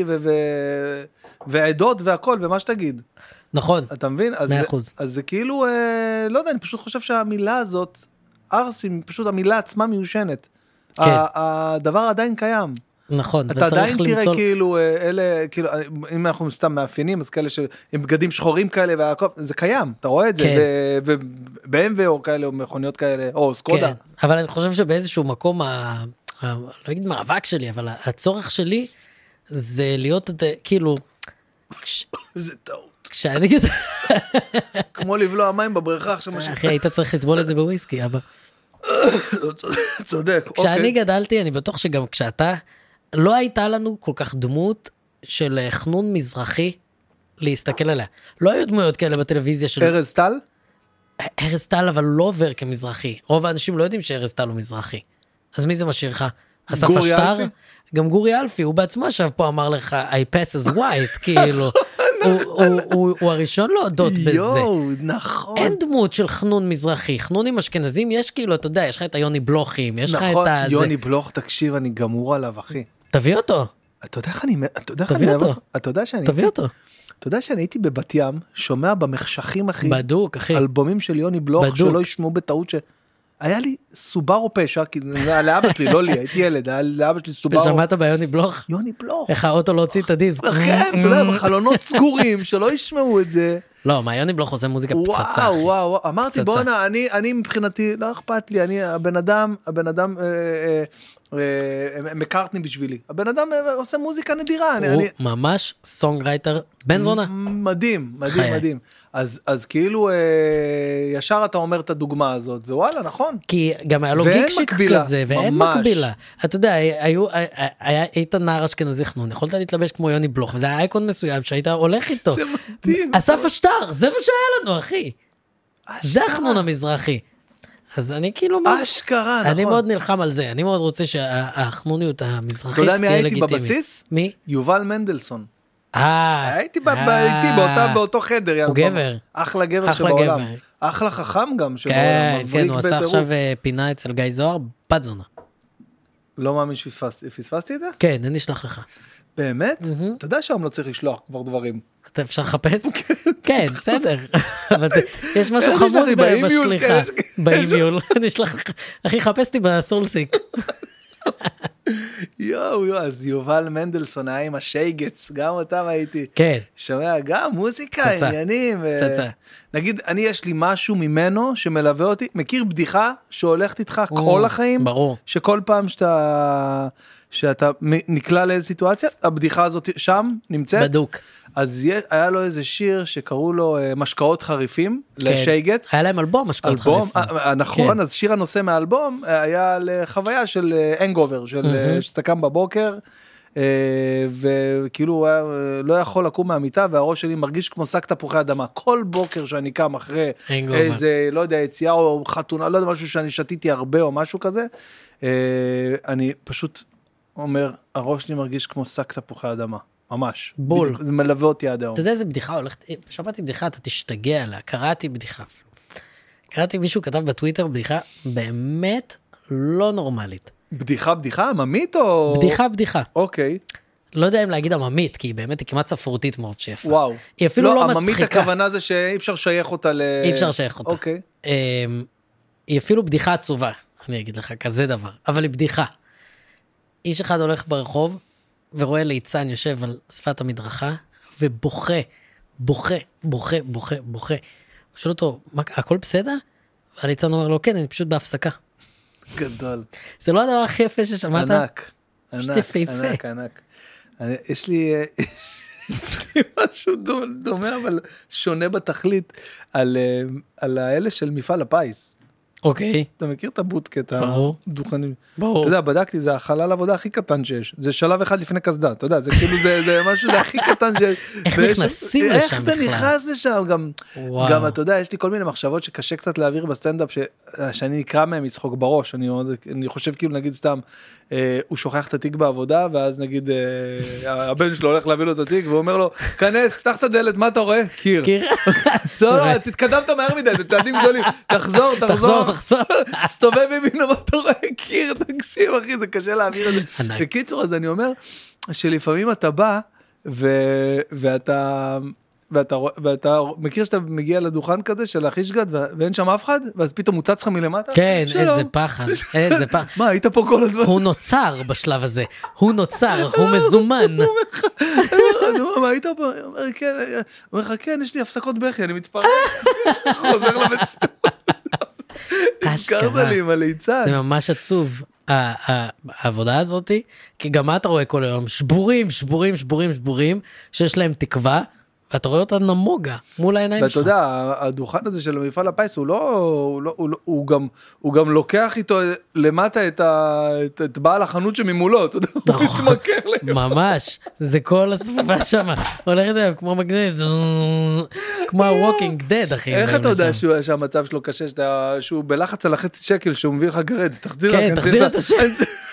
ועדות והכל, ומה שתגיד. נכון. אתה מבין? מאה אחוז. אז זה כאילו, לא יודע, אני פשוט חושב שהמילה הזאת, ארסים, פשוט המילה עצמה מיושנת. כן. הדבר עדיין קיים. נכון, אתה עדיין תראה למצול... כאילו, אלה, כאילו, אם אנחנו סתם מאפיינים, אז כאלה שעם בגדים שחורים כאלה, והכל, זה קיים, אתה רואה את זה, כן. ב-בי אם ווי או כאלה, או מכוניות כאלה, או סקודה. כן. אבל אני חושב שבאיזשהו מקום, ה... ה... לא אגיד מאבק שלי, אבל הצורך שלי, זה להיות, כאילו, כש... זה טעות. כשאני גדל... כמו לבלוע מים בבריכה, עכשיו משהו. אחי, היית צריך לטבול את זה בוויסקי, אבא. צודק. כשאני גדלתי, אני בטוח שגם כשאתה, לא הייתה לנו כל כך דמות של חנון מזרחי להסתכל עליה. לא היו דמויות כאלה בטלוויזיה של... ארז טל? ארז טל, אבל לא עובר כמזרחי. רוב האנשים לא יודעים שארז טל הוא מזרחי. אז מי זה משאיר לך? אסף אשטר? גם גורי אלפי, הוא בעצמו עכשיו פה אמר לך, I pass as white, כאילו. הוא הראשון להודות בזה. יואו, נכון. אין דמות של חנון מזרחי. חנונים אשכנזים, יש כאילו, אתה יודע, יש לך את היוני בלוחים, יש לך את ה... נכון, יוני בלוך, תקשיב, אני גמור עליו, אחי. תביא אותו. אתה יודע איך אני... תביא אותו. אתה יודע שאני... תביא אותו. אתה יודע שאני הייתי בבת ים, שומע במחשכים, אחי. בדוק, אחי. אלבומים של יוני בלוך, שלא ישמעו בטעות ש... היה לי סוברו פשע, כי זה היה לאבא שלי, לא לי, הייתי ילד, היה לאבא שלי סוברו. ושמעת ביוני בלוך? יוני בלוך. איך האוטו לא הוציא את הדיסק. לכן, אתה יודע, בחלונות סגורים, שלא ישמעו את זה. לא, מה, יוני בלוך עושה מוזיקה פצצה, אחי. וואו, וואו, אמרתי, בוא'נה, אני מבחינתי, לא אכפת לי, אני, הבן אדם, הבן אדם, מקארטני בשבילי. הבן אדם עושה מוזיקה נדירה. הוא ממש סונגרייטר בן זונה. מדהים, מדהים, מדהים. אז כאילו ישר אתה אומר את הדוגמה הזאת, ווואלה, נכון. כי גם היה לו גיקשיק כזה, ואין מקבילה. אתה יודע, היית נער אשכנזי חנון, יכולת להתלבש כמו יוני בלוך, וזה היה אייקון מסוים שהיית הולך איתו. זה מדהים. אסף אשטר, זה מה שהיה לנו, אחי. זה החנון המזרחי. אז אני כאילו... אשכרה, נכון. אני מאוד נלחם על זה, אני מאוד רוצה שהחנוניות המזרחית תהיה לגיטימית. אתה יודע מי הייתי בבסיס? מי? יובל מנדלסון. הייתי באותו חדר. הוא גבר. אחלה גבר שבעולם. אחלה חכם גם שבעולם. כן, הוא עשה עכשיו פינה אצל גיא זוהר, בת זונה. לא מאמין שפספסתי את זה? כן, אני אשלח לך. באמת? אתה יודע שהיום לא צריך לשלוח כבר דברים. אתה אפשר לחפש? כן, בסדר. יש משהו חמוד בשליחה. באימיול. אני אשלח לך. אחי, חפשתי בסולסיק. יואו, יואו, אז יובל מנדלסון היה עם השייגץ, גם אותם הייתי. כן. שומע, גם מוזיקה, עניינים. צצה. נגיד, אני יש לי משהו ממנו שמלווה אותי, מכיר בדיחה שהולכת איתך כל החיים? ברור. שכל פעם שאתה, שאתה נקלע לאיזו סיטואציה, הבדיחה הזאת שם נמצאת. בדוק. אז היה לו איזה שיר שקראו לו משקאות חריפים, לשייגץ. היה להם אלבום משקאות חריפים. נכון, אז שיר הנושא מהאלבום היה לחוויה של הנגובר, שאתה קם בבוקר, וכאילו הוא לא יכול לקום מהמיטה, והראש שלי מרגיש כמו שק תפוחי אדמה. כל בוקר שאני קם אחרי איזה, לא יודע, יציאה או חתונה, לא יודע, משהו שאני שתיתי הרבה או משהו כזה, אני פשוט אומר, הראש שלי מרגיש כמו שק תפוחי אדמה. ממש. בול. זה מלווה אותי עד היום. אתה יודע איזה בדיחה הולכת, שמעתי בדיחה, אתה תשתגע עליה, קראתי בדיחה אפילו. קראתי מישהו כתב בטוויטר בדיחה באמת לא נורמלית. בדיחה, בדיחה, עממית או... בדיחה, בדיחה. אוקיי. לא יודע אם להגיד עממית, כי היא באמת היא כמעט ספרותית מאוד שיפה. וואו. היא אפילו לא, לא מצחיקה. עממית הכוונה זה שאי אפשר שייך אותה ל... אי אפשר שייך אותה. אוקיי. היא אפילו בדיחה עצובה, אני אגיד לך, כזה דבר. אבל היא בדיחה. איש אחד הולך ברחוב, ורואה ליצן יושב על שפת המדרכה, ובוכה, בוכה, בוכה, בוכה, בוכה. הוא שואל אותו, מה, הכל בסדר? והליצן אומר לו, כן, אני פשוט בהפסקה. גדול. זה לא הדבר הכי יפה ששמעת? ענק, ענק, ענק, ענק. יש לי, יש לי משהו דומה, אבל שונה בתכלית, על, על האלה של מפעל הפיס. אוקיי. אתה מכיר את הבוטקה, את הדוכנים? ברור. אתה יודע, בדקתי, זה החלל עבודה הכי קטן שיש. זה שלב אחד לפני כסדה, אתה יודע, זה כאילו, זה משהו, זה הכי קטן שיש. איך נכנסים לשם בכלל? איך אתה נכנס לשם? גם, אתה יודע, יש לי כל מיני מחשבות שקשה קצת להעביר בסטנדאפ, שאני נקרא מהם מצחוק בראש, אני חושב כאילו, נגיד סתם, הוא שוכח את התיק בעבודה, ואז נגיד, הבן שלו הולך להביא לו את התיק, והוא אומר לו, כנס, פתח את הדלת, מה אתה רואה? קיר. קיר. תתקדמת מהר מדי, בצעדים גדולים, תחזור, תחזור. סתובב ימינו, מה אתה רואה? קיר, תקשיב אחי, זה קשה להעביר את זה. בקיצור, אז אני אומר, שלפעמים אתה בא, ואתה, ואתה, ואתה מכיר שאתה מגיע לדוכן כזה של הכי שגד, ואין שם אף אחד, ואז פתאום מוצץ לך מלמטה. כן, איזה פחד, איזה פחד. מה, היית פה כל הזמן? הוא נוצר בשלב הזה, הוא נוצר, הוא מזומן. מה, היית פה? הוא אומר לך, כן, יש לי הפסקות בכי, אני מתפרק. חוזר למציאות. הזכרת לי עם הליצן. זה ממש עצוב, העבודה הזאת, כי גם מה אתה רואה כל היום? שבורים, שבורים, שבורים, שבורים, שיש להם תקווה, ואתה רואה אותה נמוגה מול העיניים שלך. ואתה יודע, הדוכן הזה של מפעל הפיס, הוא לא, הוא לא, הוא לא, הוא גם, הוא גם לוקח איתו למטה את ה, את, את בעל החנות שממולו, אתה יודע, הוא מתמכר להם. ממש, זה כל הסביבה שם, הולכת להם כמו מגנט, כמו ה-Walking Dead, אחי. איך אתה יודע שהמצב שלו קשה, שהוא בלחץ על החצי שקל, שהוא מביא לך גרד, תחזיר כן, תחזיר את השקל.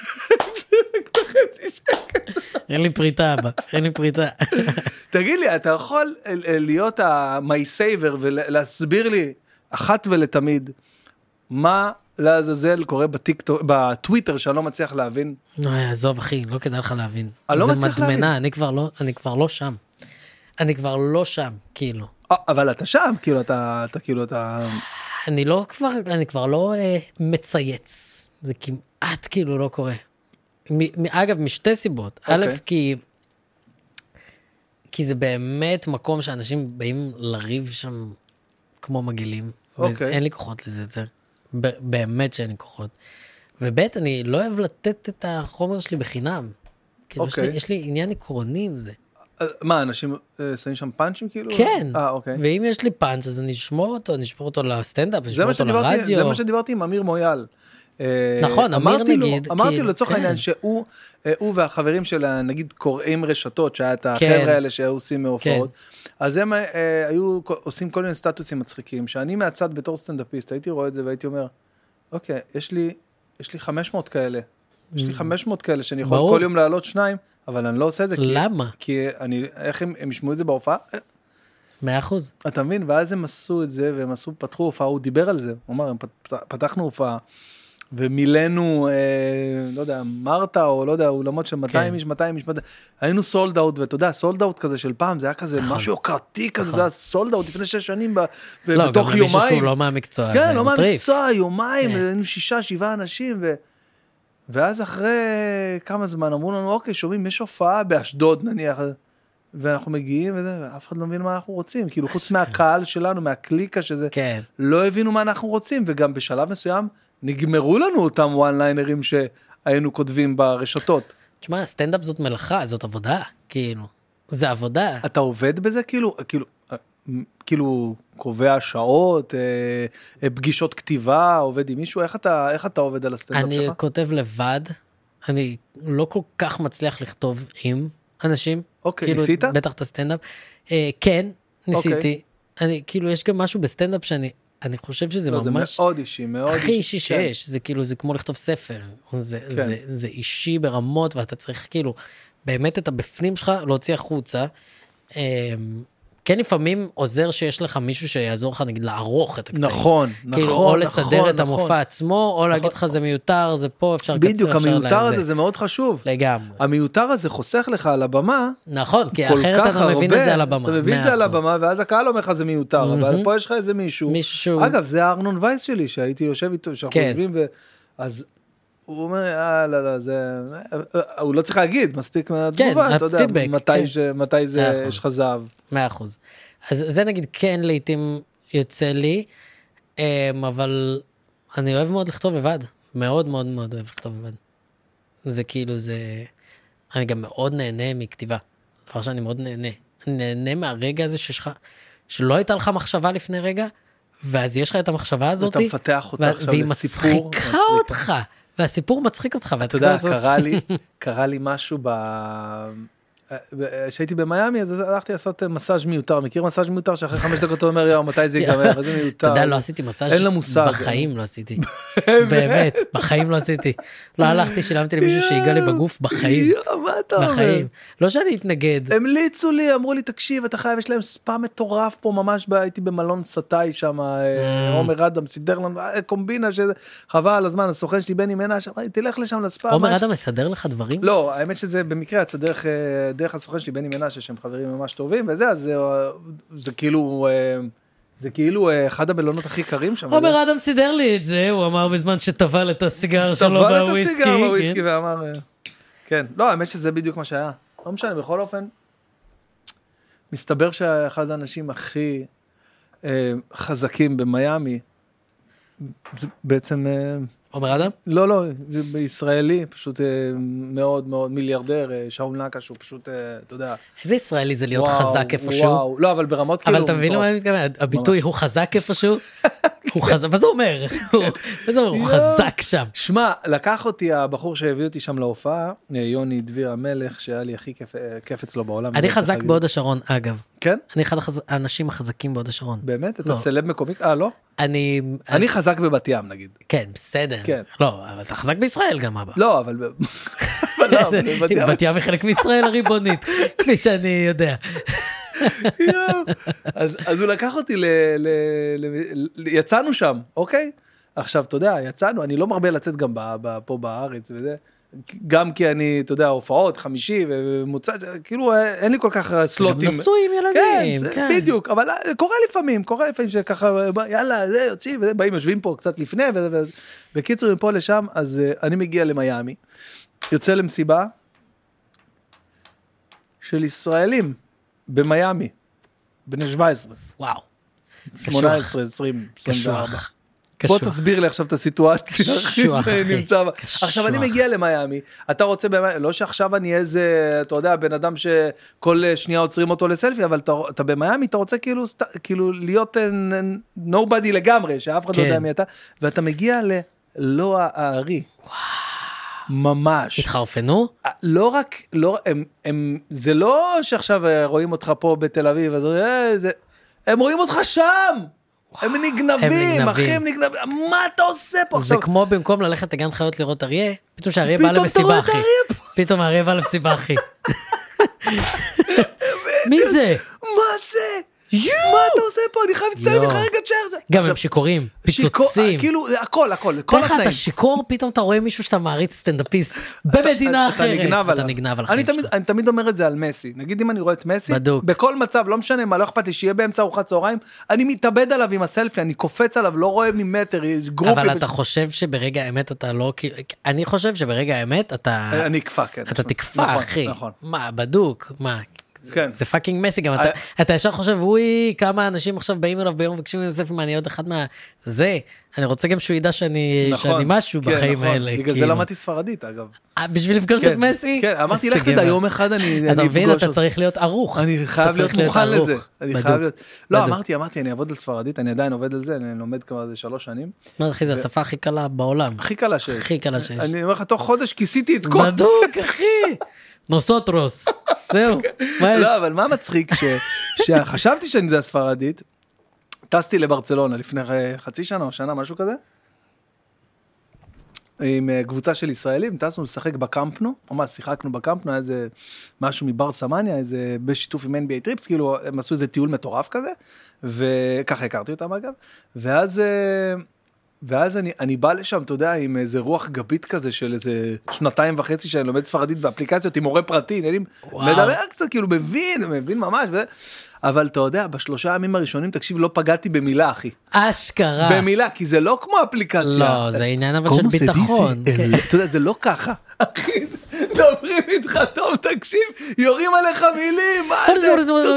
אין לי פריטה אבא, אין לי פריטה. תגיד לי, אתה יכול להיות ה-my saver ולהסביר לי אחת ולתמיד מה לעזאזל קורה בטוויטר שאני לא מצליח להבין? עזוב אחי, לא כדאי לך להבין. זה מדמנה, אני כבר לא שם. אני כבר לא שם, כאילו. אבל אתה שם, כאילו אתה, כאילו אתה... אני לא כבר, אני כבר לא מצייץ. זה כמעט כאילו לא קורה. אגב, משתי סיבות. א', כי כי זה באמת מקום שאנשים באים לריב שם כמו מגילים. אין לי כוחות לזה יותר. באמת שאין לי כוחות. וב', אני לא אוהב לתת את החומר שלי בחינם. יש לי עניין עקרוני עם זה. מה, אנשים שמים שם פאנצ'ים כאילו? כן. ואם יש לי פאנץ' אז אני אשמור אותו, אני אשמור אותו לסטנדאפ, אני אשמור אותו לרדיו. זה מה שדיברתי עם אמיר מויאל. נכון, אמיר נגיד. אמרתי לו לצורך העניין שהוא והחברים של נגיד קוראים רשתות, שהיה את החבר'ה האלה שעושים מהופעות, אז הם היו עושים כל מיני סטטוסים מצחיקים, שאני מהצד בתור סטנדאפיסט, הייתי רואה את זה והייתי אומר, אוקיי, יש לי חמש מאות כאלה, יש לי חמש מאות כאלה שאני יכול כל יום לעלות שניים, אבל אני לא עושה את זה. למה? כי אני, איך הם, הם ישמעו את זה בהופעה? מאה אחוז. אתה מבין? ואז הם עשו את זה, והם עשו, פתחו הופעה, הוא דיבר על זה. הוא אמר, פתחנו הופעה, ומילאנו, אה, לא יודע, מרתה, או לא יודע, אולמות של מאתיים איש, מאתיים איש, היינו סולד אאוט, ואתה יודע, סולד אאוט כזה של פעם, זה היה כזה משהו יוקרתי כזה, זה היה סולד אאוט לפני שש שנים, בתוך יומיים. לא, גם מישהו שהוא לא מהמקצוע. כן, לא מהמקצוע, יומיים, היינו שישה, שבעה אנשים, ו... ואז אחרי כמה זמן אמרו לנו, אוקיי, שומעים, יש הופעה באשדוד נניח, ואנחנו מגיעים, ואף אחד לא מבין מה אנחנו רוצים, כאילו חוץ מהקהל שלנו, מהקליקה שזה, לא הבינו מה אנחנו רוצים, וגם בשלב מסוים נגמרו לנו אותם וואן ליינרים שהיינו כותבים ברשתות. תשמע, סטנדאפ זאת מלאכה, זאת עבודה, כאילו, זה עבודה. אתה עובד בזה, כאילו, כאילו, כאילו, קובע שעות, פגישות כתיבה, עובד עם מישהו, איך אתה, איך אתה עובד על הסטנדאפ שלך? אני כותב לבד, אני לא כל כך מצליח לכתוב עם אנשים. אוקיי, כאילו, ניסית? בטח את הסטנדאפ. אה, כן, ניסיתי. אוקיי. אני, כאילו, יש גם משהו בסטנדאפ שאני, אני חושב שזה לא, ממש... זה מאוד אישי, מאוד הכי אישי שיש. כן. זה כאילו, זה כמו לכתוב ספר. זה, כן. זה, זה אישי ברמות, ואתה צריך כאילו, באמת את הבפנים שלך להוציא החוצה. אה, כן, לפעמים עוזר שיש לך מישהו שיעזור לך, נגיד, לערוך את הקטעים. נכון, נכון, כאילו, או לסדר את המופע עצמו, או להגיד לך, זה מיותר, זה פה, אפשר קצר, בדיוק, המיותר הזה, זה מאוד חשוב. לגמרי. המיותר הזה חוסך לך על הבמה. נכון, כי אחרת אתה מבין את זה על הבמה. אתה מבין את זה על הבמה, ואז הקהל אומר לך, זה מיותר, אבל פה יש לך איזה מישהו. מישהו. אגב, זה ארנון וייס שלי, שהייתי יושב איתו, שאנחנו יושבים, אז הוא אומר, אה, לא, לא, זה... הוא לא צריך להגיד, מספיק מהתגובה, אתה יודע, מתי זה, יש לך זהב. מאה אחוז. אז זה נגיד כן לעתים יוצא לי, אבל אני אוהב מאוד לכתוב לבד. מאוד מאוד מאוד אוהב לכתוב לבד. זה כאילו זה... אני גם מאוד נהנה מכתיבה. דבר שאני מאוד נהנה. אני נהנה מהרגע הזה שיש לך... שלא הייתה לך מחשבה לפני רגע, ואז יש לך את המחשבה הזאת. ואתה מפתח אותה עכשיו לסיפור. והיא מצחיקה אותך. והסיפור מצחיק אותך. אתה יודע, קרה לי, קרה לי משהו ב... כשהייתי במיימי, אז הלכתי לעשות מסאז' מיותר. מכיר מסאז' מיותר שאחרי חמש דקות הוא אומר, יאו, מתי זה ייגמר? איזה מיותר. אתה יודע, לא עשיתי מסאז' אין לה מושג. בחיים לא עשיתי. באמת, בחיים לא עשיתי. לא הלכתי, שילמתי למישהו שיגע לי בגוף בחיים. יאו, מה אתה אומר? בחיים. לא שאני אתנגד. המליצו לי, אמרו לי, תקשיב, אתה חייב, יש להם ספא מטורף פה, ממש הייתי במלון סטאי שם, עומר אדם, סידר לנו, קומבינה, חבל הזמן, הסוכן שלי בני מנש, תלך לשם לספא. עומר אדם מסדר לך דברים? לא, האמת שזה במקרה, יצא דרך, דרך הסוכן שלי בני מנש, שהם חברים ממש טובים, וזה, אז זה, זה כאילו, זה כאילו אחד המלונות הכי קרים שם. עומר אדם סידר לי את זה, הוא אמר בזמן שטבל את הסיגר שלו בוויסקי. טבל את הסיגר בוויסקי ואמר, כן, לא, האמת שזה בדיוק מה שהיה. לא משנה, בכל אופן, מסתבר שאחד האנשים הכי חזקים במיימי, בעצם... עומר אדם? לא, לא, בישראלי, פשוט מאוד מאוד מיליארדר, שאול נקש, הוא פשוט, אתה יודע. איזה ישראלי זה להיות חזק איפשהו? וואו, לא, אבל ברמות כאילו... אבל אתה מבין למה אני מתכוון? הביטוי הוא חזק איפשהו? הוא חזק, מה זה אומר? הוא חזק שם. שמע, לקח אותי הבחור שהביא אותי שם להופעה, יוני דביר המלך, שהיה לי הכי כיף אצלו בעולם. אני חזק בהוד השרון, אגב. כן? אני אחד האנשים החזקים בהוד השרון. באמת? אתה סלב מקומי? אה, לא? אני... אני חזק בבת ים, נגיד. כן, בסדר. כן. לא, אבל אתה חזק בישראל גם, אבא. לא, אבל... בת ים היא חלק מישראל הריבונית, כפי שאני יודע. אז הוא לקח אותי ל... יצאנו שם, אוקיי? עכשיו, אתה יודע, יצאנו, אני לא מרבה לצאת גם פה בארץ וזה. גם כי אני, אתה יודע, הופעות, חמישי ומוצא, כאילו אין לי כל כך סלוטים. גם נשוי עם ילדים. כן, בדיוק, אבל קורה לפעמים, קורה לפעמים שככה, יאללה, זה יוצאים, באים, יושבים פה קצת לפני, ובקיצור, מפה לשם, אז אני מגיע למיימי, יוצא למסיבה של ישראלים במיימי, בני שבע עשרה. וואו. שמונה עשרה, עשרים, עשרים וארבע. בוא תסביר לי עכשיו את הסיטואציה. קשוח, אחי. עכשיו אני מגיע למיימי, אתה רוצה, לא שעכשיו אני איזה, אתה יודע, בן אדם שכל שנייה עוצרים אותו לסלפי, אבל אתה במיימי, אתה רוצה כאילו להיות nobody לגמרי, שאף אחד לא יודע מי אתה, ואתה מגיע ללא הארי. ממש. התחרפנו? לא רק, זה לא שעכשיו רואים אותך פה בתל אביב, הם רואים אותך שם. הם נגנבים, אחי, הם נגנבים, מה אתה עושה פה עכשיו? זה כמו במקום ללכת לגן חיות לראות אריה, פתאום שהאריה בא למסיבה, אחי. פתאום האריה בא למסיבה, אחי. מי זה? מה זה? מה אתה עושה פה? אני חייב להצטער לך רגע צ'אר. גם הם שיקורים, פיצוצים. כאילו, הכל, הכל, כל התנאים. אתה שיקור, פתאום אתה רואה מישהו שאתה מעריץ סטנדאפיסט במדינה אחרת. אתה נגנב על חיים שלך. אני תמיד אומר את זה על מסי. נגיד אם אני רואה את מסי, בכל מצב, לא משנה מה, לא אכפת לי, שיהיה באמצע ארוחת צהריים, אני מתאבד עליו עם הסלפי, אני קופץ עליו, לא רואה ממטר, גרופי. אבל אתה חושב שברגע האמת אתה לא, אני חושב שברגע האמת אתה... אני אקפה, כן. אתה תקפה, אחי. מה, בדוק, מה... זה פאקינג מסי, גם אתה ישר חושב, וואי, כמה אנשים עכשיו באים אליו ביום ובקשים לי יוסף, מה אני עוד אחד מה... זה, אני רוצה גם שהוא ידע שאני משהו בחיים האלה. בגלל זה למדתי ספרדית, אגב. בשביל לפגוש את מסי? כן, אמרתי לך, תדע, יום אחד אני אפגוש... אתה מבין, אתה צריך להיות ערוך. אני חייב להיות מוכן לזה. לא, אמרתי, אמרתי, אני אעבוד על ספרדית, אני עדיין עובד על זה, אני לומד כבר שלוש שנים. מה, אחי, זה השפה הכי קלה בעולם. הכי קלה שיש. הכי קלה שיש. אני אומר לך, תוך חודש כיסיתי את כל... בדוק, אחי. נוסוטרוס, זהו, מה יש? לא, אבל מה מצחיק, שחשבתי שאני יודע ספרדית, טסתי לברצלונה לפני חצי שנה או שנה, משהו כזה, עם קבוצה של ישראלים, טסנו לשחק בקמפנו, ממש שיחקנו בקמפנו, היה איזה משהו מבר סמניה, איזה בשיתוף עם אן בי איי טריפס, כאילו הם עשו איזה טיול מטורף כזה, וככה הכרתי אותם אגב, ואז... ואז אני, אני בא לשם, אתה יודע, עם איזה רוח גבית כזה של איזה שנתיים וחצי שאני לומד ספרדית באפליקציות עם מורה פרטי, נהנים, מדבר קצת, כאילו, מבין, מבין ממש, ו... אבל אתה יודע, בשלושה הימים הראשונים, תקשיב, לא פגעתי במילה, אחי. אשכרה. במילה, כי זה לא כמו אפליקציה. לא, זה עניין אבל של ביטחון. אתה יודע, זה לא ככה. אחי, דברים איתך טוב, תקשיב, יורים עליך מילים, מה זה?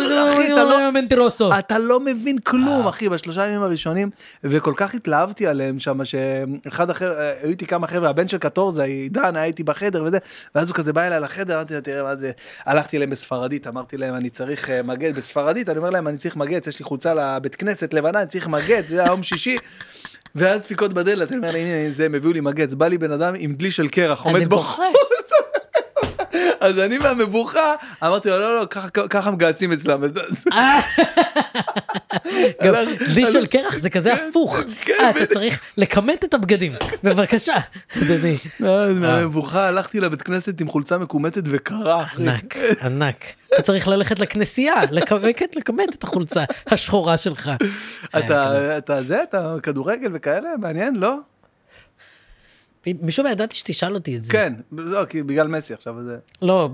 אתה לא מבין כלום, אחי, בשלושה ימים הראשונים, וכל כך התלהבתי עליהם שם, שאחד אחר, הייתי כמה חבר'ה, הבן של קטורזה, עידן, הייתי בחדר וזה, ואז הוא כזה בא אליי לחדר, אמרתי לה, תראה מה זה, הלכתי אליהם בספרדית, אמרתי להם, אני צריך מגד בספרדית, אני אומר להם, אני צריך מגד, יש לי חולצה לבית כנסת לבנה, אני צריך מגד, זה היה יום שישי, ואז דפיקות בדלת, אני אומר להם, הנה, זה, הם הביאו לי מגץ, בא לי בן אדם עם דלי של קרח, עומד בחוץ. אז אני מהמבוכה, אמרתי לו, לא, לא, ככה מגעצים אצלם. גם דלי של קרח זה כזה הפוך. אתה צריך לקמת את הבגדים. בבקשה, אדוני. אז מהמבוכה, הלכתי לבית כנסת עם חולצה מקומטת וקרה. ענק, ענק. אתה צריך ללכת לכנסייה, לקמת את החולצה השחורה שלך. אתה זה, אתה כדורגל וכאלה, מעניין, לא? משום מה ידעתי שתשאל אותי את זה. כן, לא, כי בגלל מסי עכשיו זה... לא,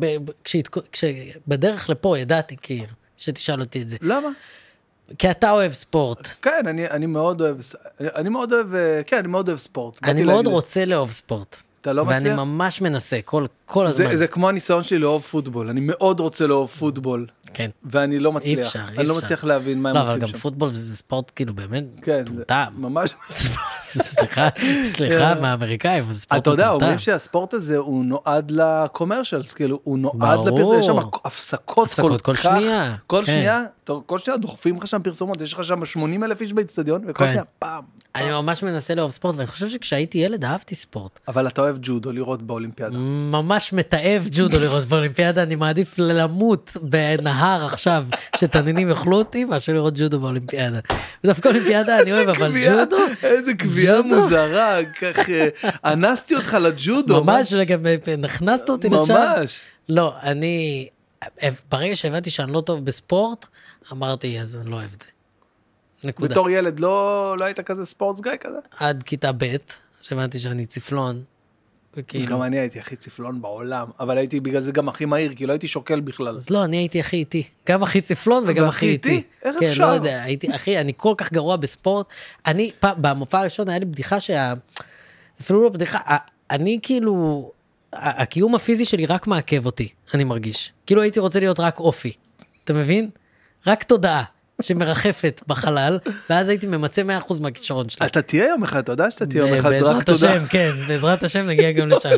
בדרך לפה ידעתי כאילו, שתשאל אותי את זה. למה? כי אתה אוהב ספורט. כן, אני מאוד אוהב, אני מאוד אוהב, כן, אני מאוד אוהב ספורט. אני מאוד רוצה לאהוב ספורט. אתה לא מצליח? ואני ממש מנסה, כל הזמן. זה כמו הניסיון שלי לאהוב פוטבול, אני מאוד רוצה לאהוב פוטבול. כן. ואני לא מצליח. אי אפשר, אי אפשר. אני לא מצליח להבין מה הם עושים שם. לא, אבל גם פוטבול זה ספורט כאילו באמת כן, טומטם. ממש. סליחה, סליחה מהאמריקאים, זה ספורט אתה יודע, טומטם. אומרים שהספורט הזה הוא נועד לקומרשלס, כאילו הוא נועד לפרסום, יש שם הפסקות הפסקות כל שנייה. כל שנייה, כל שנייה דוחפים לך שם פרסומות, יש לך שם שמונים אלף איש באצטדיון, וכל שנייה פעם. אני ממש מנסה לאהוב ספורט, ואני חושב שכשהייתי ילד אהבתי ספורט. אבל אתה אוהב ג'ודו לראות באולימפיאדה. ממש מתאהב ג'ודו לראות באולימפיאדה, אני מעדיף למות בנהר עכשיו, שתנינים יאכלו אותי, מאשר לראות ג'ודו באולימפיאדה. דווקא אולימפיאדה אני אוהב, אבל ג'ודו... איזה קביעה מוזרה, כך אנסתי אותך לג'ודו. ממש, גם נכנסת אותי לשם. ממש. לא, אני... ברגע שהבנתי שאני לא טוב בספורט, אמרתי, אז אני לא אוהב את זה. נקודה. בתור ילד לא, לא היית כזה ספורטס גאי כזה? עד כיתה ב', שהבנתי שאני ציפלון. וכאילו... גם אני הייתי הכי ציפלון בעולם, אבל הייתי בגלל זה גם הכי מהיר, כי לא הייתי שוקל בכלל. אז לא, אני הייתי הכי איטי. גם הכי ציפלון וגם הכי איטי. איך כן, אפשר? לא יודע, הייתי, אחי, אני כל כך גרוע בספורט. אני, פעם, במופע הראשון היה לי בדיחה שה... אפילו לא בדיחה, אני כאילו... הקיום הפיזי שלי רק מעכב אותי, אני מרגיש. כאילו הייתי רוצה להיות רק אופי. אתה מבין? רק תודעה. שמרחפת בחלל, ואז הייתי ממצא מאה אחוז מהכישרון שלי. אתה תהיה יום אחד, אתה יודע שאתה תהיה יום אחד, בעזרת השם, כן, בעזרת השם נגיע גם לשם.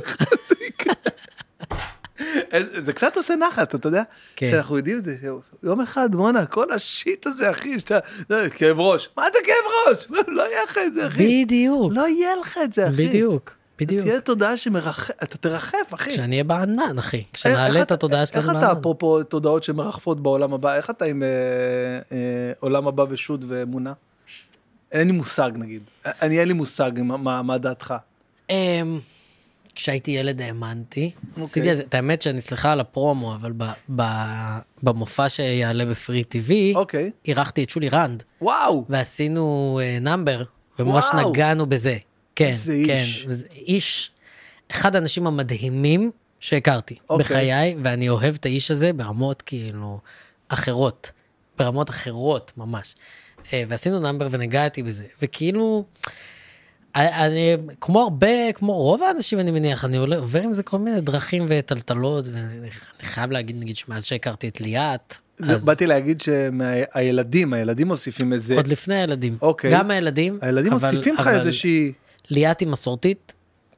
זה קצת עושה נחת, אתה יודע? שאנחנו יודעים את זה, יום אחד, מונה, כל השיט הזה, אחי, שאתה, כאב ראש, מה אתה כאב ראש? לא יהיה לך את זה, אחי. בדיוק. לא יהיה לך את זה, אחי. בדיוק. בדיוק. תהיה תודעה שמרחף, אתה תרחף, אחי. כשאני אהיה בענן, אחי. כשנעלה את התודעה שלנו בענן. איך אתה, אפרופו תודעות שמרחפות בעולם הבא, איך אתה עם עולם הבא ושוד ואמונה? אין לי מושג, נגיד. אני אין לי מושג מה דעתך. כשהייתי ילד האמנתי, עשיתי את זה, את האמת שאני סליחה על הפרומו, אבל במופע שיעלה בפרי טיווי, אירחתי את שולי רנד. וואו! ועשינו נאמבר, וממש נגענו בזה. כן, כן. איש, אחד האנשים המדהימים שהכרתי בחיי, ואני אוהב את האיש הזה ברמות כאילו אחרות, ברמות אחרות ממש. ועשינו נאמבר ונגעתי בזה, וכאילו... אני, כמו הרבה, כמו רוב האנשים אני מניח, אני עובר עם זה כל מיני דרכים וטלטלות, ואני חייב להגיד, נגיד, שמאז שהכרתי את ליאת, אז... באתי להגיד שהילדים, הילדים מוסיפים את זה. עוד לפני הילדים. אוקיי. גם הילדים. הילדים אבל, מוסיפים לך איזושהי... ליאת היא מסורתית,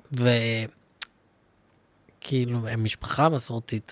וכאילו, הם משפחה מסורתית,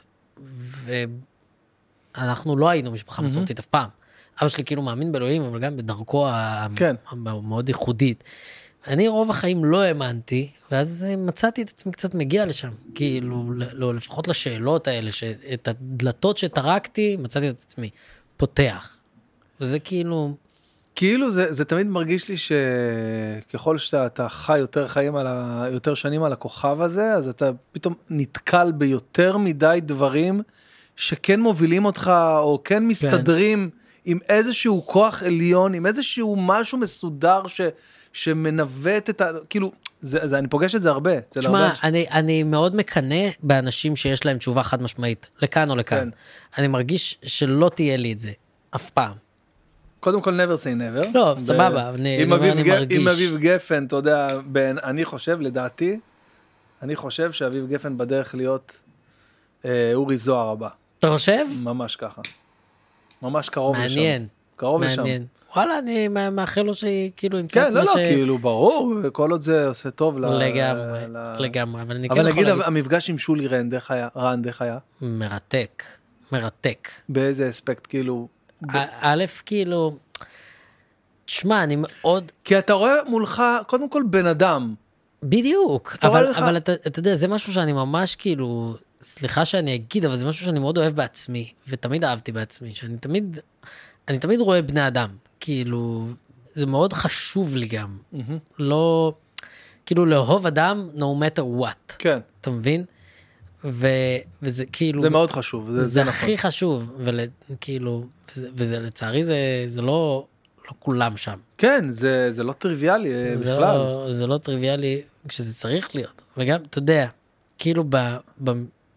ואנחנו לא היינו משפחה mm-hmm. מסורתית אף פעם. אבא שלי כאילו מאמין באלוהים, אבל גם בדרכו כן. המאוד ייחודית. אני רוב החיים לא האמנתי, ואז מצאתי את עצמי קצת מגיע לשם, כאילו, לא, לפחות לשאלות האלה, את הדלתות שטרקתי, מצאתי את עצמי פותח. וזה כאילו... כאילו זה, זה תמיד מרגיש לי שככל שאתה חי יותר חיים על ה, יותר שנים על הכוכב הזה, אז אתה פתאום נתקל ביותר מדי דברים שכן מובילים אותך, או כן מסתדרים כן. עם איזשהו כוח עליון, עם איזשהו משהו מסודר ש... שמנווט את ה... כאילו, זה, זה, אני פוגש את זה הרבה. תשמע, אני, אני מאוד מקנה באנשים שיש להם תשובה חד משמעית, לכאן או לכאן. כן. אני מרגיש שלא תהיה לי את זה, אף פעם. קודם כל, never say never. לא, סבבה, אני, אני, אני גפ, מרגיש. עם אביב גפן, אתה יודע, בין, אני חושב, לדעתי, אני חושב שאביב גפן בדרך להיות אה, אורי זוהר הבא. אתה חושב? ממש ככה. ממש קרוב מעניין. לשם. מעניין. קרוב מעניין. לשם. וואלה, אני מאחל לו שכאילו ימצא כן, לא, לא, כאילו, ברור, כל עוד זה עושה טוב. לגמרי, לגמרי, אבל אני כן יכול להגיד... אבל נגיד, המפגש עם שולי רנד, איך היה? מרתק, מרתק. באיזה אספקט, כאילו... א', כאילו, תשמע, אני מאוד... כי אתה רואה מולך, קודם כל, בן אדם. בדיוק, אבל אתה יודע, זה משהו שאני ממש, כאילו, סליחה שאני אגיד, אבל זה משהו שאני מאוד אוהב בעצמי, ותמיד אהבתי בעצמי, שאני תמיד... אני תמיד רואה בני אדם, כאילו, זה מאוד חשוב לי גם. Mm-hmm. לא, כאילו, לאהוב אדם, no matter what. כן. אתה מבין? ו, וזה כאילו... זה מאוד חשוב. זה, זה, זה הכי נכון. חשוב, וכאילו, וזה, וזה לצערי, זה, זה לא, לא כולם שם. כן, זה, זה לא טריוויאלי זה בכלל. לא, זה לא טריוויאלי כשזה צריך להיות. וגם, אתה יודע, כאילו, ב, ב,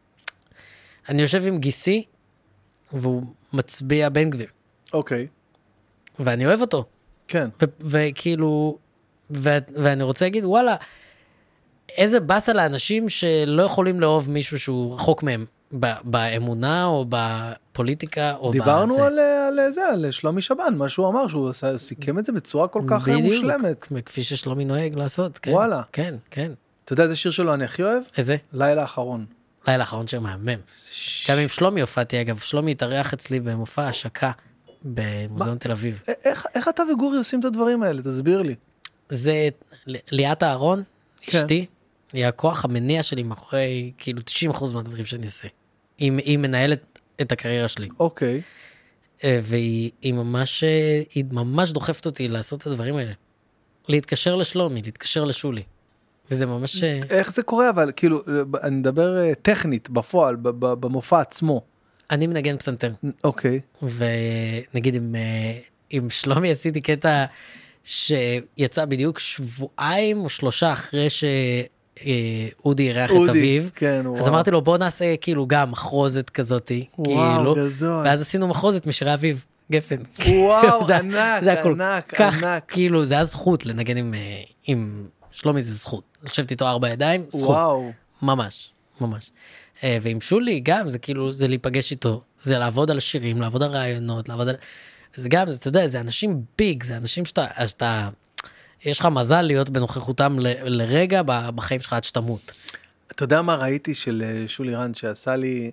אני יושב עם גיסי, והוא מצביע בן גביר. אוקיי. ואני אוהב אותו. כן. וכאילו, ואני רוצה להגיד, וואלה, איזה בסה לאנשים שלא יכולים לאהוב מישהו שהוא רחוק מהם, באמונה או בפוליטיקה או בזה. דיברנו על זה, על שלומי שבן, מה שהוא אמר, שהוא סיכם את זה בצורה כל כך מושלמת. כפי ששלומי נוהג לעשות. וואלה. כן, כן. אתה יודע איזה שיר שלו אני הכי אוהב? איזה? לילה האחרון. לילה האחרון שמהמם. גם עם שלומי הופעתי, אגב, שלומי התארח אצלי במופע השקה במוזיאון תל אביב. איך, איך אתה וגורי עושים את הדברים האלה? תסביר לי. זה ליאת אהרון, אשתי, היא הכוח המניע שלי מאחורי, כאילו תשעים אחוז מהדברים שאני עושה. היא, היא מנהלת את הקריירה שלי. אוקיי. והיא היא ממש, היא ממש דוחפת אותי לעשות את הדברים האלה. להתקשר לשלומי, להתקשר לשולי. וזה ממש... איך זה קורה? אבל כאילו, אני מדבר טכנית, בפועל, במופע עצמו. אני מנגן פסנתר. אוקיי. ונגיד עם, עם שלומי עשיתי קטע שיצא בדיוק שבועיים או שלושה אחרי שאודי אירח את אביו. כן, אז וואו. אמרתי לו בוא נעשה כאילו גם מחרוזת כזאת. וואו, כאילו, גדול. ואז עשינו מחרוזת משירי אביו. גפן. וואו, זה, ענק, זה הכל. ענק, כך, ענק. כאילו, זה היה זכות לנגן עם, עם שלומי, זה זכות. לשבת איתו ארבע ידיים, זכות. וואו. ממש, ממש. ועם שולי גם, זה כאילו, זה להיפגש איתו, זה לעבוד על שירים, לעבוד על רעיונות, לעבוד על... זה גם, אתה יודע, זה אנשים ביג, זה אנשים שאתה, שאתה, יש לך מזל להיות בנוכחותם ל, לרגע בחיים שלך עד שתמות. אתה יודע מה ראיתי של שולי רנד שעשה לי,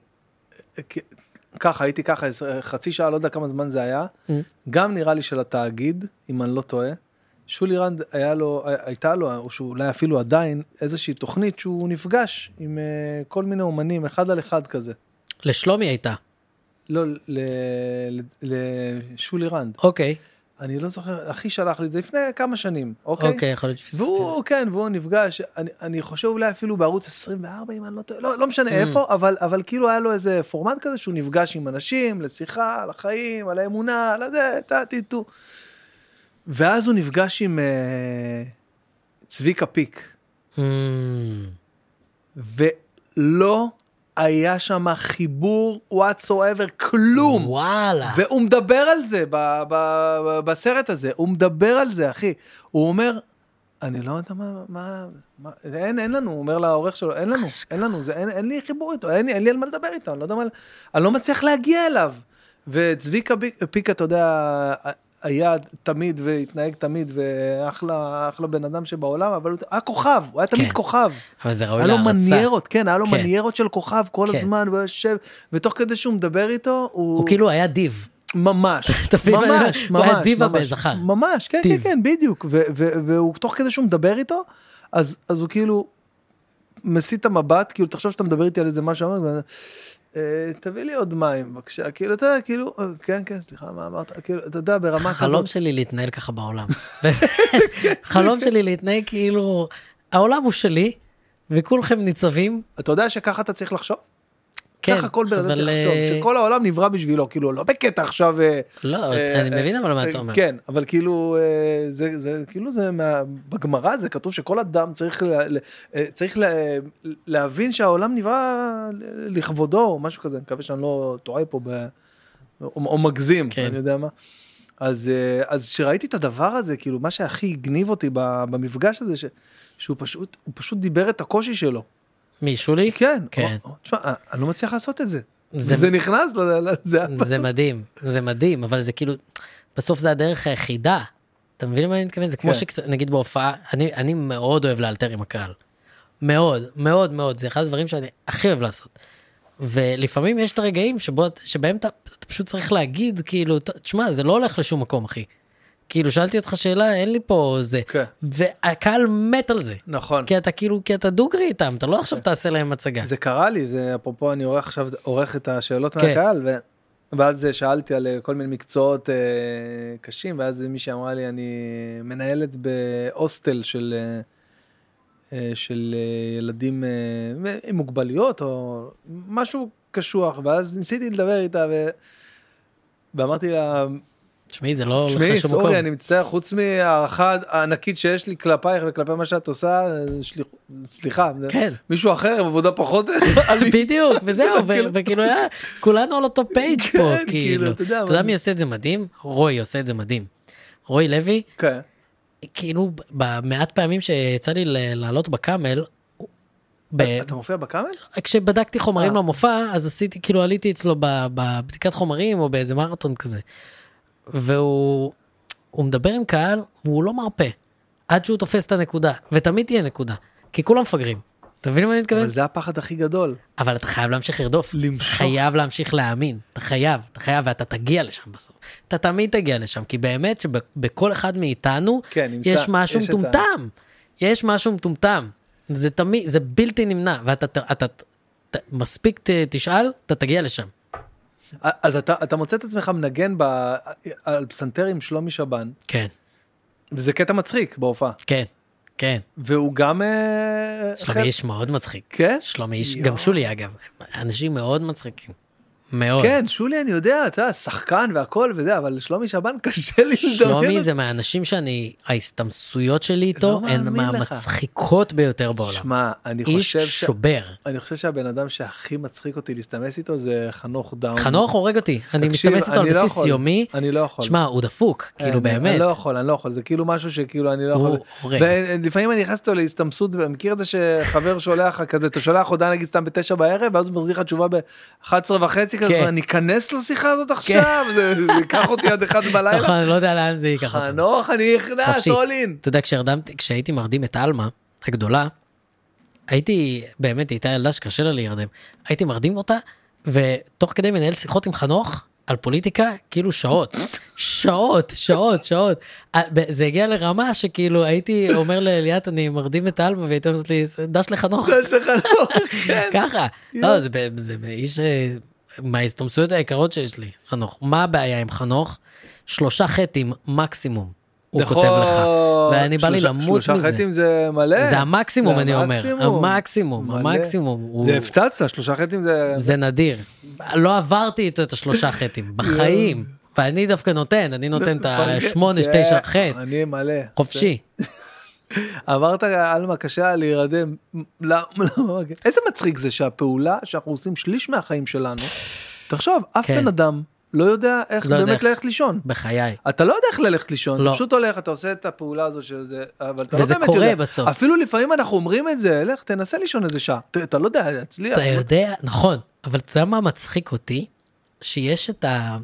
ככה, הייתי ככה, חצי שעה, לא יודע כמה זמן זה היה, mm. גם נראה לי של התאגיד, אם אני לא טועה, שולי רנד היה לו, הייתה לו, או שאולי אפילו עדיין, איזושהי תוכנית שהוא נפגש עם uh, כל מיני אומנים, אחד על אחד כזה. לשלומי הייתה. לא, לשולי רנד. אוקיי. אני לא זוכר, אחי שלח לי את זה לפני כמה שנים, אוקיי? אוקיי, יכול להיות שפספסתי. והוא, כן, והוא נפגש, אני, אני חושב אולי אפילו בערוץ עשרים וארבע, אם אני לא טועה, לא, לא משנה איפה, אבל, אבל כאילו היה לו איזה פורמט כזה, שהוא נפגש עם אנשים, לשיחה, על החיים, על האמונה, על זה, תתיתו. ואז הוא נפגש עם uh, צביקה פיק. ולא היה שם חיבור whatsoever, כלום. וואלה. והוא מדבר על זה ב- ב- בסרט הזה, הוא מדבר על זה, אחי. הוא אומר, אני לא יודע מה, מה, מה אין, אין לנו, הוא אומר לעורך שלו, אין לנו, אין לנו, זה, אין, אין לי חיבור איתו, אין, אין לי על מה לדבר איתו, אני לא יודע מה, אני לא מצליח להגיע אליו. וצביקה פיק, אתה יודע, היה תמיד והתנהג תמיד, ואחלה, אחלה בן אדם שבעולם, אבל הוא היה כוכב, הוא היה תמיד כן. כוכב. אבל זה ראוי היה לו להרצה. מניירות, כן, היה לו כן. מניירות של כוכב כל כן. הזמן, והוא יושב, ותוך כדי שהוא מדבר איתו, הוא... הוא כאילו היה דיב. ממש, תבין, ממש, הוא היה ממש, דיבה ממש, בזכר. ממש, כן, כן, דיב. כן, בדיוק, ו- ו- והוא תוך כדי שהוא מדבר איתו, אז, אז הוא כאילו מסית את המבט, כאילו תחשוב שאתה מדבר איתי על איזה משהו, ואני, אה, תביא לי עוד מים, בבקשה, כאילו, אתה יודע, כאילו, אה, כן, כן, סליחה, מה אמרת, כאילו, אתה יודע, ברמה כזאת. חלום שלי להתנהל ככה בעולם. חלום שלי להתנהל כאילו, העולם הוא שלי, וכולכם ניצבים. אתה יודע שככה אתה צריך לחשוב? כן, ככה כל בן אדם אבל, צריך לחשוב, אה, שכל העולם נברא בשבילו, כאילו, לא בקטע עכשיו... אה, לא, אה, אני אה, מבין אבל מה אה, אתה אומר. כן, אבל כאילו, אה, זה, זה, כאילו זה, מה, בגמרא זה כתוב שכל אדם צריך, לה, לה, אה, צריך לה, להבין שהעולם נברא לכבודו, או משהו כזה, אני מקווה שאני לא טועה פה, ב, או, או מגזים, כן. אני יודע מה. אז, אה, אז שראיתי את הדבר הזה, כאילו, מה שהכי הגניב אותי במפגש הזה, ש, שהוא פשוט, הוא פשוט דיבר את הקושי שלו. מישולי? כן, כן. או, או, תשמע, אני לא מצליח לעשות את זה. זה- זה נכנס, זה... זה מדהים, זה מדהים, אבל זה כאילו, בסוף זה הדרך היחידה. אתה מבין מה אני מתכוון? זה כמו כן. שנגיד בהופעה, אני, אני מאוד אוהב לאלתר עם הקהל. מאוד, מאוד, מאוד. זה אחד הדברים שאני הכי אוהב לעשות. ולפעמים יש את הרגעים שבו, שבהם אתה, אתה פשוט צריך להגיד, כאילו, תשמע, זה לא הולך לשום מקום, אחי. כאילו, שאלתי אותך שאלה, אין לי פה זה. כן. והקהל מת על זה. נכון. כי אתה כאילו, כי אתה דוגרי איתם, אתה לא עכשיו תעשה להם הצגה. זה קרה לי, זה אפרופו אני עורך עכשיו, עורך את השאלות כן. מהקהל, ו... ואז שאלתי על כל מיני מקצועות אה, קשים, ואז מישהי אמרה לי, אני מנהלת בהוסטל של, אה, של אה, ילדים אה, עם מוגבלויות, או משהו קשוח, ואז ניסיתי לדבר איתה, ו... ואמרתי לה, תשמעי, זה לא הולך תשמעי, לשום מקום. סורי, אני מצטער, חוץ מהערכה הענקית שיש לי כלפייך וכלפי מה שאת עושה, שליח- סליחה, כן. מישהו אחר, עם עבודה פחות, בדיוק, וזהו, ו- וכאילו, היה, כולנו על אותו פייג' פה, כן, כאילו. כאילו, אתה יודע, אתה יודע אבל- מי עושה את זה מדהים? רוי עושה את זה מדהים. רוי לוי, כן, כאילו, במעט פעמים שיצא לי ל- לעלות בקאמל, ב- אתה מופיע בקאמל? כשבדקתי חומרים אה. למופע, אז עשיתי, כאילו עליתי אצלו ב- בבדיקת חומרים, או באיזה מרתון כזה. והוא הוא מדבר עם קהל, והוא לא מרפא, עד שהוא תופס את הנקודה, ותמיד תהיה נקודה, כי כולם מפגרים. אתה מבין מה אני מתכוון? אבל זה הפחד הכי גדול. אבל אתה חייב להמשיך לרדוף, למשוך. חייב להמשיך להאמין, אתה חייב, אתה חייב, ואתה תגיע לשם בסוף. אתה תמיד תגיע לשם, כי באמת שבכל אחד מאיתנו, כן, נמצא, יש משהו יש את ה- מטומטם, יש משהו מטומטם, זה תמיד, זה בלתי נמנע, ואתה אתה, אתה, אתה, מספיק ת, תשאל, אתה תגיע לשם. אז אתה, אתה מוצא את עצמך מנגן ב, על פסנתר עם שלומי שבן, כן, וזה קטע מצחיק בהופעה, כן, כן. והוא גם... אה, שלומי חלק- איש מאוד מצחיק. כן? שלומי איש, יואו. גם שולי אגב, אנשים מאוד מצחיקים. מאוד. כן, שולי אני יודע, אתה יודע, שחקן והכל וזה, אבל שלומי שבן קשה לי לדמיין. שלומי זה מהאנשים שאני, ההסתמסויות שלי איתו, לא הן מאמין לך. מהמצחיקות ביותר בעולם. שמע, אני איש חושב ש... שובר. אני חושב שהבן אדם שהכי מצחיק אותי להסתמס איתו זה חנוך דאון. חנוך הורג אותי, אני תקשיב, מסתמס איתו על אני לא בסיס יכול. יומי. אני לא יכול. שמע, הוא דפוק, כאילו אני- באמת. אני לא יכול, אני לא יכול, זה כאילו משהו שכאילו אני לא הוא יכול. הורג. ולפעמים אני נכנס איתו להסתמסות, מכיר את זה שחבר שולח לך כזה, אתה שולח הודעה נגיד סתם בתשע בערב, ואז הוא מחזיר לך תשובה ב-אחת עשרה וחצי כזה, כן. ואני אכנס לשיחה הזאת עכשיו, זה זה ייקח אותי עד אחד בלילה. נכון, אני לא יודע לאן זה ייקח אותנו. חנוך, אני נכנס, חופשי. אולין. אתה יודע, כשהרדמתי, כשהייתי מרדים את אלמה הגדולה, הייתי, באמת, הייתה ילדה שקשה לה להירדם, הייתי מרדים אותה, ותוך כדי מנהל שיחות עם חנוך, על פוליטיקה, כאילו שעות, שעות, שעות, שעות. זה הגיע לרמה שכאילו הייתי אומר לאליאת, אני מרדים את אלמה, והייתי אומרת לי, דש לחנוך. יש לך חנוך, כן. ככה. לא, זה, זה איש, מההסתמסויות היקרות שיש לי, חנוך. מה הבעיה עם חנוך? שלושה חטים מקסימום. הוא כותב לך. ואני בא לי למות מזה. שלושה חטים זה מלא. זה המקסימום, אני אומר. המקסימום, המקסימום. זה הפצצת, שלושה חטים זה... זה נדיר. לא עברתי איתו את השלושה חטים, בחיים. ואני דווקא נותן, אני נותן את השמונה, תשע חט. אני מלא. חופשי. אמרת, אלמה, קשה להירדם. איזה מצחיק זה שהפעולה שאנחנו עושים שליש מהחיים שלנו, תחשוב, אף בן אדם לא יודע איך באמת ללכת לישון. בחיי. אתה לא יודע איך ללכת לישון, אתה פשוט הולך, אתה עושה את הפעולה הזו של זה, אבל אתה לא באמת יודע. וזה קורה בסוף. אפילו לפעמים אנחנו אומרים את זה, לך, תנסה לישון איזה שעה. אתה לא יודע, תצליח. אתה יודע, נכון, אבל אתה יודע מה מצחיק אותי? שיש את ה...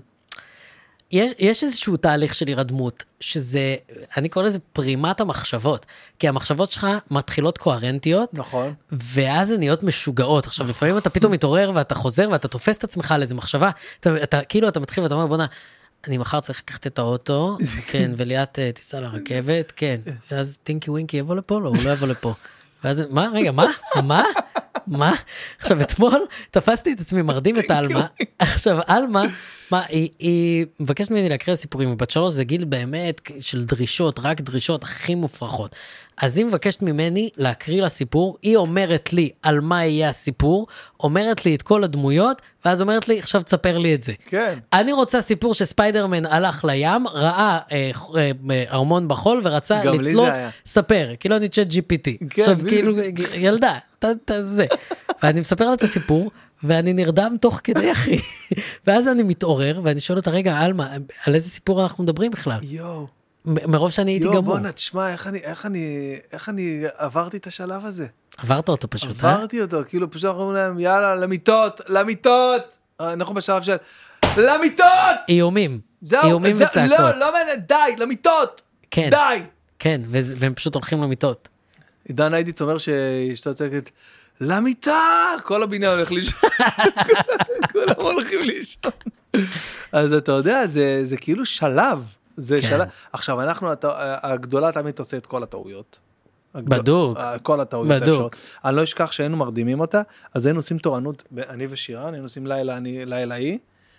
יש, יש איזשהו תהליך של הירדמות, שזה, אני קורא לזה פרימת המחשבות, כי המחשבות שלך מתחילות קוהרנטיות, נכון. ואז הן נהיות משוגעות. עכשיו, לפעמים אתה פתאום מתעורר, ואתה חוזר, ואתה תופס את עצמך על איזה מחשבה, אתה, אתה, כאילו אתה מתחיל ואתה אומר, בוא נה, אני מחר צריך לקחת את האוטו, כן, וליאת תיסע לרכבת, כן, ואז טינקי ווינקי יבוא לפה, לא, הוא לא יבוא לפה. ואז, מה, רגע, מה? מה? מה? עכשיו, אתמול תפסתי את עצמי, מרדים את אלמה, עכשיו, אלמה, מה, היא, היא מבקשת ממני להקריא סיפורים, בת שלוש זה גיל באמת של דרישות, רק דרישות הכי מופרכות. אז היא מבקשת ממני להקריא לה סיפור, היא אומרת לי על מה יהיה הסיפור, אומרת לי את כל הדמויות, ואז אומרת לי, עכשיו תספר לי את זה. כן. אני רוצה סיפור שספיידרמן הלך לים, ראה אה, אה, ארמון בחול, ורצה לצלול, ספר, כאילו אני צ'אט ג'י פי טי. כן, עכשיו, כאילו, ילדה, ת, ת, זה. ואני מספר לה את הסיפור, ואני נרדם תוך כדי, אחי. ואז אני מתעורר, ואני שואל אותה, רגע, אלמה, על איזה סיפור אנחנו מדברים בכלל? יואו. מרוב שאני הייתי גמור. יואו, בוא נתשמע, איך אני, איך אני, איך אני עברתי את השלב הזה? עברת אותו פשוט, אה? עברתי אותו, כאילו פשוט אנחנו אומרים להם, יאללה, למיטות, למיטות! אנחנו בשלב של, למיטות! איומים. זהו, איומים זה, וצעקות. לא, לא מעניין, די, למיטות! כן. די! כן, והם פשוט הולכים למיטות. עידן היידיץ אומר שאשתו צועקת, למיטה! כל הבניין הולך לישון. כולם הולכים לישון. אז אתה יודע, זה, זה כאילו שלב. זה כן. שלב. עכשיו, אנחנו, הגדולה תמיד עושה את כל הטעויות. בדוק. כל הטעויות. בדוק. אני לא אשכח שהיינו מרדימים אותה, אז היינו עושים תורנות, אני ושירן, היינו עושים לילה, אני, לילה היא,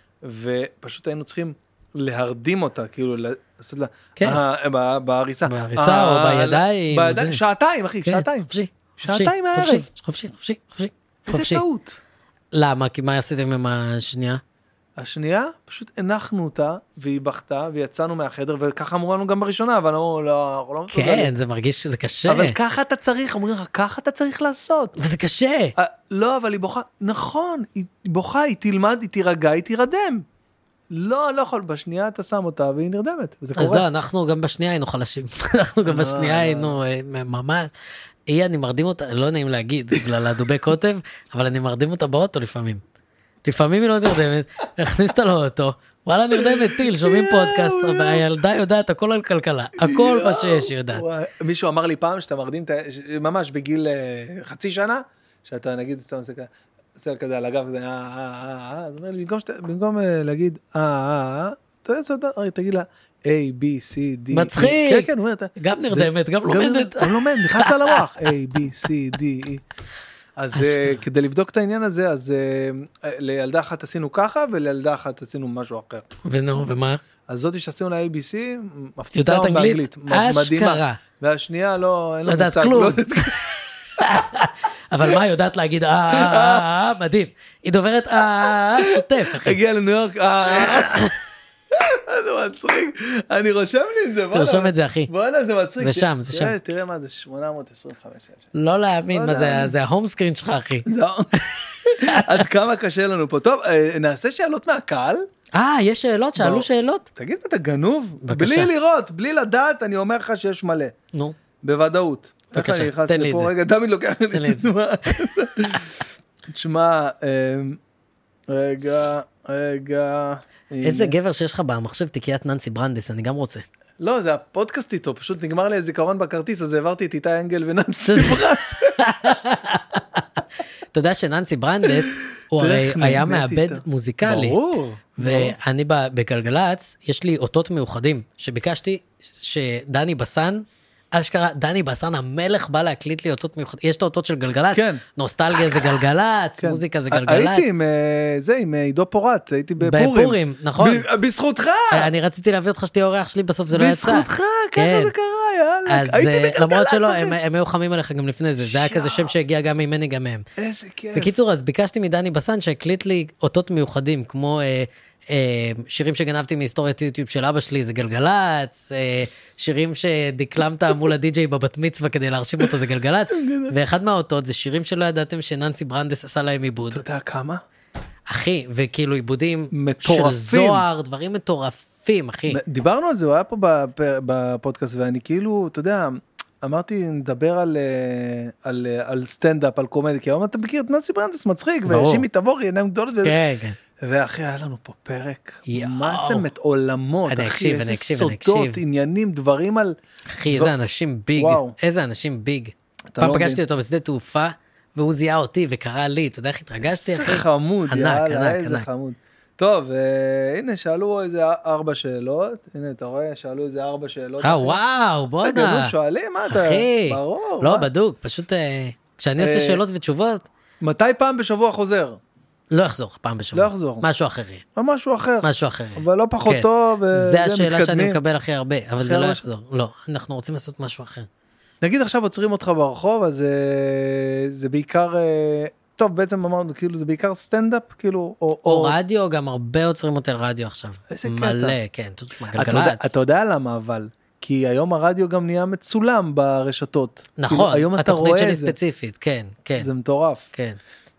ופשוט היינו צריכים להרדים אותה, כאילו, לעשות לה, כן. בהריסה. בהריסה או בידיים. בידיים, שעתיים, אחי, שעתיים. חופשי. שעתיים מהערב. חופשי, חופשי, חופשי. איזה טעות. למה? כי מה עשיתם עם השנייה? השנייה, פשוט הנחנו אותה, והיא בכתה, ויצאנו מהחדר, וככה אמרו לנו גם בראשונה, אבל אמרו, לא, לא... כן, זה מרגיש שזה קשה. אבל ככה אתה צריך, אומרים לך, ככה אתה צריך לעשות. וזה קשה. לא, אבל היא בוכה, נכון, היא בוכה, היא תלמד, היא תירגע, היא תירדם. לא, לא יכול, בשנייה אתה שם אותה, והיא נרדמת, וזה קורה. אז לא, אנחנו גם בשנייה היינו חלשים. אנחנו גם בשנייה היינו ממש... היא, אני מרדים אותה, לא נעים להגיד, בגלל הדובי קוטב, אבל אני מרדים אותה באוטו לפעמים. לפעמים היא לא נרדמת, הכניס אותה לאוטו, וואלה נרדמת טיל, שומעים פודקאסט, הילדה יודעת הכל על כלכלה, הכל מה שיש היא יודעת. מישהו אמר לי פעם שאתה מרדים, ממש בגיל חצי שנה, שאתה נגיד, סתם עושה כזה על הגב, כזה, אה, אה, אה, זאת אומרת, במקום להגיד, אה, אה, אה, תגיד לה, A, B, C, D, מצחיק, כן, כן, הוא אומר, גם נרדמת, גם לומדת. גם לומד, נכנס לה לרוח, A, B, C, D, E. אז כדי לבדוק את העניין הזה, אז לילדה אחת עשינו ככה, ולילדה אחת עשינו משהו אחר. ונו, ומה? אז זאתי שעשינו ל-A B C, מפתיצה באנגלית, אשכרה. והשנייה לא, אין לה מושג. לא יודעת כלום. אבל מה, יודעת להגיד, אה, אה, אה, מדהים. היא דוברת, אה, אה, שוטף. הגיעה לניו יורק, אה, זה מצחיק, אני רושם לי את זה. תרשום את זה, אחי. בוא'נה, זה מצחיק. זה שם, זה שם. תראה מה זה, שמונה מאות עשרים וחמש. לא להאמין, מה זה, זה ההום סקרין שלך, אחי. עד כמה קשה לנו פה. טוב, נעשה שאלות מהקהל. אה, יש שאלות? שאלו שאלות? תגיד, אתה גנוב? בלי לראות, בלי לדעת, אני אומר לך שיש מלא. נו. בוודאות. בבקשה, תן לי את זה. רגע, תמיד לוקח לי את זה. תשמע, רגע, רגע. איזה גבר שיש לך במחשב תיקיית ננסי ברנדס, אני גם רוצה. לא, זה הפודקאסט איתו, פשוט נגמר לי זיכרון בכרטיס, אז העברתי את איתי אנגל וננסי ברנדס. אתה יודע שננסי ברנדס, הוא הרי היה מעבד מוזיקלי. ברור. ואני בגלגלץ, יש לי אותות מיוחדים, שביקשתי שדני בסן, אשכרה, דני בסן, המלך בא להקליט לי אותות מיוחדות, יש את האותות של גלגלץ, כן. נוסטלגיה זה גלגלץ, מוזיקה זה גלגלץ. הייתי עם זה, עם עידו פורט, הייתי בפורים. בפורים, נכון. בזכותך! אני רציתי להביא אותך שתהיה אורח שלי, בסוף זה לא יצא. בזכותך, ככה זה קרה, יאללה. הייתי בגלגלץ. למרות שלא, הם היו חמים עליך גם לפני זה, זה היה כזה שם שהגיע גם ממני גם מהם. איזה כיף. בקיצור, אז ביקשתי מדני בסן שהקליט לי אותות מיוחדים, כמו שירים שגנבתי מהיסטוריית יוטיוב של אבא שלי, זה גלגלץ, שירים שדקלמת מול הדי-ג'יי בבת מצווה כדי להרשים אותו, זה גלגלץ, ואחד מהאותות זה שירים שלא ידעתם שננסי ברנדס עשה להם עיבוד. אתה יודע כמה? אחי, וכאילו עיבודים מטורפים. של זוהר, דברים מטורפים, אחי. דיברנו על זה, הוא היה פה בפודקאסט, ואני כאילו, אתה יודע, אמרתי, נדבר על, על, על סטנדאפ, על קומדיה, כי היום אתה מכיר את ננסי ברנדס מצחיק, ושימי תבורי, עיניים גדולות, כן, כן. ואחי, היה לנו פה פרק, יאו. מה זה מת עולמות, אני אחי, אקשיב, איזה אני אקשיב, סודות, אני אקשיב. עניינים, דברים על... אחי, איזה אנשים ביג, וואו. איזה אנשים ביג. אתה פעם לא פגשתי מבין. אותו בשדה תעופה, והוא זיהה אותי וקרא לי, אתה יודע איך התרגשתי, איזה אחי? חמוד, ענק, יאללה, ענק, איזה ענק. חמוד. טוב, אה, הנה, שאלו איזה ארבע שאלות, הנה, אתה רואה, שאלו איזה ארבע שאלות. אה, וואו, בואנה. רגע, נו, שואלים, מה אתה? אחי, ברור. לא, מה? בדוק, פשוט אה, כשאני עושה אה, שאלות ותשובות, מתי פעם בשבוע חוזר? לא יחזור פעם בשבוע. לא יחזור. משהו אחר יהיה. או משהו אחר. משהו אחר. אבל לא פחות כן. טוב, זה השאלה שאני מתקדמים. מקבל הכי הרבה, אבל זה אחר לא משהו. יחזור. לא, אנחנו רוצים לעשות משהו אחר. נגיד עכשיו עוצרים אותך ברחוב, אז אה, זה בעיקר, אה, טוב, בעצם אמרנו, כאילו, זה בעיקר סטנדאפ, כאילו, או... או רדיו, גם הרבה עוצרים אותי על רדיו עכשיו. איזה קטע. מלא, כן, תשמע, אתה יודע- גלגלצ. אתה יודע למה, אבל? כי היום הרדיו גם נהיה מצולם ברשתות. כאילו, נכון, היום אתה התוכנית רואה שלי את זה. ספציפית, כן, כן, זה מטורף. כן.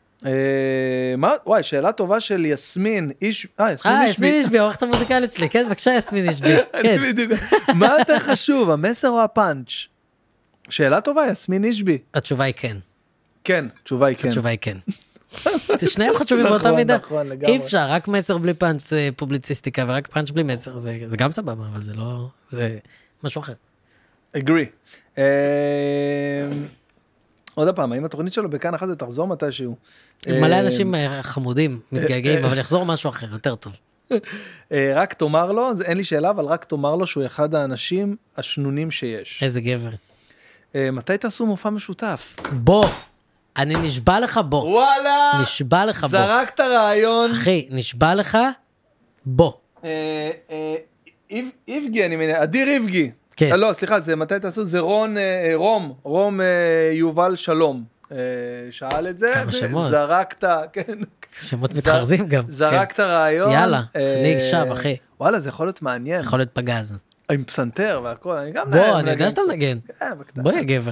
אה, מה, וואי, שאלה טובה של יסמין, איש, אה, יסמין אה, איש, יסמין אישבי, העורכת המוזיקלית שלי, כן, בבקשה יסמין אישבי, כן. אני בדיוק, מה יותר חשוב, המסר או הפאנץ'? שאלה טובה, יסמין אישבי. התשובה היא כן, כן, תשובה היא כן. התשובה היא כן. זה שניהם חשובים נכון, באותה מידה. נכון, לגמרי. אי אפשר, רק מסר בלי פאנץ' זה פובליציסטיקה, ורק פאנץ' בלי מסר, זה זה גם סבבה, אבל זה לא, זה משהו אחר. agree. אה, עוד פעם, האם התוכנית שלו בכאן אחת זה תחזור מתישהו? מלא אה, אנשים אה, חמודים, מתגעגעים, אבל יחזור משהו אחר, יותר טוב. אה, רק תאמר לו, זה- אין לי שאלה, אבל רק תאמר לו שהוא אחד האנשים השנונים שיש. איזה גבר. אה, מתי תעשו מופע משותף? בוא, אני נשבע לך בוא, וואלה! נשבע לך בוא. זרקת רעיון. אחי, נשבע לך בוא. אה, אה, איב- איבגי, אני מניח, אדיר איבגי. כן. אה, לא, סליחה, זה מתי תעשו? זה רון, אה, רום, רום אה, יובל שלום. אה, שאל את זה, כמה שמות. זרקת, כן. שמות מתחרזים גם. זרקת רעיון. יאללה, אה, אני שם, אחי. וואלה, זה יכול להיות מעניין. יכול להיות פגז. עם פסנתר והכל, אני גם... בוא, אני יודע שאתה מנגן. כן, בקטנה. בוא יא גבר.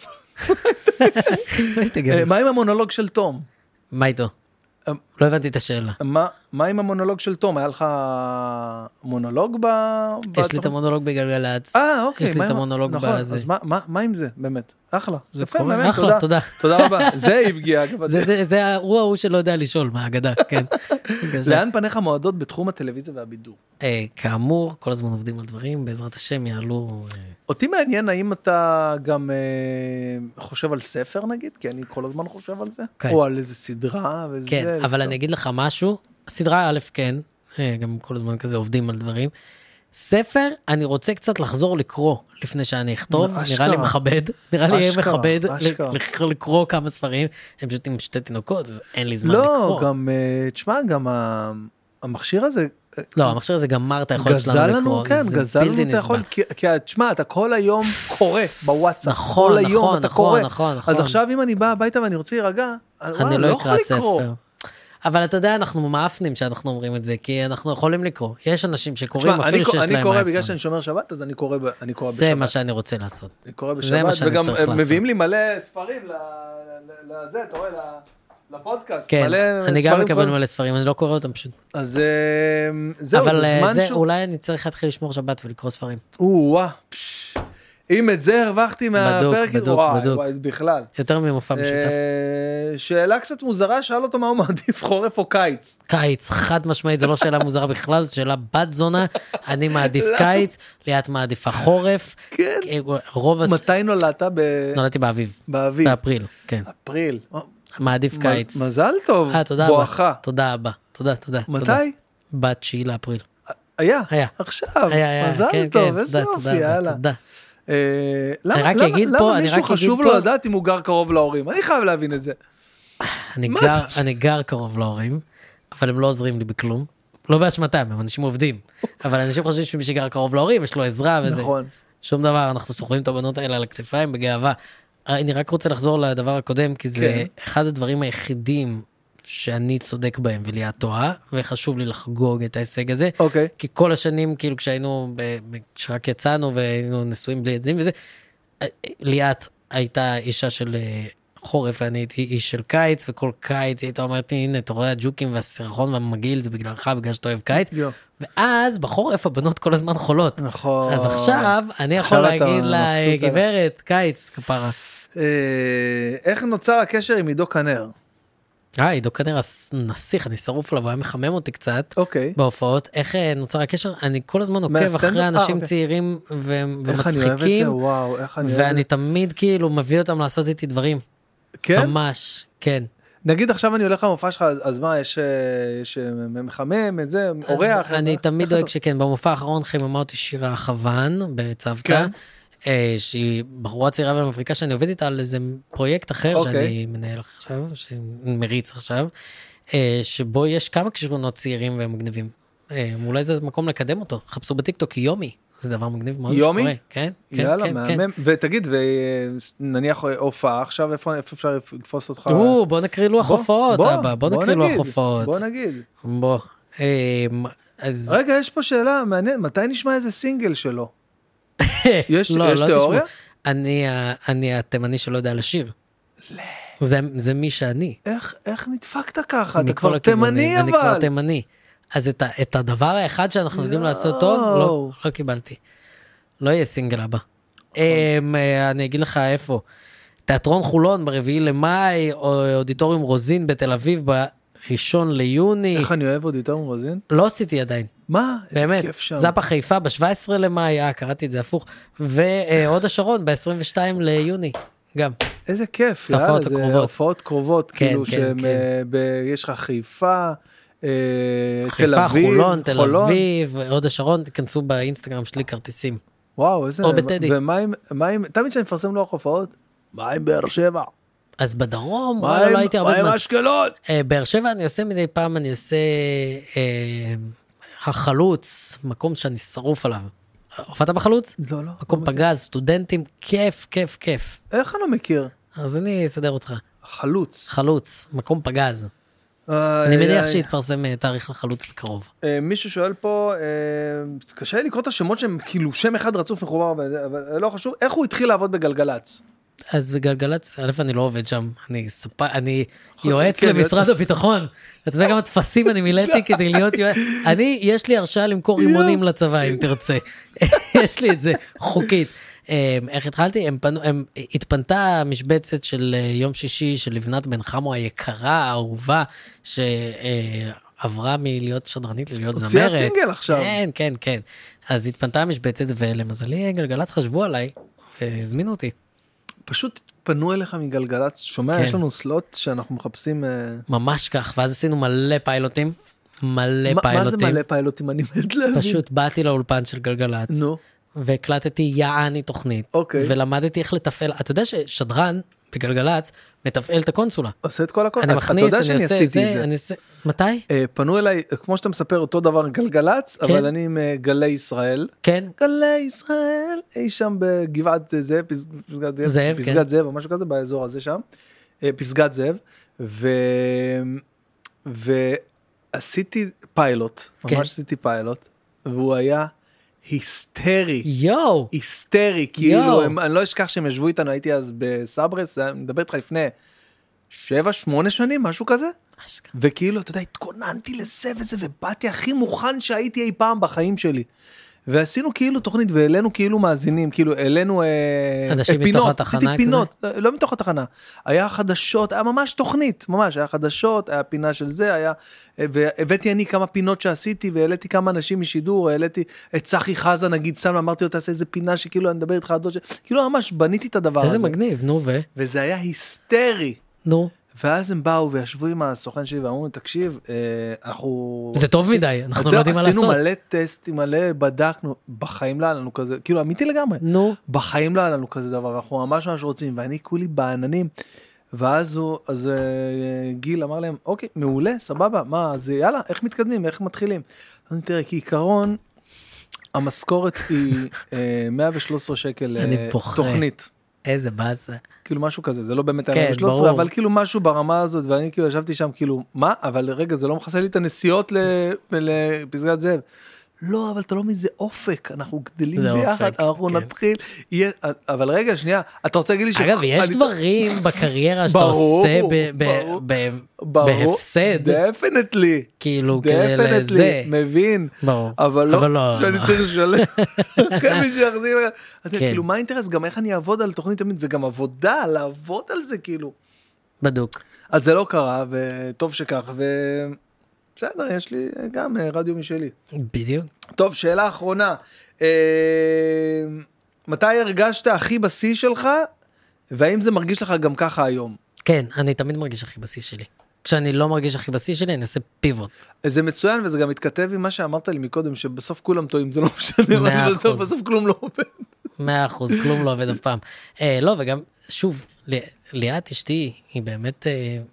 בוא יא גבר. אה, מה עם המונולוג של תום? מה איתו? לא הבנתי את השאלה. מה, מה עם המונולוג של תום? היה לך מונולוג ב... יש לי את המונולוג בגלגלצ. אה, אוקיי. יש לי מה את עם- המונולוג נכון, בזה. אז מה, מה, מה עם זה, באמת? אחלה. זה יפה, קורה, באמת, אחלה, תודה. תודה. תודה רבה. זה הבגיע, אגב. זה- זה- זה הוא ההוא שלא יודע לשאול, מהאגדה, כן. בבקשה. לאן פניך מועדות בתחום הטלוויזיה והבידור? אה, כאמור, כל הזמן עובדים על דברים, בעזרת השם יעלו... אה, אותי מעניין, האם אתה גם אה, חושב על ספר, נגיד? כי אני כל הזמן חושב על זה. כן. או על איזה סדרה וזה. כן, אבל טוב. אני אגיד לך משהו, הסדרה א' כן, אה, גם כל הזמן כזה עובדים על דברים. ספר, אני רוצה קצת לחזור לקרוא לפני שאני אכתוב, אשכרה. נראה לי מכבד, נראה לי יהיה אשכרה, מכבד אשכרה. לקרוא- לקרוא כמה ספרים, הם פשוט עם שתי תינוקות, אז אין לי זמן לא, לקרוא. גם, אה, תשמע, גם ה- המכשיר הזה... אה, לא, המכשיר הזה גמר את היכולת גזל שלנו לנו, לקרוא, כן, זה גזל בלתי לנו את היכולת, נסבל. כי, כי תשמע, אתה כל היום קורא בוואטסאפ, נכון, כל היום נכון, אתה נכון, קורא. נכון, נכון. אז עכשיו אם אני בא הביתה ואני רוצה להירגע, אני לא אקרא ספר. אבל אתה יודע, אנחנו מאפנים שאנחנו אומרים את זה, כי אנחנו יכולים לקרוא. יש אנשים שקוראים תשמע, אני, אפילו שיש אני להם קורא אייפון. בגלל שאני שומר שבת, אז אני קורא, ב, אני קורא זה בשבת. מה שאני רוצה לעשות. אני קורא זה מה בשבת, שאני וגם צריך הם לעשות. מביאים לי מלא ספרים ל- ל- לזה, אתה רואה, ל- לפודקאסט. כן, מלא אני גם ספרים מקבל כל- מלא ספרים, אני לא קורא אותם פשוט. אז אה, זהו, אבל זה אה, זמן זה, שהוא... אולי אני צריך להתחיל לשמור שבת ולקרוא ספרים. או-אה, פש. אם את זה הרווחתי מהפרק, בדוק, וואי, בדוק. וואי, בכלל. יותר ממופע משותף. אה, שאלה קצת מוזרה, שאל אותו מה הוא מעדיף, חורף או קיץ. קיץ, חד משמעית, זו לא שאלה מוזרה בכלל, זו שאלה בת זונה, אני מעדיף קיץ, ליאת מעדיפה חורף. כן. רוב הס... מתי נולדת? ב- נולדתי באביב, באביב. באפריל, כן. אפריל. מעדיף קיץ. מזל טוב, אה, תודה בואכה. רבה. תודה רבה. תודה, תודה. תודה. מתי? בתשיעי לאפריל. היה. היה. עכשיו. היה, היה, מזל כן, טוב, כן, איזה תודה, תודה יופי, רבה, יאללה. תודה. למה מישהו חשוב לו לדעת אם הוא גר קרוב להורים? אני חייב להבין את זה. אני גר קרוב להורים, אבל הם לא עוזרים לי בכלום. לא באשמתם, הם אנשים עובדים. אבל אנשים חושבים שמי שגר קרוב להורים, יש לו עזרה וזה. נכון. שום דבר, אנחנו סוחרים את הבנות האלה על הכתפיים בגאווה. אני רק רוצה לחזור לדבר הקודם, כי זה אחד הדברים היחידים שאני צודק בהם וליאת טועה, וחשוב לי לחגוג את ההישג הזה. אוקיי. כי כל השנים, כאילו כשהיינו, כשרק יצאנו והיינו נשואים בלי ילדים וזה, ליאת הייתה אישה של חורף, ואני הייתי איש של קיץ, וכל קיץ היא הייתה אומרת, הנה, אתה רואה הג'וקים והסירחון והמגעיל, זה בגללך, בגלל שאתה אוהב קיץ. ואז בחורף הבנות כל הזמן חולות. נכון. אז עכשיו אני יכול להגיד לה, גברת, קיץ, כפרה. איך נוצר הקשר עם עידו כנר? אה, עידו כנר נסיך, אני שרוף עליו, הוא היה מחמם אותי קצת אוקיי. בהופעות. איך נוצר הקשר? אני כל הזמן עוקב אחרי אנשים צעירים ומצחיקים, ואני תמיד כאילו מביא אותם לעשות איתי דברים. כן? ממש, כן. נגיד עכשיו אני הולך למופע שלך, אז מה, יש מחמם את זה, אורח? אני תמיד דואג שכן, במופע האחרון חיממה אותי שירה חוון בצוותא, שהיא בחורה צעירה במבריקה שאני עובד איתה על איזה פרויקט אחר שאני מנהל עכשיו, שמריץ עכשיו, שבו יש כמה כישרונות צעירים ומגניבים. אולי זה מקום לקדם אותו, חפשו בטיקטוק יומי. זה דבר מגניב מאוד יומי? שקורה, כן? יאללה, מהמם. ותגיד, ונניח הופעה עכשיו, איפה אפשר לתפוס אותך? בוא נקריא לוח הופעות, אבא, בוא נקריא לוח הופעות. בוא נגיד. בוא. רגע, יש פה שאלה מעניינת, מתי נשמע איזה סינגל שלו? יש תיאוריה? אני התימני שלא יודע לשיר. זה מי שאני. איך נדפקת ככה? אתה כבר תימני אבל. אני כבר תימני. אז את, את הדבר האחד שאנחנו יודעים לעשות טוב, לא, לא קיבלתי. לא יהיה סינגל הבא. אני אגיד לך איפה. תיאטרון חולון ברביעי למאי, או אודיטוריום רוזין בתל אביב בראשון ליוני. איך אני אוהב אודיטוריום רוזין? לא עשיתי עדיין. מה? באמת. כיף שם. זאפה חיפה ב-שבעה עשר למאי, אה, קראתי את זה הפוך. ועוד השרון ב-עשרים ושניים ליוני. גם. איזה כיף. זה הופעות הקרובות. הופעות קרובות, כאילו שיש לך חיפה, חיפה, חולון, תל אביב, עוד השרון, תכנסו באינסטגרם שלי כרטיסים. וואו, איזה... או בטדי. ומה עם... תמיד שאני מפרסם לוח הופעות, מה עם באר שבע? אז בדרום, וואלה, לא הייתי הרבה זמן. מה עם אשקלון? באר שבע אני עושה מדי פעם, אני עושה החלוץ, מקום שאני שרוף עליו. הופעת בחלוץ? לא, לא. מקום פגז, סטודנטים, כיף, כיף, כיף. איך אני לא מכיר? אז אני אסדר אותך. חלוץ. חלוץ, מקום פגז. אני מניח שיתפרסם תאריך לחלוץ בקרוב. מישהו שואל פה, קשה לי לקרוא את השמות שהם כאילו שם אחד רצוף מחובר, אבל לא חשוב, איך הוא התחיל לעבוד בגלגלץ? אז בגלגלץ, א' אני לא עובד שם, אני יועץ למשרד הביטחון, אתה יודע כמה תפסים אני מילאתי כדי להיות יועץ, אני, יש לי הרשאה למכור רימונים לצבא אם תרצה, יש לי את זה חוקית. איך התחלתי? הם פנו, הם התפנתה משבצת של יום שישי של לבנת בן חמו היקרה, האהובה, שעברה מלהיות שדרנית ללהיות זמרת. הוציאה סינגל עכשיו. כן, כן, כן. אז התפנתה המשבצת, ולמזלי גלגלץ חשבו עליי, והזמינו אותי. פשוט פנו אליך מגלגלץ, שומע, יש לנו סלוט שאנחנו מחפשים... ממש כך, ואז עשינו מלא פיילוטים, מלא פיילוטים. מה זה מלא פיילוטים? אני מת להבין. פשוט באתי לאולפן של גלגלץ. נו. והקלטתי יעני תוכנית, אוקיי. ולמדתי איך לתפעל, אתה יודע ששדרן בגלגלץ מתפעל את הקונסולה. עושה את כל הקונסולה. אני מכניס, אני עושה את זה, אני עושה... מתי? פנו אליי, כמו שאתה מספר אותו דבר גלגלץ, אבל אני עם גלי ישראל. כן. גלי ישראל, אי שם בגבעת זה, פסגת זאב, או משהו כזה באזור הזה שם, פסגת זאב, ועשיתי פיילוט, ממש עשיתי פיילוט, והוא היה... היסטרי, יו, היסטרי, כאילו, הם, אני לא אשכח שהם ישבו איתנו, הייתי אז בסברס, אני מדבר איתך לפני שבע, שמונה שנים, משהו כזה, אשכה. וכאילו, אתה יודע, התכוננתי לזה וזה, ובאתי הכי מוכן שהייתי אי פעם בחיים שלי, ועשינו כאילו תוכנית, והעלינו כאילו מאזינים, כאילו, העלינו אנשים אה, מתוך התחנה פינות, כזה? לא מתוך התחנה, היה חדשות, היה ממש תוכנית, ממש, היה חדשות, היה פינה של זה, היה, והבאתי אני כמה פינות שעשיתי, והעליתי כמה אנשים משידור, העליתי את צחי חזה, נגיד, סתם, אמרתי לו, תעשה איזה פינה שכאילו, אני מדבר איתך, כאילו, ממש בניתי את הדבר הזה. איזה מגניב, נו ו? וזה היה היסטרי. נו. ואז הם באו וישבו עם הסוכן שלי ואמרו, תקשיב, אנחנו... זה טוב מדי, אנחנו לא יודעים מה לעשות. עשינו מלא טסטים, מלא בדקנו, בחיים לא לנו כזה, כאילו אמיתי לגמרי. נו. בחיים לא לנו כזה דבר, אנחנו ממש ממש רוצים, ואני כולי בעננים, ואז הוא, אז גיל אמר להם, אוקיי, מעולה, סבבה, מה, אז יאללה, איך מתקדמים, איך מתחילים? אז תראה, כעיקרון, המשכורת היא מאה ושלוש עשרה שקל תוכנית. איזה באסה. כאילו משהו כזה, זה לא באמת מאה ושלוש עשרה, אבל כאילו משהו ברמה הזאת, ואני כאילו ישבתי שם כאילו, מה? אבל רגע, זה לא מכסה לי את הנסיעות לפסגת זאב. לא, אבל אתה לא מזה אופק, אנחנו גדלים ביחד, אנחנו נתחיל, אבל רגע, שנייה, אתה רוצה להגיד לי ש... אגב, יש דברים בקריירה שאתה עושה בהפסד. דפנטלי. כאילו, כאלה זה. מבין. אבל לא, שאני צריך לשלם. כן, מי שיחזיר. כאילו, מה האינטרס? גם איך אני אעבוד על תוכנית תמיד? זה גם עבודה, לעבוד על זה, כאילו. בדוק. אז זה לא קרה, וטוב שכך, ו... בסדר, יש לי גם רדיו משלי. בדיוק. טוב, שאלה אחרונה. מתי הרגשת הכי בשיא שלך, והאם זה מרגיש לך גם ככה היום? כן, אני תמיד מרגיש הכי בשיא שלי. כשאני לא מרגיש הכי בשיא שלי, אני עושה פיבוט. זה מצוין, וזה גם מתכתב עם מה שאמרת לי מקודם, שבסוף כולם טועים, זה לא משנה, בסוף, בסוף כלום לא עובד. מאה אחוז, כלום לא עובד אף פעם. לא, וגם, שוב, ליאת אשתי, היא באמת...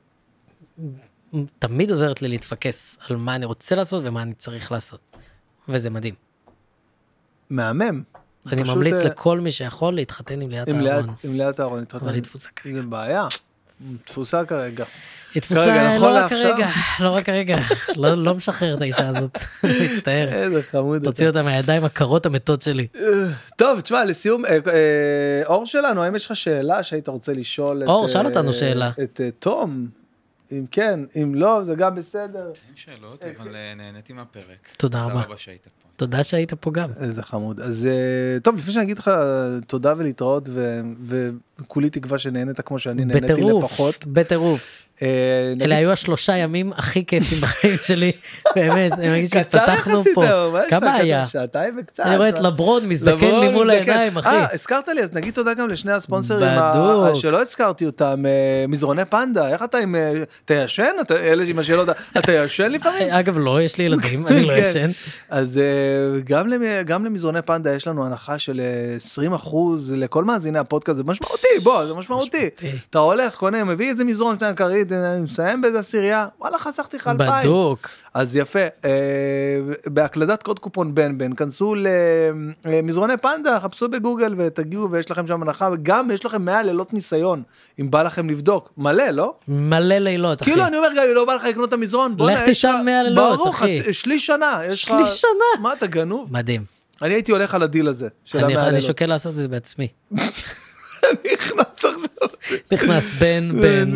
תמיד עוזרת לי להתפקס על מה אני רוצה לעשות ומה אני צריך לעשות. וזה מדהים. מהמם. אני ממליץ לכל מי שיכול להתחתן עם ליאת אהרון. עם ליאת אהרון להתחתן. אבל היא תפוסה כרגע. זה בעיה. תפוסה כרגע. היא תפוסה לא רק כרגע. לא רק כרגע. לא משחרר את האישה הזאת. מצטער. איזה חמוד. תוציא אותה מהידיים הקרות המתות שלי. טוב, תשמע, לסיום, אור שלנו, האם יש לך שאלה שהיית רוצה לשאול? אור, שאל אותנו שאלה. את תום. אם כן, אם לא, זה גם בסדר. אין שאלות, אבל נהניתי מהפרק. תודה רבה. תודה שהיית פה גם. איזה חמוד. אז טוב, לפני שאני אגיד לך תודה ולהתראות, וכולי תקווה שנהנית כמו שאני נהניתי לפחות. בטירוף. אלה היו השלושה ימים הכי כיפים בחיים שלי, באמת, אני מגיד שפתחנו פה, כמה היה? שעתיים וקצת. אני רואה את לברון מזדקן לי מול העיניים, אחי. אה, הזכרת לי, אז נגיד תודה גם לשני הספונסרים, שלא הזכרתי אותם, מזרוני פנדה, איך אתה עם, אתה ישן? אלה עם השאלות, אתה ישן לפעמים? אגב, לא, יש לי ילדים, אני לא ישן. אז גם למזרוני פנדה יש לנו הנחה של עשרים אחוז לכל מאזיני הפודקאסט, זה משמעותי, בוא, זה משמעותי. אתה הולך, קונה, מביא איזה מזרון שני הכרית, אני מסיים באיזה עשירייה, וואלה, חסכתי לך אלפיים. בדוק. אז יפה, בהקלדת קוד קופון בן בן, כנסו למזרוני פנדה, חפשו בגוגל ותגיעו, ויש לכם שם הנחה, וגם יש לכם מאה לילות ניסיון, אם בא לכם לבדוק. מלא, לא? מלא לילות, אחי. כאילו, אני אומר, גיא, לא בא לך לקנות את המזרון, לך תשאל מאה לילות, אחי. ברוך, שליש שנה. שליש שנה. מה, אתה גנוב? מדהים. אני הייתי הולך על הדיל הזה. אני שוקל לעשות את זה בעצמי. נכנס עכשיו. נכנס בן, בן.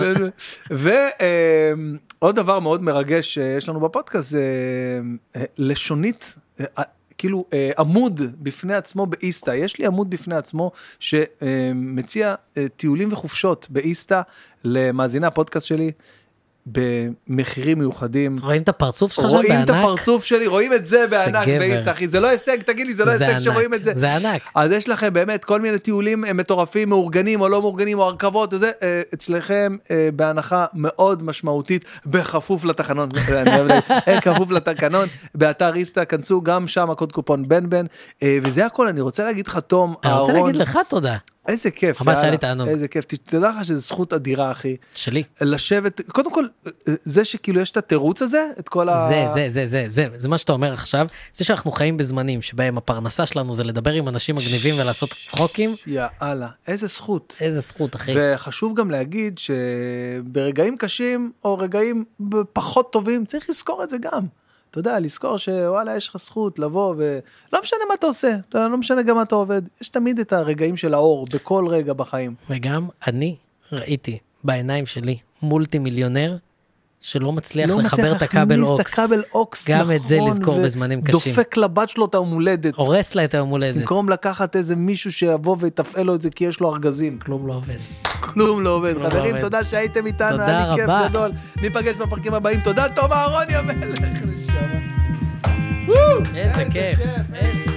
ועוד דבר מאוד מרגש שיש לנו בפודקאסט, זה לשונית, כאילו עמוד בפני עצמו באיסטה. יש לי עמוד בפני עצמו שמציע טיולים וחופשות באיסטה למאזיני הפודקאסט שלי, במחירים מיוחדים. רואים את הפרצוף שלך שם בענק? רואים את הפרצוף שלי, רואים את זה בענק באיסטה, אחי. זה לא הישג, תגיד לי, זה לא הישג שרואים את זה. זה ענק. אז יש לכם באמת כל מיני טיולים מטורפים, מאורגנים או לא מאורגנים, או הרכבות, וזה אצלכם בהנחה מאוד משמעותית, בכפוף לתקנון, כפוף לתקנון, באתר איסטה, כנסו גם שם הקוד קופון בן בן, וזה הכל, אני רוצה להגיד לך, תום, אני רוצה להגיד לך תודה. איזה כיף, ממש היה לי תענוג. איזה כיף, תדע לך שזו זכות אדירה, אחי. שלי. לשבת, קודם כל, זה שכאילו יש את התירוץ הזה, את כל ה... זה, זה, זה, זה, זה, זה מה שאתה אומר עכשיו, זה שאנחנו חיים בזמנים שבהם הפרנסה שלנו זה לדבר עם אנשים מגניבים ולעשות צחוקים. יאללה, איזה זכות. איזה זכות, אחי. וחשוב גם להגיד שברגעים קשים, או רגעים פחות טובים, צריך לזכור את זה גם. אתה יודע, לזכור שוואלה, יש לך זכות לבוא, ולא משנה מה אתה עושה, אתה לא משנה גם מה אתה עובד, יש תמיד את הרגעים של האור, בכל רגע בחיים. וגם אני ראיתי בעיניים שלי מולטי מיליונר, שלא מצליח לא לחבר מצליח את הכבל להכניס אוקס. את הכבל אוקס, גם נכון, את זה לזכור בזמנים קשים. דופק לבת שלו את המולדת. הורס לה את המולדת. במקום לקחת איזה מישהו שיבוא ויתפעל לו את זה, כי יש לו ארגזים. כלום לא עובד. כלום לא עובד. חברים, לא תודה שהייתם איתנו. תודה היה לי רבה. כיף גדול. ניפגש בפרקים הבאים. תודה, תום אהרון, יא מלך. איזה כיף. איזה